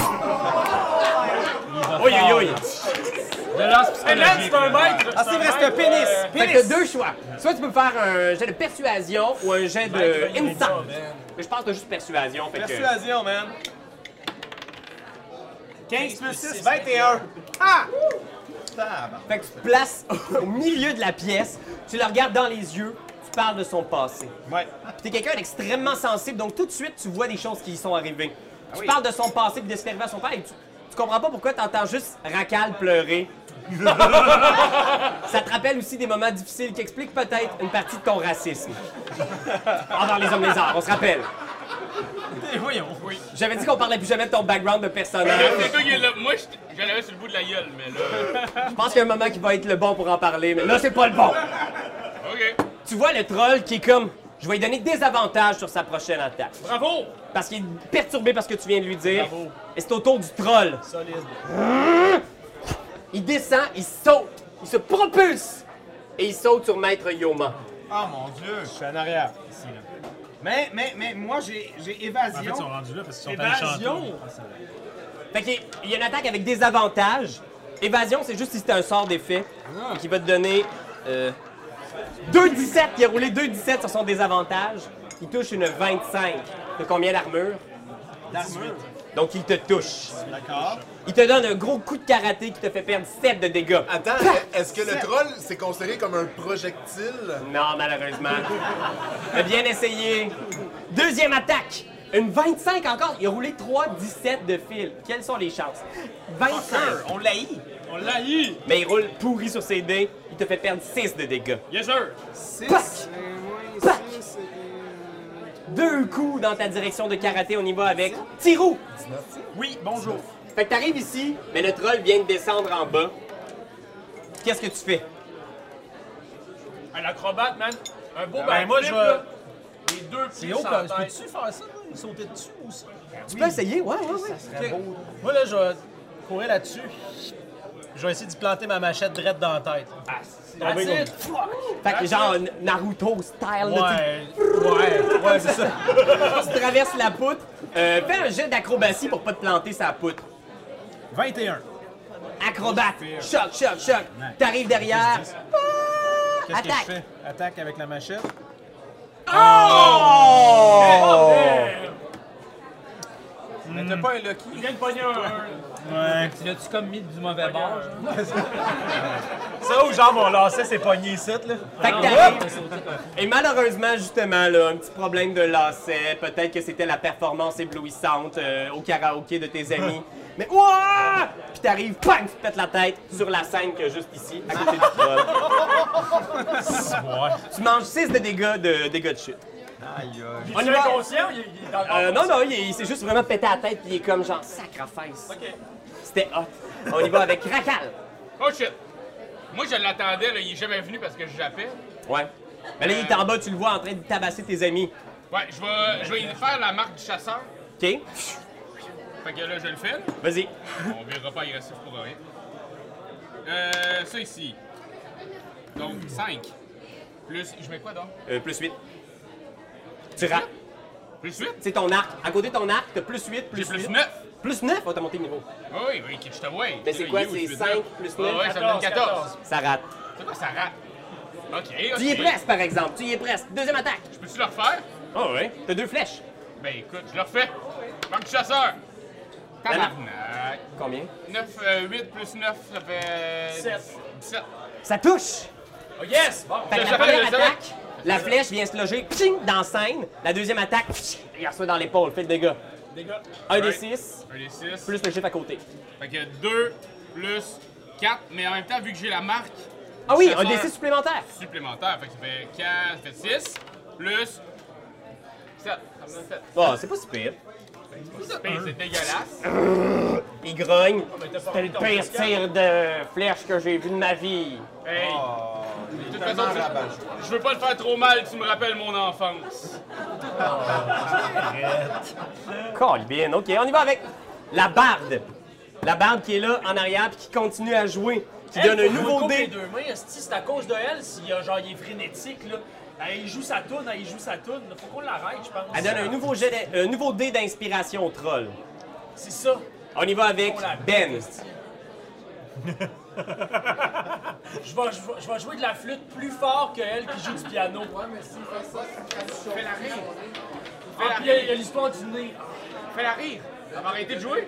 Oui, oui, oui. De lance psychologique. C'est un mètre! Ah, c'est vrai, c'est un pénis. Fait que t'as deux choix. Soit tu peux faire un jet de persuasion ou un jet de insight. Mais je pense que t'as juste persuasion. Fait que... Persuasion, man. quinze plus six, vingt et un. Ah! Fait que tu te places au milieu de la pièce, tu le regardes dans les yeux, tu parles de son passé. Ouais. Puis t'es quelqu'un d'extrêmement sensible, donc tout de suite, tu vois des choses qui y sont arrivées. Tu oui. parles de son passé puis de ce qui est arrivé à son père et tu, tu comprends pas pourquoi t'entends juste Racal pleurer. Ça te rappelle aussi des moments difficiles qui expliquent peut-être une partie de ton racisme. Envers les hommes lézards, on se rappelle. Voyons, oui. J'avais dit qu'on parlait plus jamais de ton background de personnage. C'est toi qui est là. Moi, j'en avais sur le bout de la gueule, mais là. Je pense qu'il y a un moment qui va être le bon pour en parler, mais là, c'est pas le bon. OK. Tu vois le troll qui est comme... Je vais lui donner des avantages sur sa prochaine attaque. Bravo! Parce qu'il est perturbé par ce que tu viens de lui dire. Bravo. Et c'est au tour du troll. Solide. Il descend, il saute, il se propulse. Et il saute sur Maître Yoma. Oh mon Dieu! Je suis en arrière, ici, là. Mais, mais, mais, moi, j'ai j'ai évasion. En fait, ils sont rendus là parce qu'ils sont Évasion. allés chanter. Fait qu'il y a- il y a une attaque avec des avantages. Évasion, c'est juste si c'est un sort d'effet qui va te donner euh, deux dix-sept. Il a roulé deux dix-sept sur son désavantage. Il touche une vingt-cinq. T'as combien d'armure? D'armure. Donc il te touche. D'accord. Il te donne un gros coup de karaté qui te fait perdre sept de dégâts. Attends, est-ce que le troll, c'est considéré comme un projectile? Non, malheureusement. T'as bien essayé. Deuxième attaque. Une vingt-cinq encore. Il a roulé trois dix-sept de fil. Quelles sont les chances? vingt-cinq. On l'haït. On l'a eu! Mais il roule pourri sur ses dés. Il te fait perdre six de dégâts. Yes, sir! six. Pac! Deux coups dans ta direction de karaté. On y va avec Tirou. Oui, bonjour. Fait que t'arrives ici, mais le troll vient de descendre en bas. Qu'est-ce que tu fais? Un acrobate, man. Un beau Ben, moi, je vais. Les deux C'est plus haut, en comme- tête. peux-tu faire ça? Là? Sauter dessus aussi? Tu peux essayer, ouais, ouais, ouais. Ok. Moi, là, je vais courir là-dessus. Je vais essayer d'y planter ma machette drette dans la tête. That's Tomber it. Fait que genre Naruto style, là, Ouais, ouais, ouais, c'est ça. tu, tu traverses la poutre. Euh, fais un jet d'acrobatie pour pas te planter sa poutre. vingt et un. Acrobate, choc, choc, choc. T'arrives derrière. Ah! Qu'est-ce que je Attaque. fais? Attaque avec la machette. Oh! Mais t'as pas un Lucky? Il vient de pogner un. Ouais. Tu l'as-tu comme mis du mauvais bord? Ça où genre mon lacet s'est pogné ici, là. Fait que t'arrives. Et malheureusement, justement, là, un petit problème de lacet. Peut-être que c'était la performance éblouissante euh, au karaoké de tes amis. Mais ouah! Puis t'arrives, bang, tu te pètes la tête sur la scène qu'il y a juste ici, à côté du troll. Ouais. Tu manges six de dégâts de dégâts de chute. Aïe, aïe. On y Il est va. inconscient ou il il est encore Euh, non, non, il, il s'est juste vraiment pété la tête puis il est comme genre sacrifice. C'était hot. On y va avec Racal. Oh shit! Moi, je l'attendais, là. Il est jamais venu parce que je jappais. Ouais. Mais là, il est en bas, tu le vois en train de tabasser tes amis. Ouais, je vais, je vais y faire la marque du chasseur. OK? Fait que là, je le fais. là. Vas-y. On verra pas agressif pour rien. Euh, ça ici. Donc, cinq. Plus, je mets quoi donc? Euh, plus huit. Tu rates. Plus huit? C'est ton arc. À côté de ton arc, t'as plus huit, plus J'ai plus huit. neuf. Plus neuf, oh, t'as monté de niveau. Ah oui, oui, je te vois. Mais c'est quoi, c'est cinq plus neuf? Ah ouais, ça me donne quatorze. Ça rate. C'est quoi, ça rate? Ok, ok. Tu y es presque, par exemple. Tu y es presque. Deuxième attaque. Je peux-tu le refaire? Oh, oui. T'as deux flèches. Ben écoute, je le refais. Marque du chasseur. Tabarnak. Combien? neuf, euh, huit plus neuf, ça fait... Sept. dix-sept. Ça touche. Oh yes! Bon. Fait que Je la savais, première je savais. attaque, la flèche vient se loger pching, dans la scène. La deuxième attaque, pching, il reçoit dans l'épaule. Fais le dégât. Dégâts. Un des Ouais. six, Un des six. plus le chiffre à côté. Fait que deux plus quatre, mais en même temps, vu que j'ai la marque Ah oui, un chasseur des six supplémentaire. supplémentaire, fait que ça fait quatre, ça fait six, plus sept. Ça me donne sept. Oh, c'est pas si pire. C'est c'est dégueulasse. Il grogne. t'as pas C'était le mis ton pire casque. tir de flèche que j'ai vu de ma vie. Hey, Oh, de toute tellement façon, rabat-joie. je, je veux pas le faire trop mal, tu me rappelles mon enfance. Colbin, OK, on y va avec la barde. La barde qui est là en arrière puis qui continue à jouer. qui Elle, donne un faut nouveau couper les dé. deux mains, esti, c'est à cause de elle, s'il y a genre, il est frénétique, là. Elle joue sa toune, elle joue sa toune. Faut qu'on l'arrête, je pense. Elle donne un nouveau, jet d'in- un nouveau dé d'inspiration au troll. C'est ça. On y va avec On la Ben. esti. Je vais, je, vais, je vais jouer de la flûte plus fort que elle qui joue du piano. Ouais, mais s'il fait ça, c'est Fais la rire. Ah, puis il y a- il y a l'histoire du nez. Fais la rire. Elle va arrêter de jouer.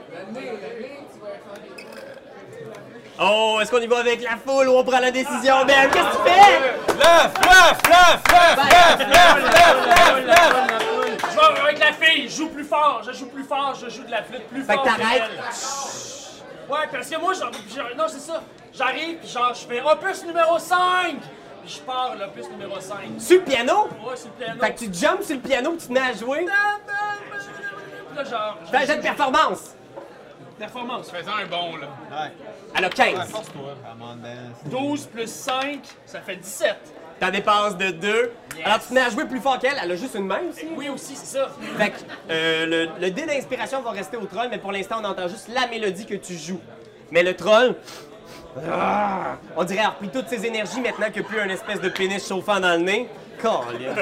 Oh, est-ce qu'on y va avec la foule ou on prend la décision, Ben? Qu'est-ce que tu fais? Fluff, fluff, fluff, fluff, fluff, fluff, fluff, Je vais avec la fille, je joue plus fort, je joue plus fort, je joue de la flûte plus Fait fort que que t'arrêtes. elle. Ouais, parce que moi, genre, genre- non, c'est ça. J'arrive, puis genre, je fais opus numéro cinq. Puis je pars l'opus numéro cinq. Sur le piano? Ouais, sur le piano. Fait que tu jumps sur le piano et tu te mets à jouer. Puis là, genre, Fais un jet de performance. performance. Faisant un bon, là. Ouais. Elle a quinze. Force-toi, Amanda. douze plus cinq, ça fait dix-sept. T'en dépenses de deux. Alors tu te mets à jouer plus fort qu'elle. Elle a juste une main aussi. Oui, aussi, c'est ça. Fait que euh, le, le dé d'inspiration va rester au troll, mais pour l'instant, on entend juste la mélodie que tu joues. Mais le troll, ah, on dirait avoir repris toutes ses énergies maintenant qu'il n'y a plus un espèce de pénis chauffant dans le nez. Colin.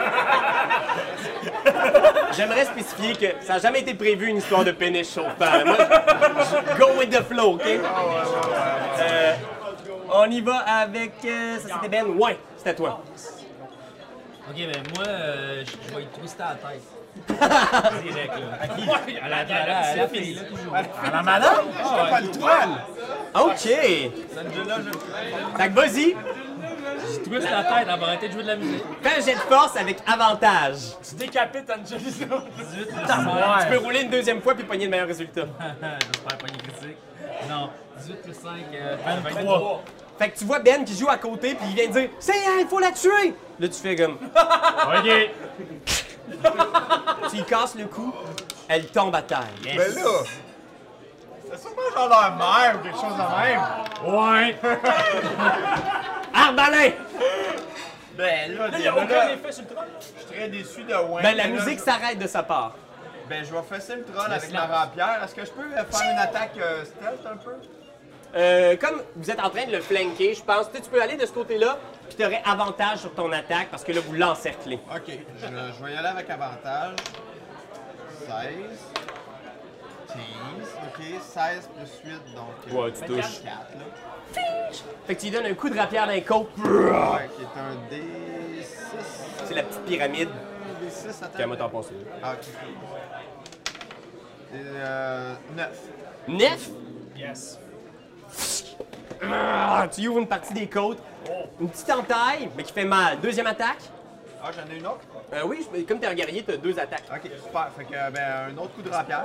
J'aimerais spécifier que ça n'a jamais été prévu une histoire de pénis chauffant. Moi, je- je- go with the flow, OK? Euh, on y va avec... euh, ça, c'était Ben? Ouais, c'était toi. Ok, ben moi, euh, je je vais y twister la tête. Direct, là. À qui? À la, à la, à la fille, là, toujours. À la madame? Ah, Pas le toile! OK. Fait que vas-y, Je twist la tête, elle va arrêter de jouer de la musique. fais un jet de force avec avantage. Tu décapites Angelina. dix-huit plus Tu cinq. peux rouler une deuxième fois puis pogner le meilleur résultat. J'espère pas une critique. Non, dix-huit plus cinq, euh, vingt-trois. Fait que tu vois Ben qui joue à côté puis il vient de dire « C'est elle, il faut la tuer! » Là, tu fais comme... Ok. Tu y casses le cou, elle tombe à terre. Mais là, C'est sûrement genre leur mère ou quelque chose de même. Ouais. Arbalin! Ben là, Là, il n'y a déjà, aucun là, effet sur le troll. je suis très déçu de Wayne. Ben la mais là, musique je- s'arrête de sa part. Ben je vais fesser le troll avec ma rapière. Est-ce que je peux euh, faire une attaque euh, stealth un peu? Euh, comme vous êtes en train de le flanquer, je pense que tu peux aller de ce côté-là puis tu aurais avantage sur ton attaque parce que là, vous l'encerclez. Ok, je, je vais y aller avec avantage. seize. quinze. Ok, seize plus huit, donc. euh, Ouais, tu touches. quatre, là. Fait que tu lui donnes un coup de rapière dans les côtes. Ouais, qui est un D six. C'est la petite pyramide. D six, attends. Tiens, moi t'en passes. Ah, ok. Et, euh, neuf. neuf. Yes. Ah, tu y ouvres une partie des côtes. Une petite entaille, mais qui fait mal. Deuxième attaque. Ah, j'en ai une autre? Euh, oui, je- comme t'es un guerrier, t'as deux attaques. Ok, super. Fait que, euh, ben, un autre coup de rapière.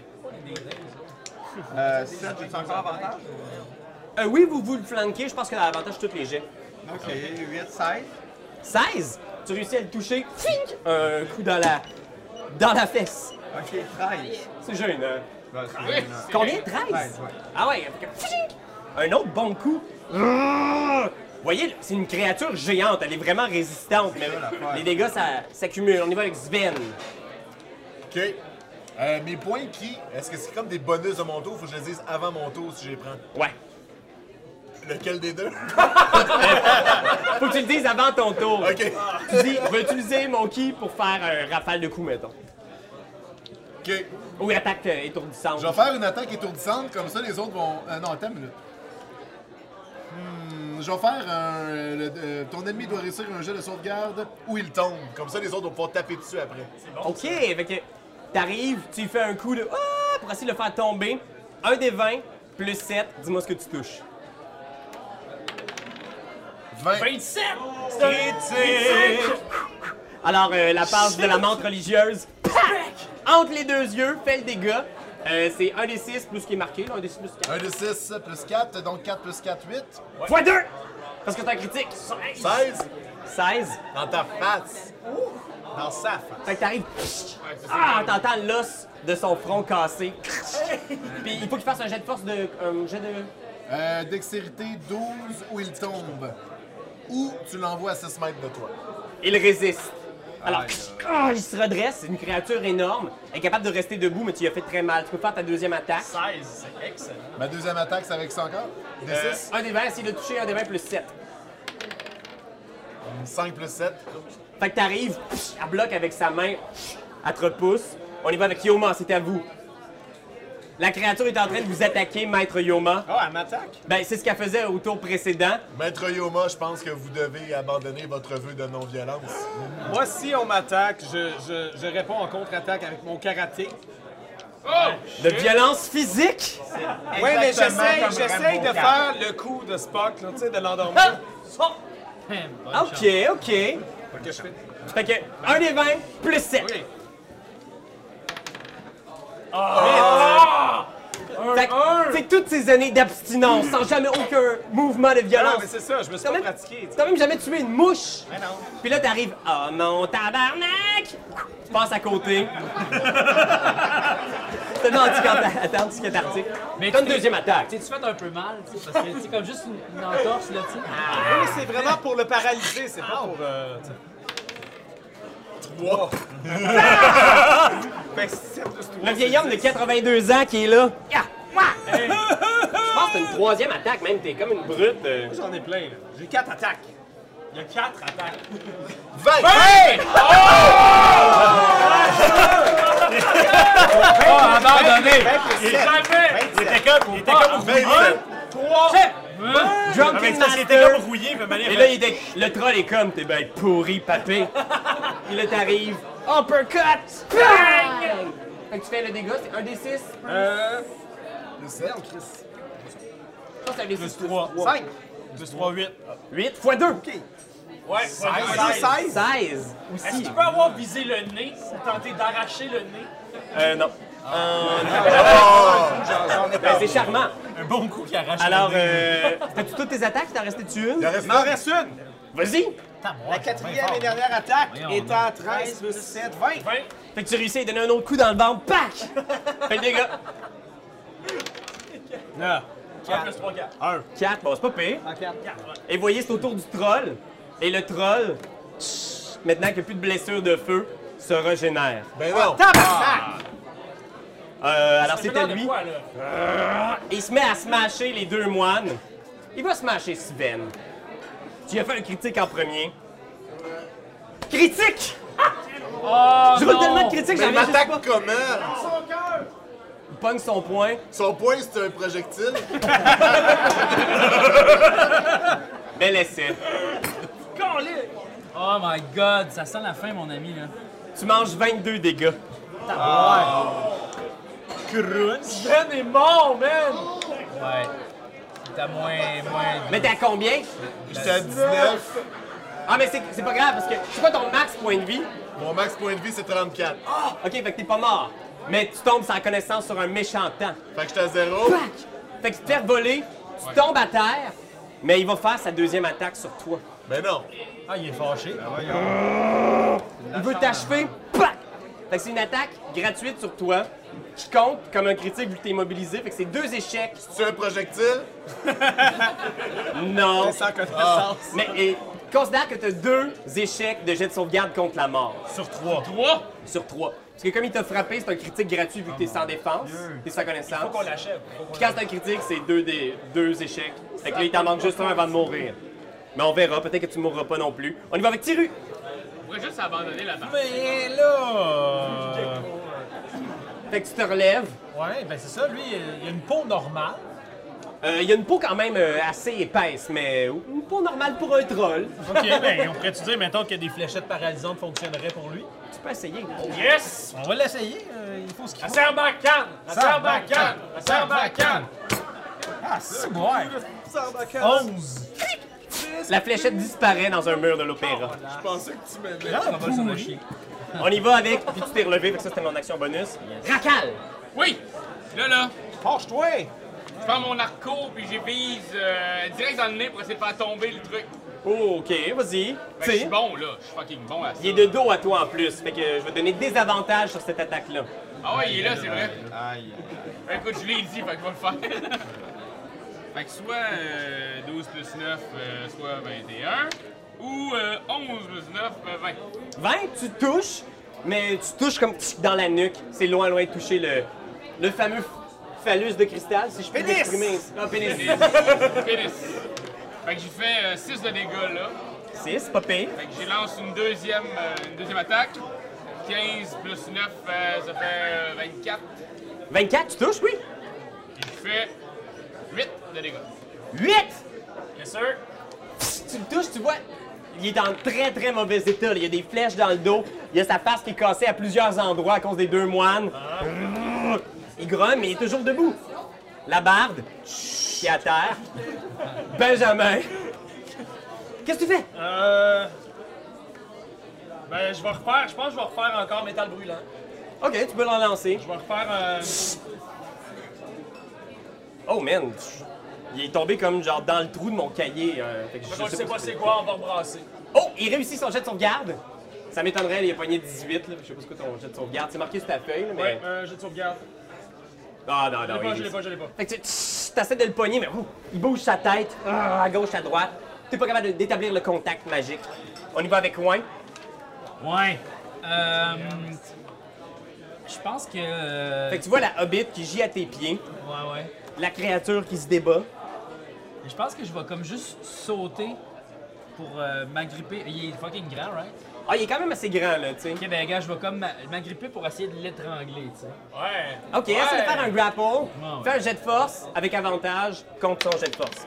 Euh, sept, j'ai encore avantage? Euh, oui, vous vous le flanquez, je pense que l'avantage tous les jets. Ok, huit, seize. seize. Tu réussis à le toucher. Fink! Un coup dans la... dans la fesse. Ok, treize. C'est jeune, hein? Ben, c'est Oui, une- c'est- Combien? treize? treize, ouais. Ah ouais, fait que fink! Un autre bon coup. Vous voyez, c'est une créature géante, elle est vraiment résistante, mais ça, l'affaire. les dégâts ça s'accumule. On y va avec Sven. OK. Euh, mes points qui, est-ce que c'est comme des bonus de mon tour? Faut que je les dise avant mon tour si je les prends. Ouais. Lequel des deux? Faut que tu le dises avant ton tour. OK. Tu dis, je vais utiliser mon ki pour faire un rafale de coups, mettons. OK. Ou une attaque euh, étourdissante. Je vais faire une attaque étourdissante, comme ça les autres vont... Euh, non, attends une minute. Hmm, je vais faire un... le- euh, ton ennemi doit réussir un jet de sauvegarde où il tombe. Comme ça, les autres vont pouvoir taper dessus après. OK, fait que t'arrives, tu lui fais un coup de ah pour essayer de le faire tomber. Un des vingt plus sept, dis-moi ce que tu touches. vingt. vingt-sept! C'est un Alors, euh, la passe de la menthe religieuse, pac! Entre les deux yeux, fait le dégât. Euh, c'est un des six plus qui est marqué, là, un des six plus quatre. un de six plus quatre, donc quatre plus quatre, huit. Fois deux! Parce que c'est un critique. seize. seize. Dans ta face. Dans sa face. Fait que t'arrives. Ah, t'entends l'os de son front cassé. Puis il faut qu'il fasse un jet de force de. Un jet de. Euh, dextérité douze où il tombe. Ou tu l'envoies à six mètres de toi. Il résiste. Alors, ah, il se redresse, c'est une créature énorme. Elle est capable de rester debout, mais tu lui as fait très mal. Tu peux faire ta deuxième attaque. seize, c'est excellent. Ma deuxième attaque, c'est avec ça encore? Des Euh, six? un des vingt, essaye de toucher un des vingt plus sept. cinq plus sept. Fait que t'arrives, elle bloque avec sa main, elle te repousse. On y va avec Yoma, c'est à vous. La créature est en train de vous attaquer, Maître Yoma. Oh, elle m'attaque? Ben, c'est ce qu'elle faisait au tour précédent. Maître Yoma, je pense que vous devez abandonner votre vœu de non-violence. Moi, si on m'attaque, je, je, je réponds en contre-attaque avec mon karaté. Oh! De violence physique. Oui, mais Exactement j'essaye comme j'essaye Rambo de quatre. faire le coup de Spock, là, tu sais, de l'endormir. Ok, ok. Fait que je fais... Fait que un des vingt plus sept. OK. Fait que, tu sais, toutes ces années d'abstinence, sans jamais aucun mouvement de Non, violence. mais c'est ça, je me suis Quand pas même- pratiqué. tu sais. T'as même jamais tué une mouche. Mais non. Puis là, t'arrives, oh mon tabarnak! Tu passes à côté. C'est un anti- anti-cathartique. Mais T'as une tu t'es- deuxième attaque. T'es-tu fait un peu mal, tu sais, parce que c'est comme juste une, une entorse, là, tu sais. Oui, mais c'est vraiment pour le paralyser, c'est pas pour... Euh, tu sais. Trois. Fait que sept plus trois, Le vieil homme de quatre-vingt-deux ans qui est là. Ah, ouah! Je pense que t'as une troisième attaque, même. T'es comme une brute. euh. J'en ai plein, là. J'ai quatre attaques. Il y a quatre attaques. vingt! Oh, abandonné! Il était comme, il était comme rouillé. Drunken Mais c'est parce qu'il était Master. comme rouillé, mais manière. Et là, il était- le troll est comme, t'es ben pourri, papé. Et là, t'arrives, uppercut! Bang! Fait que tu fais le dégât, c'est un d six. Euh... Le sept. Je pense que c'est un d six. Plus trois. cinq. Plus trois, huit. huit fois deux. Ouais, seize. seize Est-ce aussi. qu'il peut avoir visé le nez pour tenter d'arracher le nez? Euh, non. J'en ai Ben, pas. c'est charmant. Un bon coup qui arrache Alors, le nez. euh, as-tu toutes tes attaques? T'en restais-tu une? Il en reste Il m'en reste une. Vas-y! La quatrième et dernière attaque est à treize plus sept, vingt. vingt. Fait que tu réussis à lui donner un autre coup dans le ventre. Pac! Fais le dégât. quatre plus trois, quatre. quatre, bon, c'est pas pire. Et voyez, c'est au tour du troll. Et le troll, chut, maintenant qu'il n'y a plus de blessure de feu, se régénère. Ben non. Euh, alors, c'était Genre de lui. quoi, là? Et il se met à smasher les deux moines. Il va smasher Sven. Tu as fait un critique en premier. Critique! Oh, Je roule non! tellement de critiques, Mais j'en il reviens juste pas. m'attaque comment? Il pogne son point. Son poing, c'est un projectile. Bel essai. Oh my god, ça sent la fin, mon ami, là. Tu manges vingt-deux dégâts. Sven est mort, man! Ouais. T'as moins, moins... Mais t'es à combien? J'étais à dix-neuf. Ah, mais c'est c'est pas grave, parce que c'est quoi ton max point de vie? Mon max point de vie, c'est trente-quatre. Ok, fait que t'es pas mort. Mais tu tombes sans connaissance sur un méchant temps. Fait que j'étais à zéro. Pac! Fait que tu te fais voler, tu tombes à terre, mais il va faire sa deuxième attaque sur toi. Ben non. Ah, il est fâché. Il veut t'achever, pac! Fait que c'est une attaque gratuite sur toi qui compte comme un critique vu que t'es immobilisé. Fait que c'est deux échecs. C'est un projectile? Non. Sans connaissance. Mais et, considère que t'as deux échecs de jet de sauvegarde contre la mort. Sur trois. Trois? Sur trois. Parce que comme il t'a frappé, c'est un critique gratuit vu que t'es sans défense, t'es sans connaissance. Faut qu'on l'achève. Faut qu'on Puis quand c'est un critique, c'est deux, des, deux échecs. Fait que là, il t'en manque juste un avant de mourir. Mais on verra, peut-être que tu mourras pas non plus. On y va avec Tiru. On pourrait juste abandonner la partie. Mais là... euh, Fait que tu te relèves. Ouais, ben c'est ça, lui, il a une peau normale. Euh, Il y a une peau quand même euh, assez épaisse, mais une peau normale pour un troll. Ok, ben on pourrait-tu dire, mettons, que des fléchettes paralysantes fonctionneraient pour lui? Tu peux essayer. Yes! On va l'essayer, euh, il faut ce qu'il La faut. Sarbacane! La Sarbacane! La Sarbacane! Ah, c'est bon! onze! La fléchette disparaît dans un mur de l'opéra. Je pensais que tu m'aimais. Ah, on va s'en chier. On y va avec, puis tu t'es relevé, fait que ça c'était mon action bonus. Racal! Oui! Là, là, Penche-toi! je prends mon arco puis j'ai vise euh, direct dans le nez pour essayer de faire tomber le truc. Oh, ok, vas-y. Ben, je suis Tire. bon, là. Je suis fucking bon à ça. Il est de dos à toi en plus, fait que je vais te donner des avantages sur cette attaque-là. Ah ouais, il est là, c'est vrai. Aïe. Ben, écoute, je l'ai dit, fait que je vais le faire. Fait que soit euh, douze plus neuf, euh, soit vingt et un, Ou euh, onze plus neuf, euh, vingt. vingt, tu touches, mais tu touches comme dans la nuque. C'est loin, loin de toucher le, le fameux phallus de cristal, si je peux m'exprimer ainsi. Ah, pénis. Pénis. Pénis. Fait que j'ai fait euh, six de dégâts là. six, pas pire. Fait que j'ai lancé une deuxième, euh, une deuxième attaque. quinze plus neuf, euh, ça fait euh, vingt-quatre. vingt-quatre, tu touches, oui? Et je fais huit de dégâts. huit! Yes, sir. Tu le touches, tu vois, il est en très très mauvais état. Là. Il y a des flèches dans le dos. Il y a sa face qui est cassée à plusieurs endroits à cause des deux moines. Ah. Il grogne, mais il est toujours debout. La barde, qui est à terre. Benjamin. Qu'est-ce que tu fais? Euh. Ben, je vais refaire. Je pense que je vais refaire encore métal brûlant. Ok, tu peux l'en lancer. Je vais refaire. Euh... Oh man, il est tombé comme genre dans le trou de mon cahier. Euh, fait que je, je sais pas c'est quoi, on va rebrasser. Oh, il réussit son jet de sauvegarde. Ça m'étonnerait, il a pogné dix-huit. Là. Je sais pas ce que ton jet de sauvegarde. C'est marqué sur ta feuille, là, mais. Ouais, euh, jet de sauvegarde. Ah non, non, je l'ai pas, je l'ai pas, je l'ai pas. Fait que tu essaies de le pogner, mais ouh, il bouge sa tête, ah, à gauche, à droite. T'es pas capable d'établir le contact magique. On y va avec Ouin. Ouais. Euh. Je pense que. Euh... Fait que tu vois la hobbit qui gît à tes pieds. Ouais, ouais. La créature qui se débat. Je pense que je vais comme juste sauter pour euh, m'agripper. Il est fucking grand, right? Ah, il est quand même assez grand, là, tu sais. Ok, ben gars, je vais comme m'agripper pour essayer de l'étrangler, tu sais. Ouais. Ok, ouais. Essaie de faire un grapple. Ouais. Fais un jet de force avec avantage contre ton jet de force.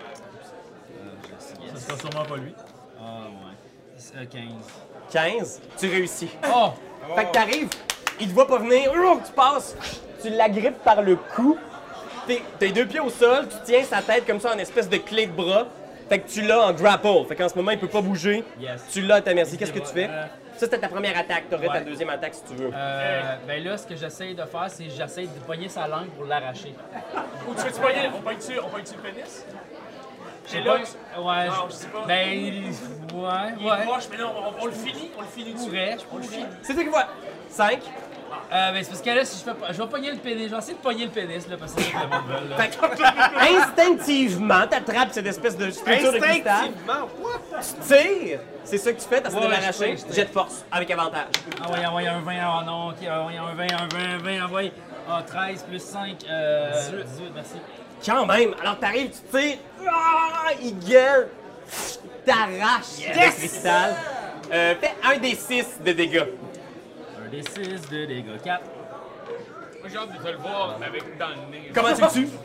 Euh, Ça sera sûrement pas lui. Ah, ouais. Euh, quinze. quinze, tu réussis. Oh! Fait que t'arrives, il te voit pas venir, tu passes, tu l'agrippes par le cou. T'es les deux pieds au sol, tu tiens sa tête comme ça en espèce de clé de bras. Fait que tu l'as en grapple. Fait qu'en ce moment, il peut pas bouger. Yes. Tu l'as à ta merci. Qu'est-ce que tu fais? Euh, Ça, c'était ta première attaque. T'aurais ouais. ta deuxième attaque si tu veux. Euh, ben là, ce que j'essaye de faire, c'est j'essaie de pogner sa langue pour l'arracher. Ou tu veux-tu pogner? On pogne-tu on pogne-tu le pénis? J'ai là, pas... Ouais, non, je je sais pas. Ben, il- ouais, Il ouais. est proche, mais non, on, on le finit, on le finit Je dessus. pourrais, je On le pourrais. finit. C'est toi qui vois. cinq. Euh, ben c'est parce que là, si je fais pas... Je vais pogner le pénis. Je vais essayer de pogner le pénis, là, parce que c'est ça que le monde veut, là. Fait que, instinctivement, t'attrapes cette espèce de structure de cristal. Instinctivement, what? Tu tires. C'est ça que tu fais, t'essaies Ouais, de ouais, l'arracher. je tire, je Jet de force, avec avantage. Envoyez, envoyez un vingt, oh non, ok, envoyez un vingt, un vingt, un vingt, envoyez. Ah, treize plus cinq, euh... dix-huit. dix-huit, merci. Quand même. Alors t'arrives, tu tires. Ah, il gueule. T'arraches le cristal. Euh, fais un des six de dégâts. Un des six de dégâts, quatre. Moi, j'ai hâte de te le voir, mais avec dans le nez. Comment tu le tues?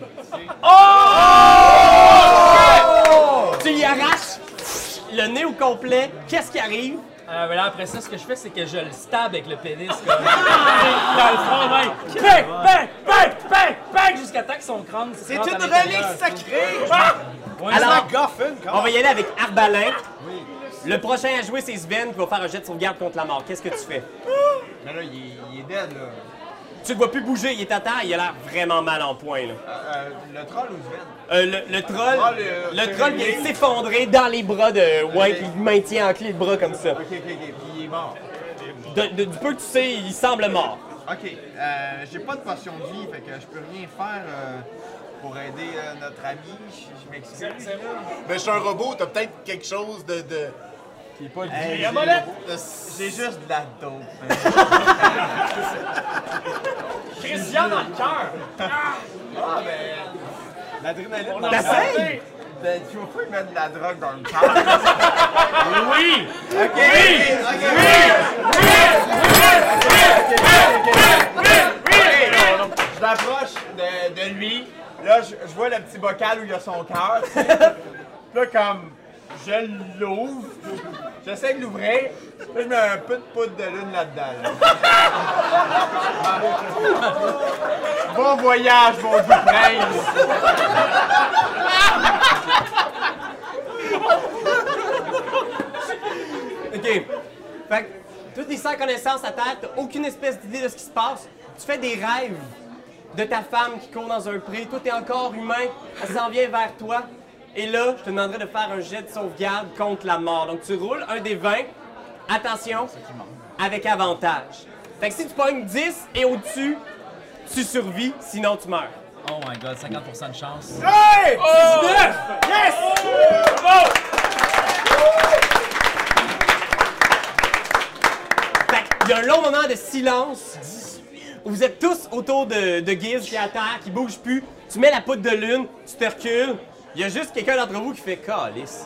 Oh! Tu y arraches le nez au complet. Qu'est-ce qui arrive? Euh, ben là, après ça, ce que je fais, c'est que je le stab avec le pénis, comme... dans le front, même. Bang, bang, bang, bang, bang, jusqu'à temps que son crâne se C'est rentre à une l'intérieur. relique sacrée! Ouais, Alors, ça- Goffin, on va y aller avec Arbalin. Le prochain à jouer, c'est Sven qui va faire un jet de sauvegarde contre la mort. Qu'est-ce que tu fais? Mais là, il est, il est dead, là. Tu le vois plus bouger, il est à terre, il a l'air vraiment mal en point. Là. Euh, le troll ou Sven? Euh, le, le troll, Ah, le- le le troll vient de relié. s'effondrer dans les bras de White, Ok. il le maintient en clé de bras comme ça. Ok, ok, ok, puis il est mort. De- de- du peu que tu sais, il semble mort. Ok, euh, j'ai pas de potion de vie, fait que je peux rien faire euh, pour aider euh, notre ami. Je, je m'excuse. Ben, je suis un robot, t'as peut-être quelque chose de. de... Hey, La molette! de- J'ai juste de la dope. Christian dans le cœur! Ah, ben. L'adrénaline. On dans a le T'essayes? santé. Ben, tu vas pas lui mettre de la drogue dans le corps. Oui! Ok, oui! Ok, je m'approche de, de lui. Là, je, je vois le petit bocal où il y a son cœur. tu sais. Là, comme je l'ouvre, j'essaie de l'ouvrir. Là, je mets un peu de poudre de lune là-dedans. là. Bon voyage, mon doux prince! OK. Fait que, toutes les sans connaissances à terre, t'as aucune espèce d'idée de ce qui se passe. Tu fais des rêves de ta femme qui court dans un pré. Toi, t'es encore humain. Elle s'en vient vers toi. Et là, je te demanderai de faire un jet de sauvegarde contre la mort. Donc, tu roules un des vingt. Attention, avec avantage. Fait que si tu pognes dix et au-dessus, tu survis, sinon tu meurs. Oh my god, cinquante pour cent de chance. Hey! dix-neuf! Yes! y a un long moment de silence où vous êtes tous autour de, de Giz qui est à terre, qui bouge plus. Tu mets la poudre de lune, tu te recules. Il y a juste quelqu'un d'entre vous qui fait calice.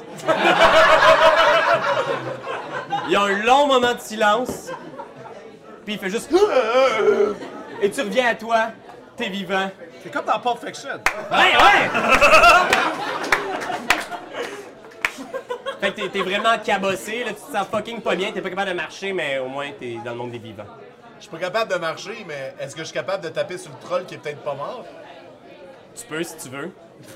Il y a un long moment de silence. Puis il fait juste. Et tu reviens à toi, t'es vivant. C'est comme dans Pulp Fiction. Ouais, ouais! Fait que t'es, t'es vraiment cabossé, là, tu te sens fucking pas bien, t'es pas capable de marcher, mais au moins t'es dans le monde des vivants. Je suis pas capable de marcher, mais est-ce que je suis capable de taper sur le troll qui est peut-être pas mort? Tu peux si tu veux.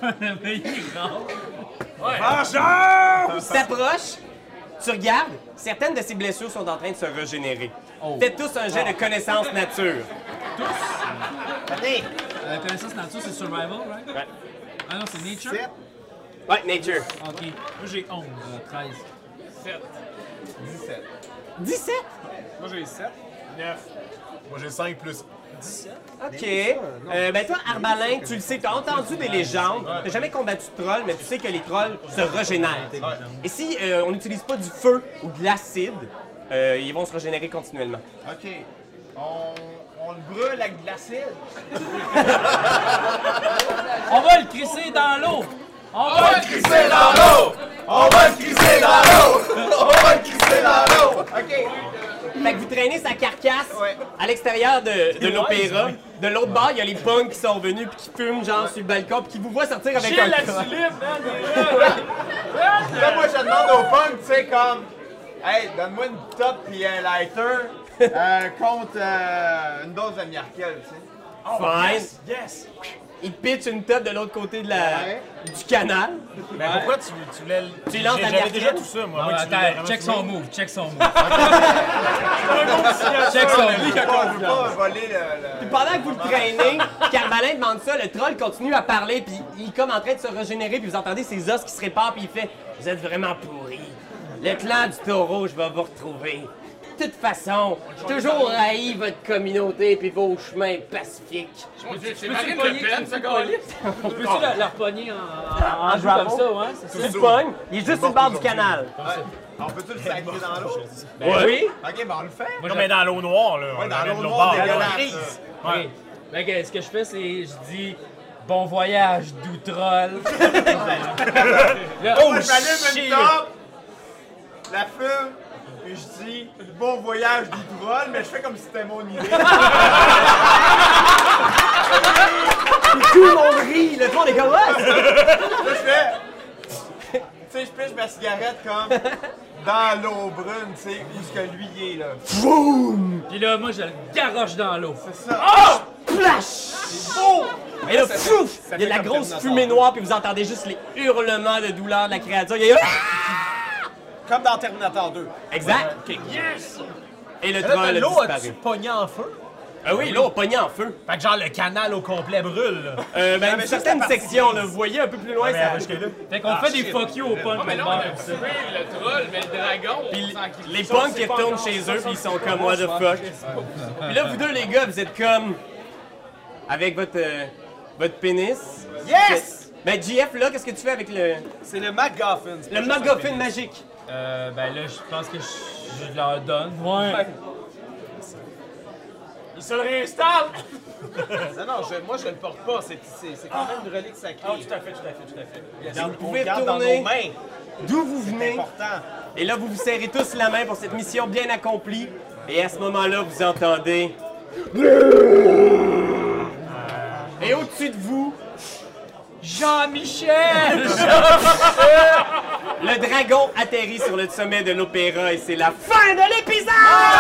Vengeance! Tu t'approches, tu regardes, certaines de ses blessures sont en train de se régénérer. Faites tous un jet de connaissance nature. Allez! Euh, connaissance nature, c'est survival, right? Ouais. Ah non, c'est nature? sept. Ouais, nature. Ok. Moi, j'ai onze, euh, treize. dix-sept. dix-sept? Moi, j'ai sept. Moi j'ai cinq plus. OK. Euh, ben toi, Arbalin, tu le sais, t'as entendu des légendes. T'as jamais combattu de trolls, mais tu sais que les trolls se régénèrent. Et si euh, on n'utilise pas du feu ou de l'acide, euh, ils vont se régénérer continuellement. OK. On, on le brûle avec de l'acide. On va le crisser dans l'eau! On va le Crisser dans l'eau! On va le crisser dans l'eau! On va le crisser dans l'eau! OK. Fait que vous traînez sa carcasse Ouais. à l'extérieur de, de l'opéra. De l'autre bord, il y a les punks qui sont venus puis qui fument genre sur le balcon puis qui vous voient sortir avec J'ai un la croc. tulipe, man! Là, moi, je demande au punk, tu sais, comme, hey, donne-moi une top puis un lighter euh, contre euh, une dose de Miracle, tu sais. Fine. Yes! Il pitch une top de l'autre côté de la, Ouais. du canal. Mais pourquoi tu, tu voulais... Tu lances J'ai- la J'avais Miracle? déjà tout ça, moi. Ah, Moi, tu voulais attends, vraiment check tout son ça. move, check son move. Check son ça. move. On veut pas, on veut pas voler le... Puis le... pendant que vous le traînez, Carbalin demande ça, le troll continue à parler, puis il est comme en train de se régénérer, puis vous entendez ses os qui se réparent, puis il fait « Vous êtes vraiment pourris. Le clan du taureau, je vais vous retrouver. De toute façon, j'ai toujours haï votre communauté puis vos chemins pacifiques. Mon Dieu, c'est Peux-tu Marine le Le pogner, Pen, ça, peux-tu câlisse? Peux-tu la, la repogner en, en, en jeu comme ça, ouais? C'est ça? Tu le pognes, il est juste sur le bord du canal. On peut-tu le sacrer dans l'eau? Oui. OK, ben on le fait. Non, mais dans l'eau noire, là. Ouais, on dans l'amène l'eau de l'autre noire bord. dégueulasse. Ouais. Ok. Fait que ce que je fais, c'est je dis bon voyage, doux troll. Là, Oh, je m'allume une top, la fume, et je dis bon voyage du troll, mais je fais comme si c'était mon idée. Tout le monde rit, le monde est comme ouais. Là, je fais. Tu sais, je pêche ma cigarette comme dans l'eau brune, tu sais, où ce que lui il est là. Puis là, moi, je le garoche dans l'eau. C'est ça. Flash! Et là, pouf! Il y a de la grosse fumée noire, puis vous entendez juste les hurlements de douleur de la créature. Il y a... Comme dans Terminator deux. Exact. Yes! Et le Là, troll a l'eau a-tu disparu. pogné en feu? Ah oui, l'eau a pogné en feu. Fait que genre le canal au complet brûle, là. Euh, ben, mais une juste certaine la partie section, là, vous voyez un peu plus loin, Mais ça... parce que là... Fait qu'on fait des fuck you au punk. Ah, mais là, on là-bas, a comme ça. tué le troll, mais le dragon, on Puis s'en quitte. les punks qui retournent chez eux, puis ils sont comme what the fuck. Puis là, vous deux, les gars, vous êtes comme... Avec votre... euh, votre pénis. Yes! Ben, J F, là, qu'est-ce que tu fais avec le... C'est le MacGuffin. c'est Le pas juste un MacGuffin pénis. magique? Euh, ben là, je pense que je, je leur donne. Ouais. Il se le réinstalle! Non, non, je- moi je le porte pas. C'est c'est- c'est quand même une relique sacrée. Ah, tout à fait, tout à fait, tout à fait. Regarde, Vous on pouvez le garde dans tourner. nos mains. D'où vous C'est venez? important. Et là, vous vous serrez tous la main pour cette mission bien accomplie. Et à ce moment-là, vous entendez... Et au-dessus de vous, Jean-Michel! le dragon atterrit sur le sommet de l'opéra et c'est la fin de l'épisode!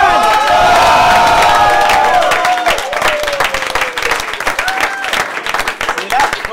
Et là, moi,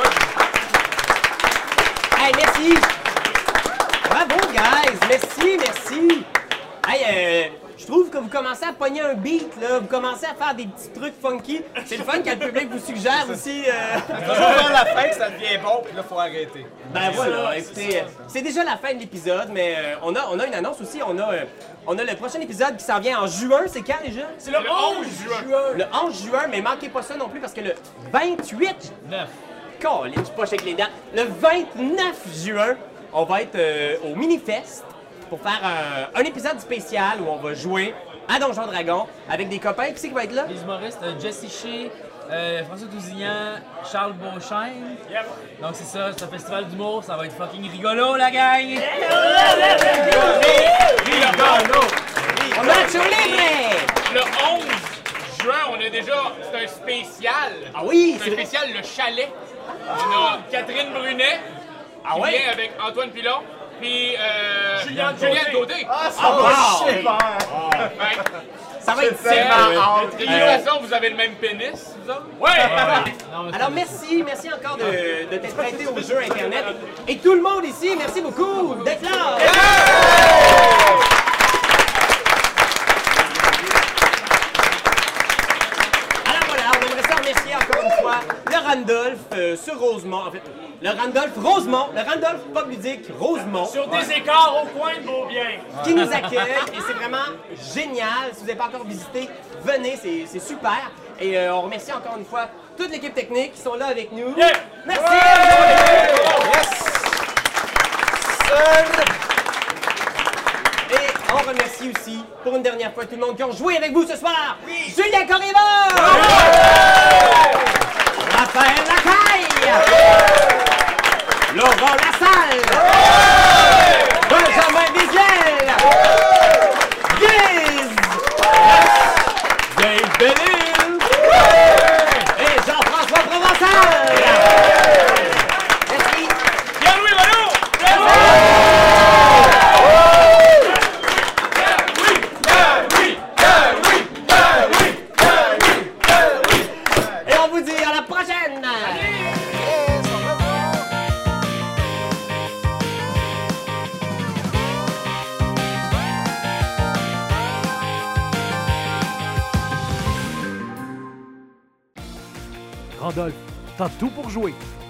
Hey, merci! Bravo, guys! Merci, merci! Hey, euh, je trouve que vous commencez à pogner un beat, là. Vous commencez à faire des petits trucs funky. C'est le fun quand le public vous suggère aussi. Euh... toujours vers la fin que ça devient bon, puis là, faut arrêter. Ben voilà, écoutez, euh, c'est déjà la fin de l'épisode, mais euh, on, a, on a une annonce aussi. On a, euh, on a le prochain épisode qui s'en vient en juin. C'est quand déjà? C'est le onze juin! Le onze juin, mais manquez pas ça non plus parce que le vingt-huit... Neuf. Colin, je poche avec les dates. Le vingt-neuf juin, on va être euh, au Minifest pour faire un, un épisode spécial où on va jouer à Donjon Dragon avec des copains. Qui c'est qui va être là? Les humoristes, euh, Jesse Shea, euh, François Tousignan, Charles Beauchesne. Yep. Donc c'est ça, c'est un festival d'humour, ça va être fucking rigolo la gang! On a sur libre! Le onze juin, on a déjà. C'est un spécial. Ah oui, C'est c'est un vrai. spécial, le chalet. On a Catherine Brunet. Ah qui ouais? vient avec Antoine Pilon. Puis euh, Julien Juliette Gauthier. Gauthier. Ah, ça Ah, va wow. super! Ouais. Ça va être C'est tellement tellement hot. hâte. De toute façon, vous avez le même pénis, vous autres? Ouais! Non, mais Alors merci, merci encore de, de t'être prêté au jeu Internet. Et tout le monde ici, merci beaucoup d'être là! Alors voilà, on aimerait ça remercier encore une fois le Randolph euh, sur Rosemont. En fait, le Randolph Rosemont, le Randolph Pub Ludique Rosemont. Sur des écarts au coin de Beaubien. Qui nous accueille et c'est vraiment génial. Si vous n'avez pas encore visité, venez, c'est c'est super. Et euh, on remercie encore une fois toute l'équipe technique qui sont là avec nous. Yeah. Merci! Et on remercie aussi, pour une dernière fois, tout le monde qui ont joué avec vous ce soir. Julien Corriveau! Raphaël Lacaille! Laurent Lassalle! Benjamin Visuel! Guise! Dave Bellil! Et Jean-François Provençal! Merci! Pierre-Louis Renaud! Et on vous dit à la prochaine! Randolph, t'as tout pour jouer.